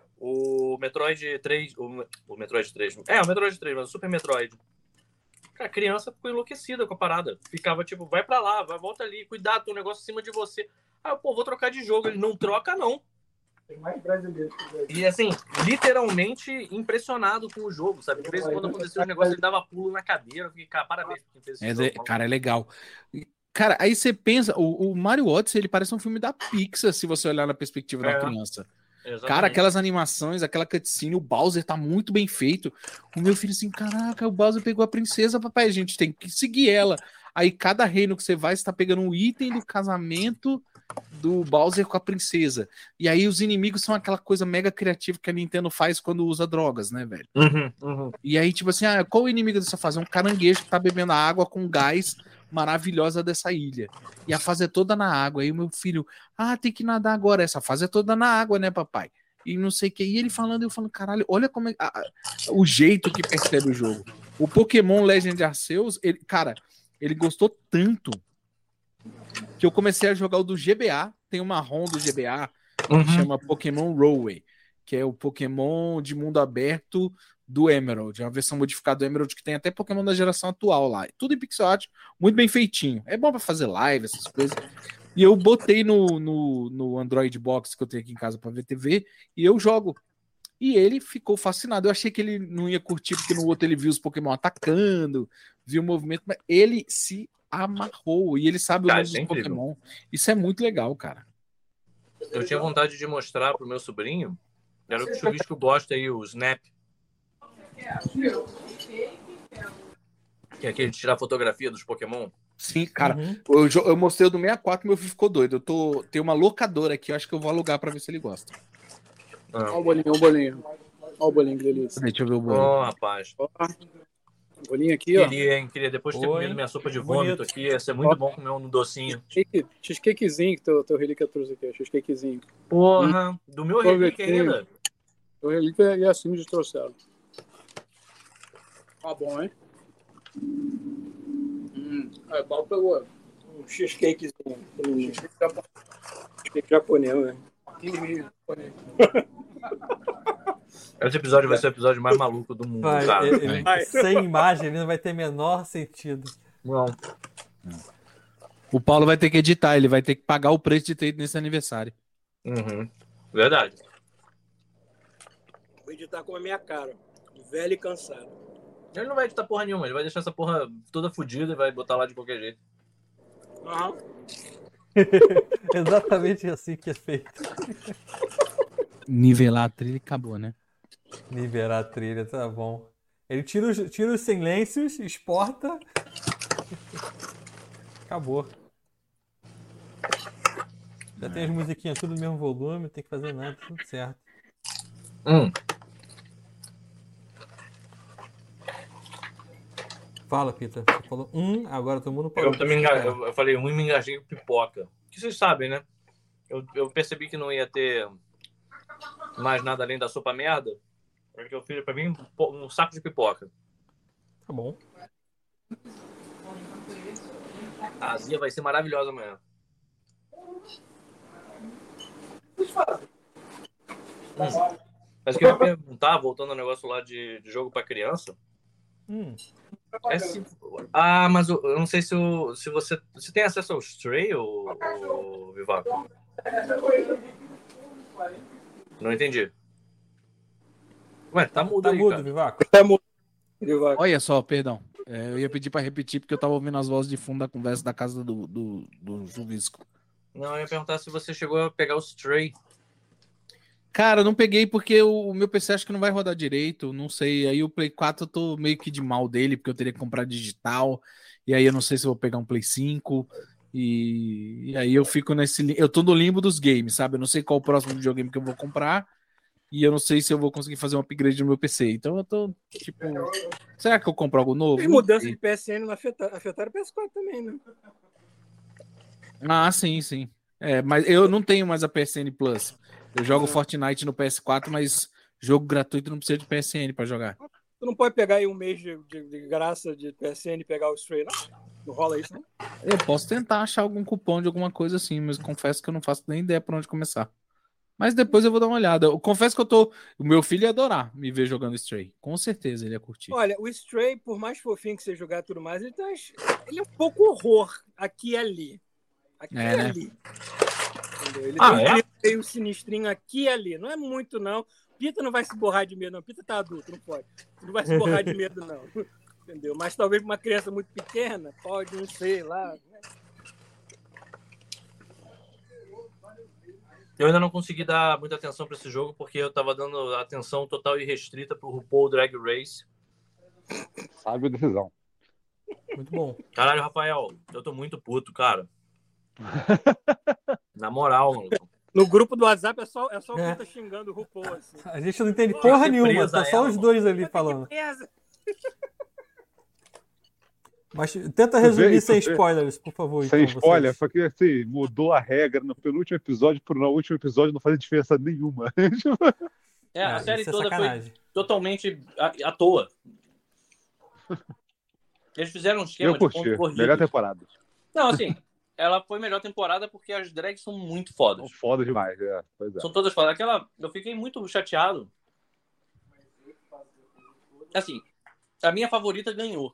O Metroid 3... O Metroid 3. O Metroid 3, mas o Super Metroid. Cara, a criança ficou enlouquecida com a parada. Ficava tipo, vai pra lá, volta ali, cuidado, tem um negócio em cima de você. Aí, vou trocar de jogo. Ele não troca, não. Tem mais brasileiro. E, assim, literalmente impressionado com o jogo, sabe? De vez em quando acontecia um negócio, ele dava pulo na cadeira. Eu fiquei, cara, parabéns pra quem fez esse jogo. Cara, é legal. Cara, aí você pensa, o Mario Odyssey, ele parece um filme da Pixar, se você olhar na perspectiva da criança. Exatamente. Cara, aquelas animações, aquela cutscene, o Bowser tá muito bem feito. O meu filho assim, caraca, o Bowser pegou a princesa, papai, a gente tem que seguir ela. Aí cada reino que você vai, você tá pegando um item do casamento do Bowser com a princesa. E aí os inimigos são aquela coisa mega criativa que a Nintendo faz quando usa drogas, né, velho? E aí, tipo assim, qual o inimigo dessa fase? É um caranguejo que tá bebendo a água com gás maravilhosa dessa ilha. E a fase é toda na água. Aí o meu filho, tem que nadar agora. Essa fase é toda na água, né, papai? E não sei o que. E ele falando, eu falando, caralho, olha como é o jeito que percebe o jogo. O Pokémon Legend Arceus, ele gostou tanto que eu comecei a jogar o do GBA. Tem uma ROM do GBA que chama Pokémon Railway, que é o Pokémon de mundo aberto do Emerald. É uma versão modificada do Emerald que tem até Pokémon da geração atual lá. Tudo em pixel art, muito bem feitinho. É bom pra fazer live, essas coisas. E eu botei no Android Box que eu tenho aqui em casa pra ver TV e eu jogo. E ele ficou fascinado. Eu achei que ele não ia curtir porque no outro ele viu os Pokémon atacando, viu o movimento, mas ele se amarrou e ele sabe o nome dos Pokémon. Isso é muito legal, cara. Eu tinha vontade de mostrar pro meu sobrinho, era o que o Chuvisco gosta aí, o Snap. Que é aquele de tirar fotografia dos Pokémon. Sim, cara. Eu mostrei o do 64 e meu filho ficou doido. Tenho uma locadora aqui, eu acho que eu vou alugar pra ver se ele gosta. Olha o bolinho, olha o bolinho. Olha o bolinho, que delícia. Deixa eu ver o bolinho. Rapaz. O bolinho aqui, ó. Queria depois ter comido minha sopa de vômito aqui. Ia ser muito bom comer um docinho. Cheesecakezinho que teu relíquia trouxe aqui. Cheesecakezinho. Porra, do meu relíquia ainda. O relíquia é assim de trouxeram. Tá bom, hein? Aí, o Paulo pegou um cheesecakezinho. Cheesecake japonês, né? Esse episódio vai ser o episódio mais maluco do mundo, Vai, cara. sem imagem, ele não vai ter menor sentido. Não. O Paulo vai ter que editar, ele vai ter que pagar o preço de ter ido nesse aniversário. Uhum. Verdade. Vou editar com a minha cara. Velho e cansado. Ele não vai editar porra nenhuma, ele vai deixar essa porra toda fodida e vai botar lá de qualquer jeito. Aham. Exatamente assim que é feito. Nivelar a trilha e acabou, né? Liberar a trilha, tá bom. Ele tira os silêncios, exporta. Acabou. Já tem as musiquinhas tudo no mesmo volume, não tem que fazer nada, tudo certo. Fala, Peter. Você falou agora todo mundo parou. Eu falei e me engajei com pipoca. Que vocês sabem, né? Eu percebi que não ia ter mais nada além da sopa merda. Porque eu fiz pra mim um saco de pipoca. Tá bom. A azia vai ser maravilhosa amanhã. Mas que eu ia perguntar, voltando ao negócio lá de jogo pra criança. Mas eu não sei se você tem acesso ao Stray ou Vivaco? Não entendi. Ué, tá mudo aí, cara. Vivaco. Tá mudo, Vivaco. Olha só, perdão. Eu ia pedir pra repetir porque eu tava ouvindo as vozes de fundo da conversa da casa do Chuvisco. Não, eu ia perguntar se você chegou a pegar o Stray. Cara, eu não peguei porque o meu PC acho que não vai rodar direito, não sei. Aí o Play 4 eu tô meio que de mal dele, porque eu teria que comprar digital. E aí eu não sei se eu vou pegar um Play 5. E aí eu fico eu tô no limbo dos games, sabe? Eu não sei qual o próximo videogame que eu vou comprar. E eu não sei se eu vou conseguir fazer um upgrade no meu PC. Então eu tô, tipo... Será que eu compro algo novo? E mudança de PSN não afetaram o PS4 também, né? Ah, sim, sim. Mas eu não tenho mais a PSN Plus. Eu jogo Fortnite no PS4, mas jogo gratuito não precisa de PSN pra jogar. Tu não pode pegar aí um mês de graça de PSN e pegar o Stray, não? Não rola isso, não? Eu posso tentar achar algum cupom de alguma coisa assim, mas confesso que eu não faço nem ideia por onde começar. Mas depois eu vou dar uma olhada. Eu confesso que o meu filho ia adorar me ver jogando Stray. Com certeza ele ia curtir. Olha, o Stray, por mais fofinho que você jogar e tudo mais, ele é um pouco horror aqui e ali. Aqui e né? ali. Entendeu? Ele tem meio sinistrinho aqui e ali. Não é muito, não. Pita não vai se borrar de medo, não. Pita tá adulto, não pode. Não vai se borrar de medo, não. Entendeu? Mas talvez uma criança muito pequena, pode, não sei, lá. Né? Eu ainda não consegui dar muita atenção pra esse jogo, porque eu tava dando atenção total e restrita pro RuPaul Drag Race. Sabe a decisão. Muito bom. Caralho, Rafael, eu tô muito puto, cara. Na moral, mano. No grupo do WhatsApp é só o que tá xingando o RuPaul, assim. A gente não entende porra nenhuma, presa tá só ela, os dois ali falando. Presa. Mas tenta resumir sem spoilers, por favor. Sem então, spoiler, vocês. porque assim, mudou a regra no penúltimo episódio pro último episódio, não fazia diferença nenhuma. A série isso é toda sacanagem. foi totalmente à toa. Eles fizeram um esquema Eu curti, de pontos corridos. melhor temporada. Não, assim, ela foi a melhor temporada porque as drags são muito fodas. Foda demais, pois é. São todas fodas. Eu fiquei muito chateado. Assim, a minha favorita ganhou.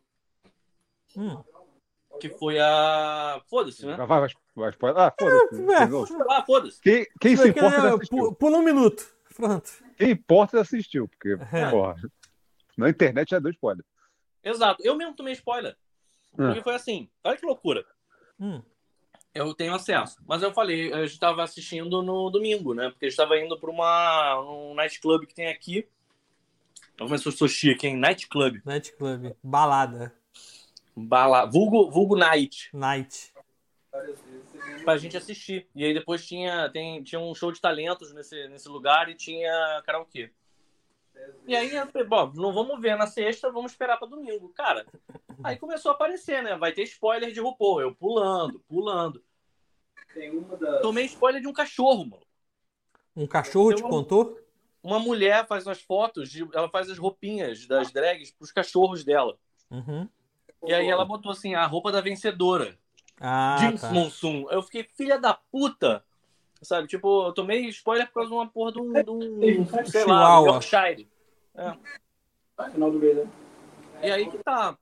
Que foi a... Foda-se, né? Vai, foda-se. Foda-se. Quem se importa é assistiu. Pula um minuto. Pronto. Quem importa é assistiu, porque, porra, na internet já deu spoiler. Exato. Eu mesmo tomei spoiler. Porque foi assim, olha que loucura. Eu tenho acesso. Mas eu falei, eu estava assistindo no domingo, né? Porque eu estava indo para um nightclub que tem aqui. Começou a sou chique, hein? Nightclub. Nightclub. Balada. Vulgo night. Night. Pra gente assistir. E aí depois tinha um show de talentos nesse lugar e tinha karaokê. E aí, bom, não vamos ver na sexta, vamos esperar pra domingo. Cara, aí começou a aparecer, né? Vai ter spoiler de RuPaul. Eu pulando. Tomei spoiler de um cachorro, mano. Um cachorro te contou? uma mulher faz umas fotos, ela faz as roupinhas das drags pros cachorros dela. Uhum. E aí ela botou assim, a roupa da vencedora. Ah, Jinx tá. Monsoon. Eu fiquei, filha da puta. Sabe, tipo, eu tomei spoiler por causa de uma porra de um sei lá, Chihuahua. Yorkshire. É. Final do mês, né? E aí que tá.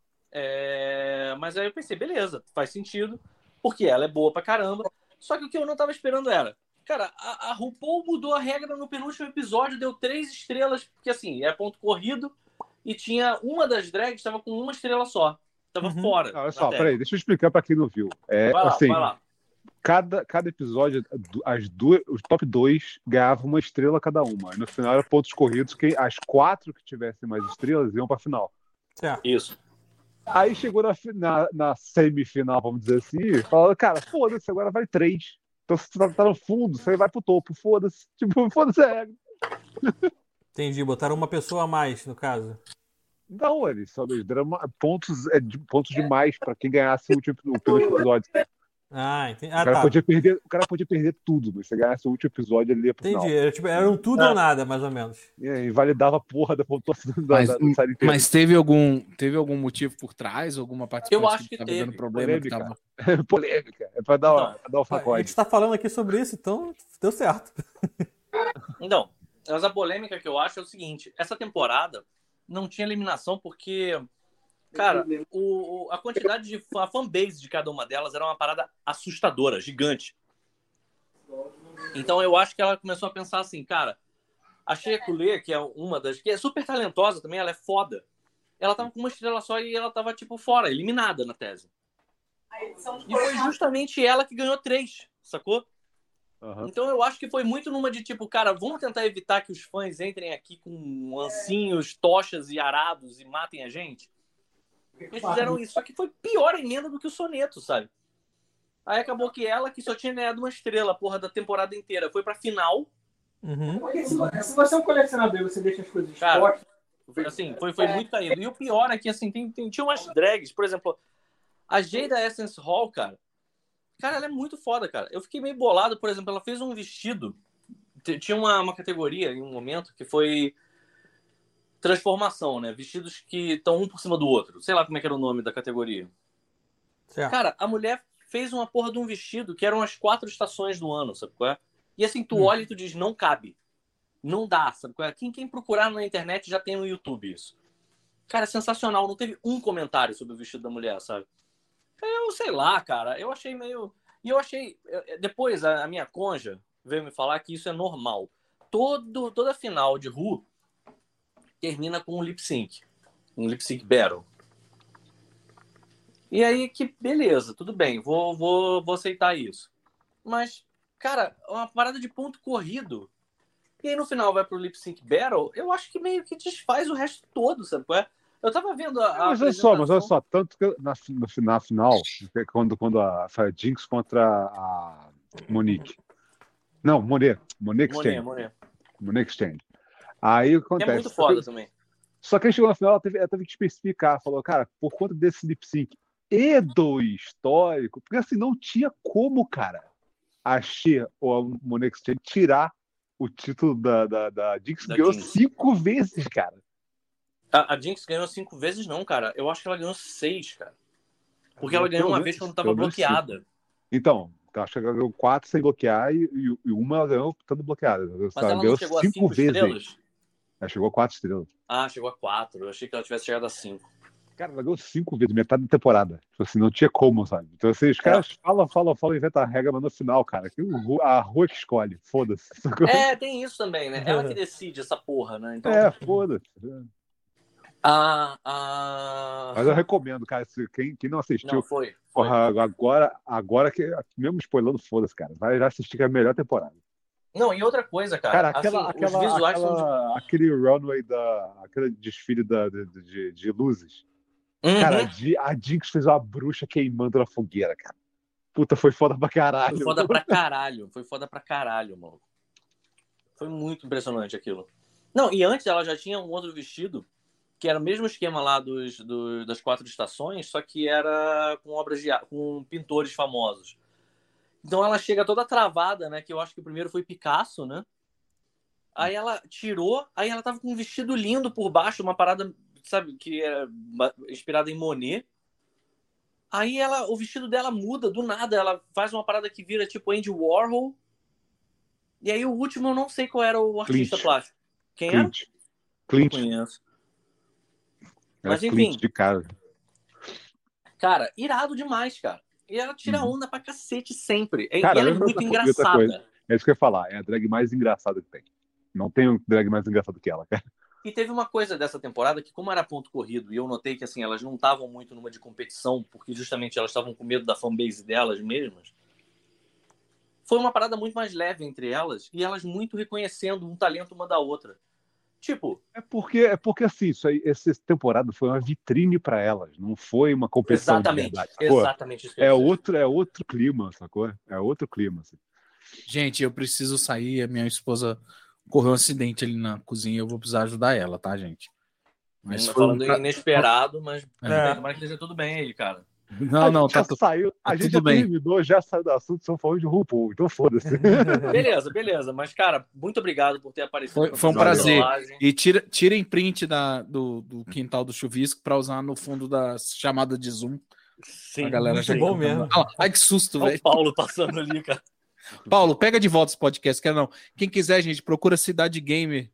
Mas aí eu pensei, beleza, faz sentido, porque ela é boa pra caramba. Só que o que eu não tava esperando era, cara, a RuPaul mudou a regra no penúltimo episódio, deu 3 estrelas, porque assim, é ponto corrido, e tinha uma das drags, tava com uma estrela só. Tava Uhum. fora. Olha da só, tag. peraí, deixa eu explicar pra quem não viu. Vai lá, assim, vai lá. cada episódio, os top 2 ganhavam uma estrela cada uma. No final era pontos corridos, as 4 que tivessem mais estrelas iam pra final. Certo. Isso. Aí chegou na semifinal, vamos dizer assim, falando, cara, foda-se, agora vai 3. Então se você tá no fundo, você vai pro topo, foda-se. Tipo, foda-se a regra. Entendi. Botaram uma pessoa a mais, no caso. Não, eles só deram pontos demais pra quem ganhasse o penúltimo episódio. Ah, entendi. O Ah, cara, tá. o cara podia perder tudo, mas se ganhasse o último episódio, ele ia pro final. Entendi. Era um tudo ou nada, mais ou menos. E aí, invalidava a porra da pontuação da série inteira. Mas teve algum motivo por trás? Alguma participante Eu acho que tava teve. dando problema? Que Polêmica. tava... Polêmica. É pra dar o A sacode. gente tá falando aqui sobre isso, então deu certo. Então, mas a polêmica que eu acho é o seguinte, essa temporada não tinha eliminação porque, cara, a quantidade de a fanbase de cada uma delas era uma parada assustadora, gigante. Então eu acho que ela começou a pensar assim, cara, a Shea Coulee, que é uma das... que é super talentosa também, ela é foda. Ela tava com uma estrela só e ela tava, tipo, fora, eliminada na tese. E foi justamente ela que ganhou 3, sacou? Uhum. Então eu acho que foi muito numa de tipo, cara, vamos tentar evitar que os fãs entrem aqui com ancinhos, tochas e arados e matem a gente. Eles fizeram isso, só que foi pior emenda do que o soneto, sabe? Aí acabou que ela, que só tinha ganhado uma estrela, porra, da temporada inteira, foi pra final. Uhum. Porque se você é um colecionador e você deixa as coisas Cara, expostas, assim, foi muito caído. E o pior é que, assim, tinha umas drags, por exemplo, a Jada Essence Hall, cara, ela é muito foda, cara. Eu fiquei meio bolado, por exemplo, ela fez um vestido. Tinha uma categoria em um momento que foi transformação, né? Vestidos que estão um por cima do outro. Sei lá como é que era o nome da categoria. Certo. Cara, a mulher fez uma porra de um vestido que eram as 4 estações do ano, sabe qual é? E assim, tu olha e tu diz, não cabe. Não dá, sabe qual é? Quem procurar na internet já tem no YouTube isso. Cara, é sensacional. Não teve um comentário sobre o vestido da mulher, sabe? Eu sei lá, cara. Eu achei meio... E eu achei... Depois, a minha conja veio me falar que isso é normal. Toda final de Ru termina com um lip sync. Um lip sync battle. E aí, que beleza, tudo bem. Vou aceitar isso. Mas, cara, uma parada de ponto corrido. E aí, no final, vai pro lip sync battle. Eu acho que meio que desfaz o resto todo, sabe qual é? Eu tava vendo a Mas olha só, tanto que na final, quando a Jinx contra a Monique. Não, Monet Exchange. Monet Exchange. Aí acontece. É muito foda também. Só que aí chegou na final, ela teve que especificar. Falou, cara, por conta desse lip sync e do histórico, porque assim, não tinha como, cara, a Shea ou a Monet Exchange tirar o título da Jinx, que ganhou 5 vezes, cara. A Jinx ganhou 5 vezes, não, cara. Eu acho que ela ganhou 6, cara. Porque ela ganhou uma vez quando tava bloqueada. Então, acho que ela ganhou 4 sem bloquear e uma ela ganhou estando bloqueada. Mas ela não chegou a 5 estrelas? Ela chegou a 4 estrelas. Ah, chegou a 4. Eu achei que ela tivesse chegado a 5. Cara, ela ganhou 5 vezes, metade da temporada. Tipo assim, não tinha como, sabe? Então, assim, os caras falam, inventam a regra, mas no final, cara, a rua que escolhe. Foda-se. Tem isso também, né? Ela que decide essa porra, né? Então... foda-se. Mas eu recomendo, cara, quem não assistiu. Não, foi. Porra, agora que mesmo spoilando, foda-se, cara. Vai já assistir que é a melhor temporada. Não, e outra coisa, cara. Os visuais são... aquele runway aquele desfile de luzes. Cara, a Jinx fez uma bruxa queimando na fogueira, cara. Puta, foi foda pra caralho. Foi foda pra caralho, mano. Foi muito impressionante aquilo. Não, e antes ela já tinha um outro vestido que era o mesmo esquema lá das 4 estações, só que era com obras com pintores famosos. Então ela chega toda travada, né? Que eu acho que o primeiro foi Picasso, né? Aí ela tirou, aí ela tava com um vestido lindo por baixo, uma parada, sabe, que era inspirada em Monet. Aí o vestido dela muda do nada, ela faz uma parada que vira tipo Andy Warhol. E aí o último eu não sei qual era o artista Clint. plástico. Quem Clint. era? Clint. Não conheço. Era Mas enfim, Clint de cara. cara, irado demais, cara. E ela tira onda pra cacete sempre. E Cara, ela é outra muito coisa. engraçada. É isso que eu ia falar. É a drag mais engraçada que tem. Não tem um drag mais engraçado que ela, cara. E teve uma coisa dessa temporada que, como era ponto corrido, e eu notei que assim, elas não estavam muito numa de competição, porque justamente elas estavam com medo da fanbase delas mesmas, foi uma parada muito mais leve entre elas, e elas muito reconhecendo um talento uma da outra. Tipo... É porque assim, essa temporada foi uma vitrine pra elas, não foi uma competição de verdade, sacou? Exatamente isso que É outro clima, sacou? É outro clima, assim. Gente, eu preciso sair. A minha esposa correu um acidente ali na cozinha. Eu vou precisar ajudar ela, tá, gente? Mas falando inesperado, mas É. tomara que esteja tudo bem aí, cara. Não, tá A gente tudo já bem. terminou, já saiu do assunto, só falando de RuPaul, então foda-se. Beleza. Mas, cara, muito obrigado por ter aparecido. Foi um prazer. Rolagem. E tirem print do quintal do chuvisco pra usar no fundo da chamada de Zoom. Sim, A galera muito já bom cantando. mesmo. Ai, que susto, Olha velho. o Paulo passando ali, cara. Paulo, pega de volta esse podcast, quer não. Quem quiser, gente, procura Cidade Gamer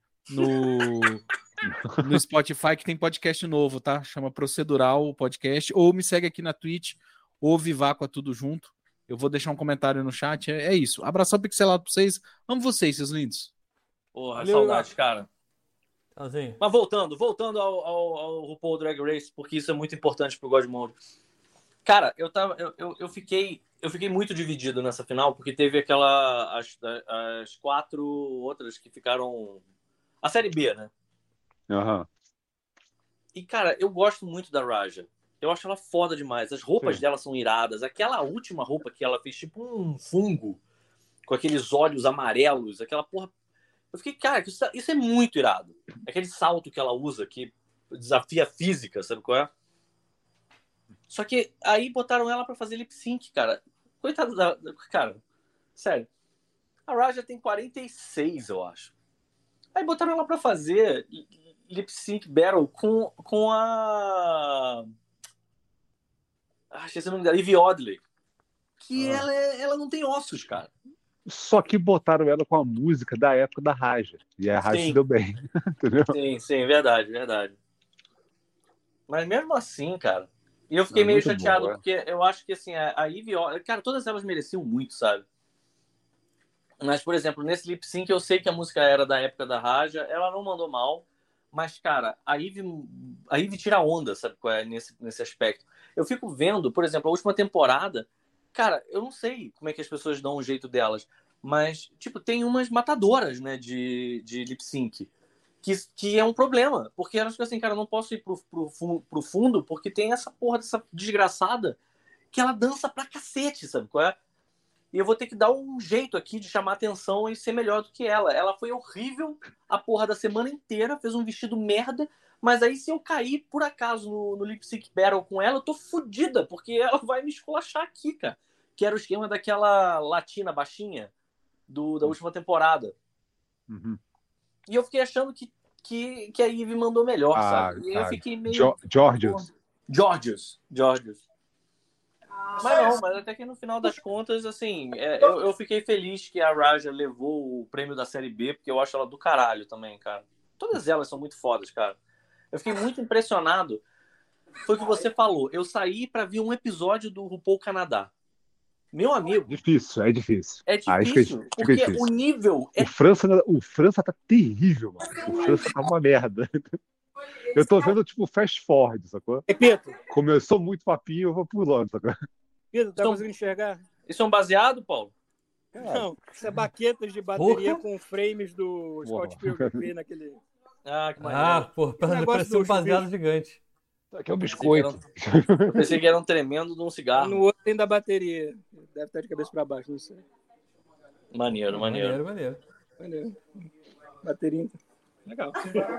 no Spotify, que tem podcast novo, tá? Chama Procedural o podcast. Ou me segue aqui na Twitch, ou Viváqua tudo junto. Eu vou deixar um comentário no chat. É isso. Abração pixelado pra vocês. Amo vocês, seus lindos. Porra, Valeu, saudades, cara. Assim, Mas voltando ao RuPaul Drag Race, porque isso é muito importante pro Godmode. Cara, eu fiquei muito dividido nessa final, porque teve as 4 outras que ficaram... A série B, né? Uhum. E, cara, eu gosto muito da Raja. Eu acho ela foda demais. As roupas Sim. dela são iradas. Aquela última roupa que ela fez, tipo um fungo, com aqueles olhos amarelos, aquela porra... Eu fiquei, cara, isso é muito irado. Aquele salto que ela usa, que desafia a física, sabe qual é? Só que aí botaram ela pra fazer lip sync, cara. Coitada da... Cara, sério. A Raja tem 46, eu acho. Aí botaram ela pra fazer lip sync battle com a... esqueci o nome dela, Ivy Oddly. Que ela não tem ossos, cara. Só que botaram ela com a música da época da Raja. E a Raja se deu bem. Entendeu? Sim, verdade. Mas mesmo assim, cara... E eu fiquei meio chateado, porque eu acho que, assim, a Ivy... Cara, todas elas mereciam muito, sabe? Mas, por exemplo, nesse lip sync, eu sei que a música era da época da Raja, ela não mandou mal, mas, cara, a Ivy tira onda, sabe qual é, nesse aspecto. Eu fico vendo, por exemplo, a última temporada, cara, eu não sei como é que as pessoas dão um jeito delas, mas, tipo, tem umas matadoras, né, de lip sync, que é um problema, porque elas ficam assim, cara, eu não posso ir pro fundo, porque tem essa porra dessa desgraçada que ela dança pra cacete, sabe qual é? E eu vou ter que dar um jeito aqui de chamar atenção e ser melhor do que ela. Ela foi horrível a porra da semana inteira, fez um vestido merda, mas aí se eu cair, por acaso, no Lip Sync Battle com ela, eu tô fodida, porque ela vai me esculachar aqui, cara. Que era o esquema daquela latina baixinha da última temporada. Uhum. E eu fiquei achando que a Ivy mandou melhor, sabe? E eu fiquei meio... Georgios. Mas até que no final das contas, assim, eu fiquei feliz que a Raja levou o prêmio da Série B, porque eu acho ela do caralho também, cara. Todas elas são muito fodas, cara. Eu fiquei muito impressionado. Foi o que você falou. Eu saí pra ver um episódio do RuPaul Canadá. Meu amigo... É difícil. É difícil, porque difícil. o nível... O França tá terrível, mano. O França tá uma merda. Eu tô vendo, tipo, fast forward, sacou? Repito. Começou muito papinho, eu vou pulando, sacou? Pedro, tá conseguindo enxergar? Isso é um baseado, Paulo? Não, isso é baquetas de bateria com frames do Scott Pilgrim naquele... Ah, que maneiro. pô, pareceu um baseado gigante. Aqui é um biscoito. Eu pensei que era um tremendo de um cigarro. No outro tem da bateria. Deve estar de cabeça pra baixo, não sei. Maneiro. Bateria. Legal.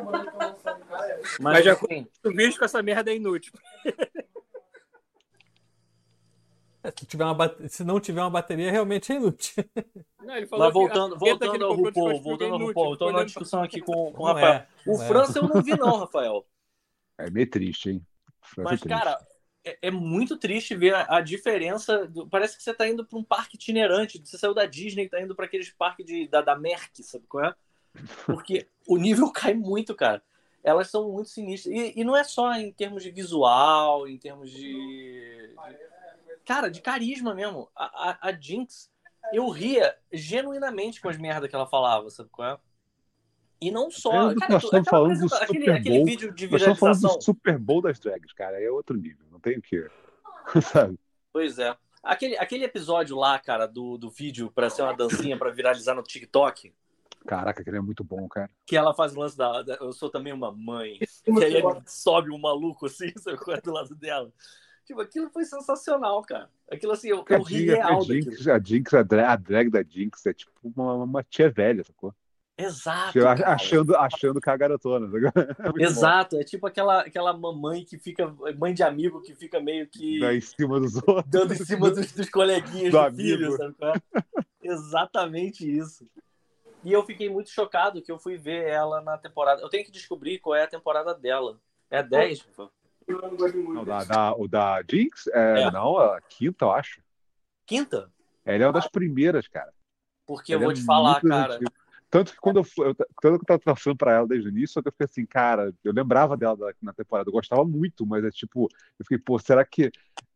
Mas já assim, o vídeo com essa merda é inútil. Se não tiver uma bateria, realmente é inútil. Não, ele falou Mas voltando a fita que ele ao comprou de RuPaul, cosplay voltando ao inútil, RuPaul, ficou estou numa olhando discussão aqui com o Não Rafael. é, O não é. França eu não vi não, Rafael. É meio triste, hein? França Mas, é triste. cara, é muito triste ver a diferença. Parece que você tá indo para um parque itinerante. Você saiu da Disney e tá indo para aqueles parques da Merck, sabe qual é? Porque o nível cai muito, cara. Elas são muito sinistras. E não é só em termos de visual, em termos de... Cara, de carisma mesmo. A Jinx, eu ria genuinamente com as merdas que ela falava, sabe qual é? E não só... Cara, Nós estamos aquela falando do Super aquele Bowl. vídeo de Nós estamos falando viralização... do Super Bowl das drags, cara. É outro nível. Não tem o que. Sabe? Pois é. Aquele episódio lá, cara, do vídeo pra ser uma dancinha pra viralizar no TikTok, Caraca, aquele é muito bom, cara. que ela faz o lance eu sou também uma mãe. E aí ele sobe um maluco assim, sabe, do lado dela. Tipo, aquilo foi sensacional, cara. Aquilo assim, eu ri real daquilo. A drag da Jinx é tipo uma tia velha, sacou? Exato, cara. Achando que é a garotona. É muito Exato, é tipo aquela mamãe que fica, mãe de amigo que fica meio que bom. Dá em cima dos outros. dando em cima dos coleguinhas Do de filho, amigo. sabe qual é? Exatamente isso. E eu fiquei muito chocado que eu fui ver ela na temporada. Eu tenho que descobrir qual é a temporada dela. É a 10? Pô? Não, o da Jinx? É. Não, a quinta, eu acho. Quinta? Ela é uma das primeiras, cara. Porque eu Ela vou é te falar, muito cara. antiga. Tanto que quando eu tava torcendo pra ela desde o início, só que eu fiquei assim, cara, eu lembrava dela na temporada, eu gostava muito, mas é tipo, eu fiquei, pô, será que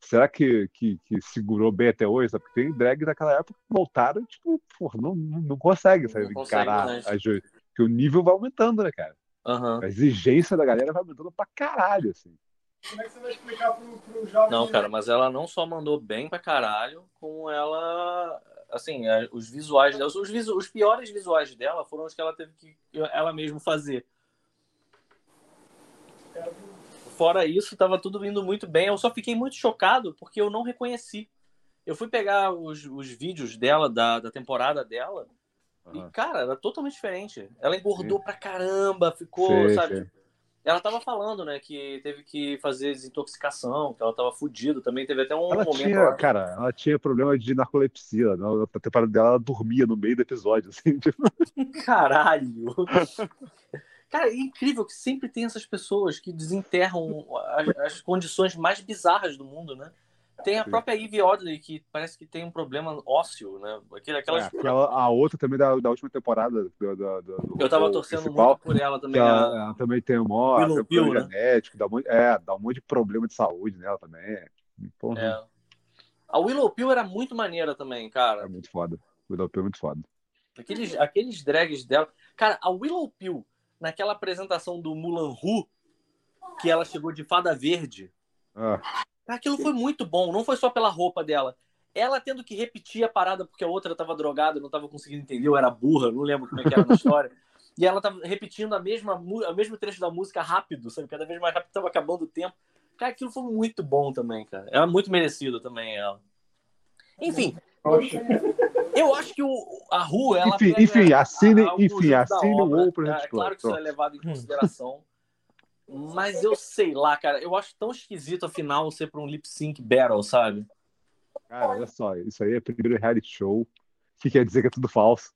segurou bem até hoje? Sabe? Porque tem drag naquela época que voltaram, tipo, pô, não consegue, sabe, Não consegue encarar mais. porque o nível vai aumentando, né, cara? Aham. A exigência da galera vai aumentando pra caralho, assim. Como é que você vai explicar pro jovem? Não, cara, mas ela não só mandou bem pra caralho, como ela... Assim, os visuais dela, os piores visuais dela foram os que ela teve que ela mesma fazer. Fora isso, tava tudo indo muito bem. Eu só fiquei muito chocado porque eu não reconheci. Eu fui pegar os vídeos dela, da temporada dela, e, cara, era totalmente diferente. Ela engordou pra caramba, ficou, sabe? Sim. Ela tava falando, né, que teve que fazer desintoxicação, que ela tava fudida. Também teve até um momento... Ela tinha problema de narcolepsia. Na temporada dela, ela dormia no meio do episódio, assim, tipo... Caralho! Cara, é incrível que sempre tem essas pessoas que desenterram as condições mais bizarras do mundo, né? Tem a própria Ivy Oddly, que parece que tem um problema ósseo, né? A outra também da última temporada do eu tava torcendo principal, muito por ela também. Ela também tem Willow Pill, problema genético, dá um monte de problema de saúde nela também. Porra. A Willow Pill era muito maneira também, cara. É muito foda. Willow Pill é muito foda. Aqueles drags dela... Cara, a Willow Pill, naquela apresentação do Mulan Ru, que ela chegou de fada verde... Aquilo foi muito bom, não foi só pela roupa dela. Ela tendo que repetir a parada porque a outra tava drogada, não tava conseguindo entender, ou era burra, não lembro como é que era na história. E ela tava repetindo o mesmo trecho da música rápido, sabe? Cada vez mais rápido, tava acabando o tempo. Cara, aquilo foi muito bom também, cara. Era muito merecido também, ela. Enfim, eu acho que a Ru, ela assine o WoW pra gente. É claro que isso é levado em consideração. Mas eu sei lá, cara. Eu acho tão esquisito, afinal, ser pra um lip sync battle, sabe? Cara, olha só. Isso aí é primeiro reality show, que quer dizer que é tudo falso.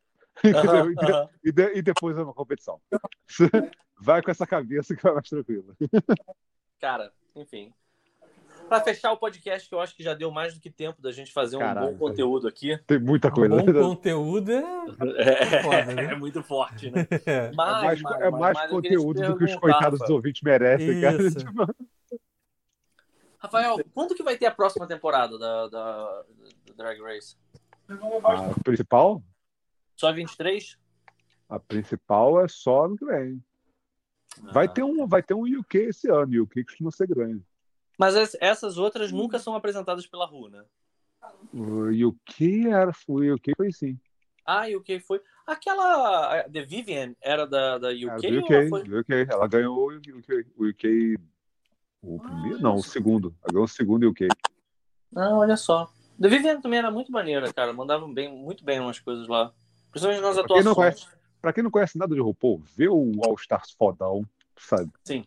E depois é uma competição. Vai com essa cabeça que vai mais tranquilo. Cara, enfim. Pra fechar o podcast, que eu acho que já deu mais do que tempo da gente fazer um bom conteúdo aqui. Tem muita coisa. Bom conteúdo foda, né? É muito forte, né? É mais conteúdo do que os coitados dos ouvintes merecem, Isso. cara. Rafael, quando que vai ter a próxima temporada da Drag Race? A principal? Só 23? A principal é só ano que vem. Vai ter um UK esse ano, e o UK costuma ser grande. Mas essas outras nunca são apresentadas pela Ru, né? O UK foi sim. O UK foi... Aquela... The Vivienne era da UK? Do UK. Ela ganhou o UK... O primeiro? Não, o segundo. Ela ganhou o segundo UK. Olha só. The Vivienne também era muito maneira, cara. Mandavam muito bem umas coisas lá. Principalmente nas atuações. Pra quem não conhece nada de RuPaul, vê o All Stars fodão, sabe? Sim.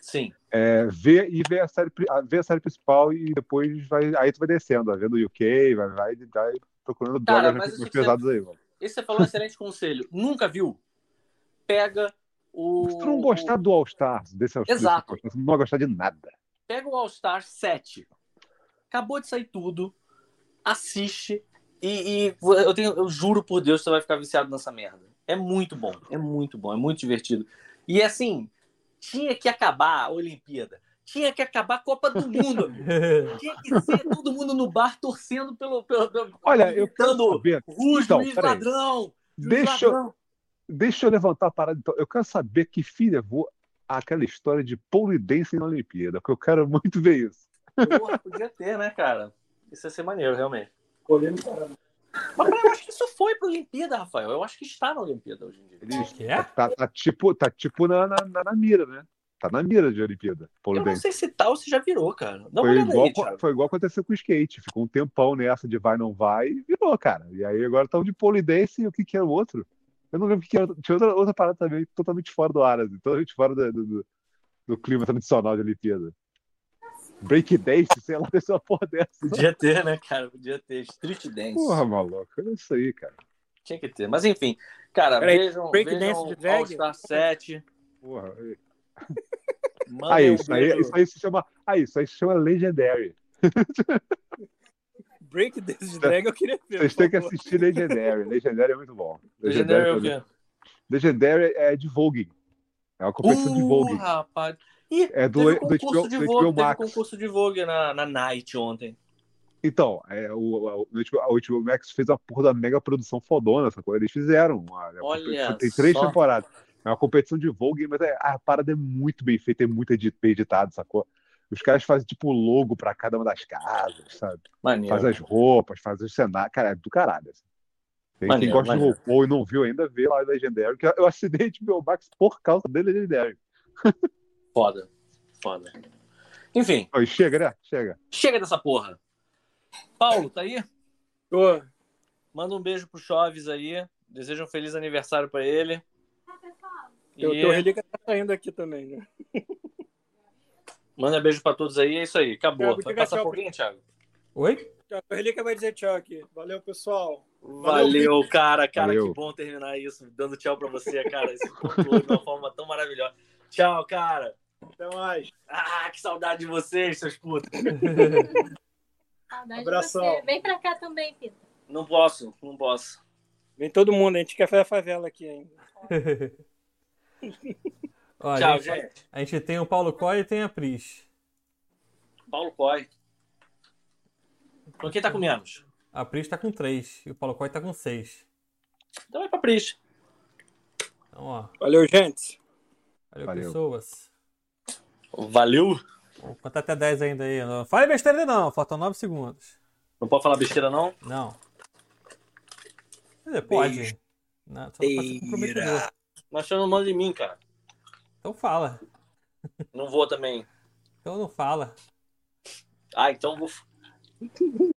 Sim. Ver a série principal e depois aí tu vai descendo, vai vendo o UK, vai procurando Cara, drogas mas isso mais que você, pesadas aí, mano. esse você falou um excelente conselho. Nunca viu? Pega Se tu não gostar do All Stars, desse All Stars, Exato. tu não vai gostar de nada. Pega o All Star 7. Acabou de sair tudo. Assiste. E eu juro por Deus que você vai ficar viciado nessa merda. É muito bom. É muito bom. É muito divertido. E assim, tinha que acabar a Olimpíada. Tinha que acabar a Copa do Mundo, amigo. Tinha que ser todo mundo no bar torcendo pelo Olha, eu quero gritando, saber. juiz ladrão! Juiz ladrão! Deixa eu levantar a parada. Então. Eu quero saber que fim levou aquela história de pole dance na Olimpíada, porque eu quero muito ver isso. Porra, podia ter, né, cara? Isso ia ser maneiro, realmente. Mas eu acho que isso foi pra Olimpíada, Rafael. Eu acho que está na Olimpíada hoje em dia. Que é? Tá tipo na mira, né? Tá na mira de Olimpíada. Pole Eu não dance. sei se tal ou se já virou, cara. Dá uma Foi olhada aí, Thiago. igual aconteceu com o skate. Ficou um tempão nessa de vai, não vai e virou, cara. E aí agora estão de pole dance e o que é o outro? Eu não lembro o que era. Tinha outra parada também totalmente fora do ar, assim, totalmente fora do clima tradicional de Olimpíada. Break dance, sei lá, dessa porra dessa. Podia ter, né, cara? Podia ter. Street dance. Porra, maluco. É isso aí, cara. Tinha que ter. Mas enfim, cara, Peraí, vejam break dance de drag? All Star 7. Porra. Mandem Isso aí se chama. Isso aí se chama Legendary. Break desse drag eu queria ver. Vocês têm que assistir Legendary. Legendary é muito bom. Legendary é o quê? Legendary é de Vogue. É uma competição de Vogue. Rapaz. Ih, É teve concurso de Vogue, teve concurso de Vogue na Night ontem. Então, a HBO Max fez a porra da mega produção fodona, essa coisa. Eles fizeram. Olha tem 3 só. temporadas. É uma competição de Vogue, mas a parada é muito bem feita, é muito bem editada, sacou? Os caras fazem tipo logo pra cada uma das casas, sabe? Maneiro. Faz as roupas, faz os cenários. Cara, é do caralho. Assim. Quem gosta de RuPaul e não viu ainda, vê lá o Legendary, que eu assinei HBO Max por causa do Legendary. Foda. Enfim. Oi, chega, né? Chega dessa porra. Paulo, tá aí? Tô. Manda um beijo pro Choves aí. Deseja um feliz aniversário pra ele. O teu relíquia tá saindo aqui também, né? Manda beijo pra todos aí. É isso aí. Acabou. Vai passar por quem, Thiago? Oi? O relíquia vai dizer tchau aqui. Valeu, pessoal. Valeu, cara. Valeu. Que bom terminar isso. Dando tchau pra você, cara. Isso pontuou de uma forma tão maravilhosa. Tchau, cara. Até mais. Que saudade de vocês, seus putos. Saudade Abração. de você. Vem pra cá também, Pita. Não posso. Vem todo mundo, a gente quer fazer a favela aqui ainda. Ó, Tchau, gente. A gente tem o Paulo Coy e tem a Pris. Paulo Coy. Quem tá com menos? A Pris tá com 3 e o Paulo Coy tá com 6. Então vai pra Pris. Então, ó. Valeu, gente. Valeu, pessoas. Valeu. Vou contar até 10 ainda aí. Não fale besteira ainda não, faltam 9 segundos. Não pode falar besteira, não? Não. Quer dizer, pode. Não, só não pode ser comprometedor. Mas você não manda em mim, cara. Então fala. Não vou também. Então não fala. Então vou...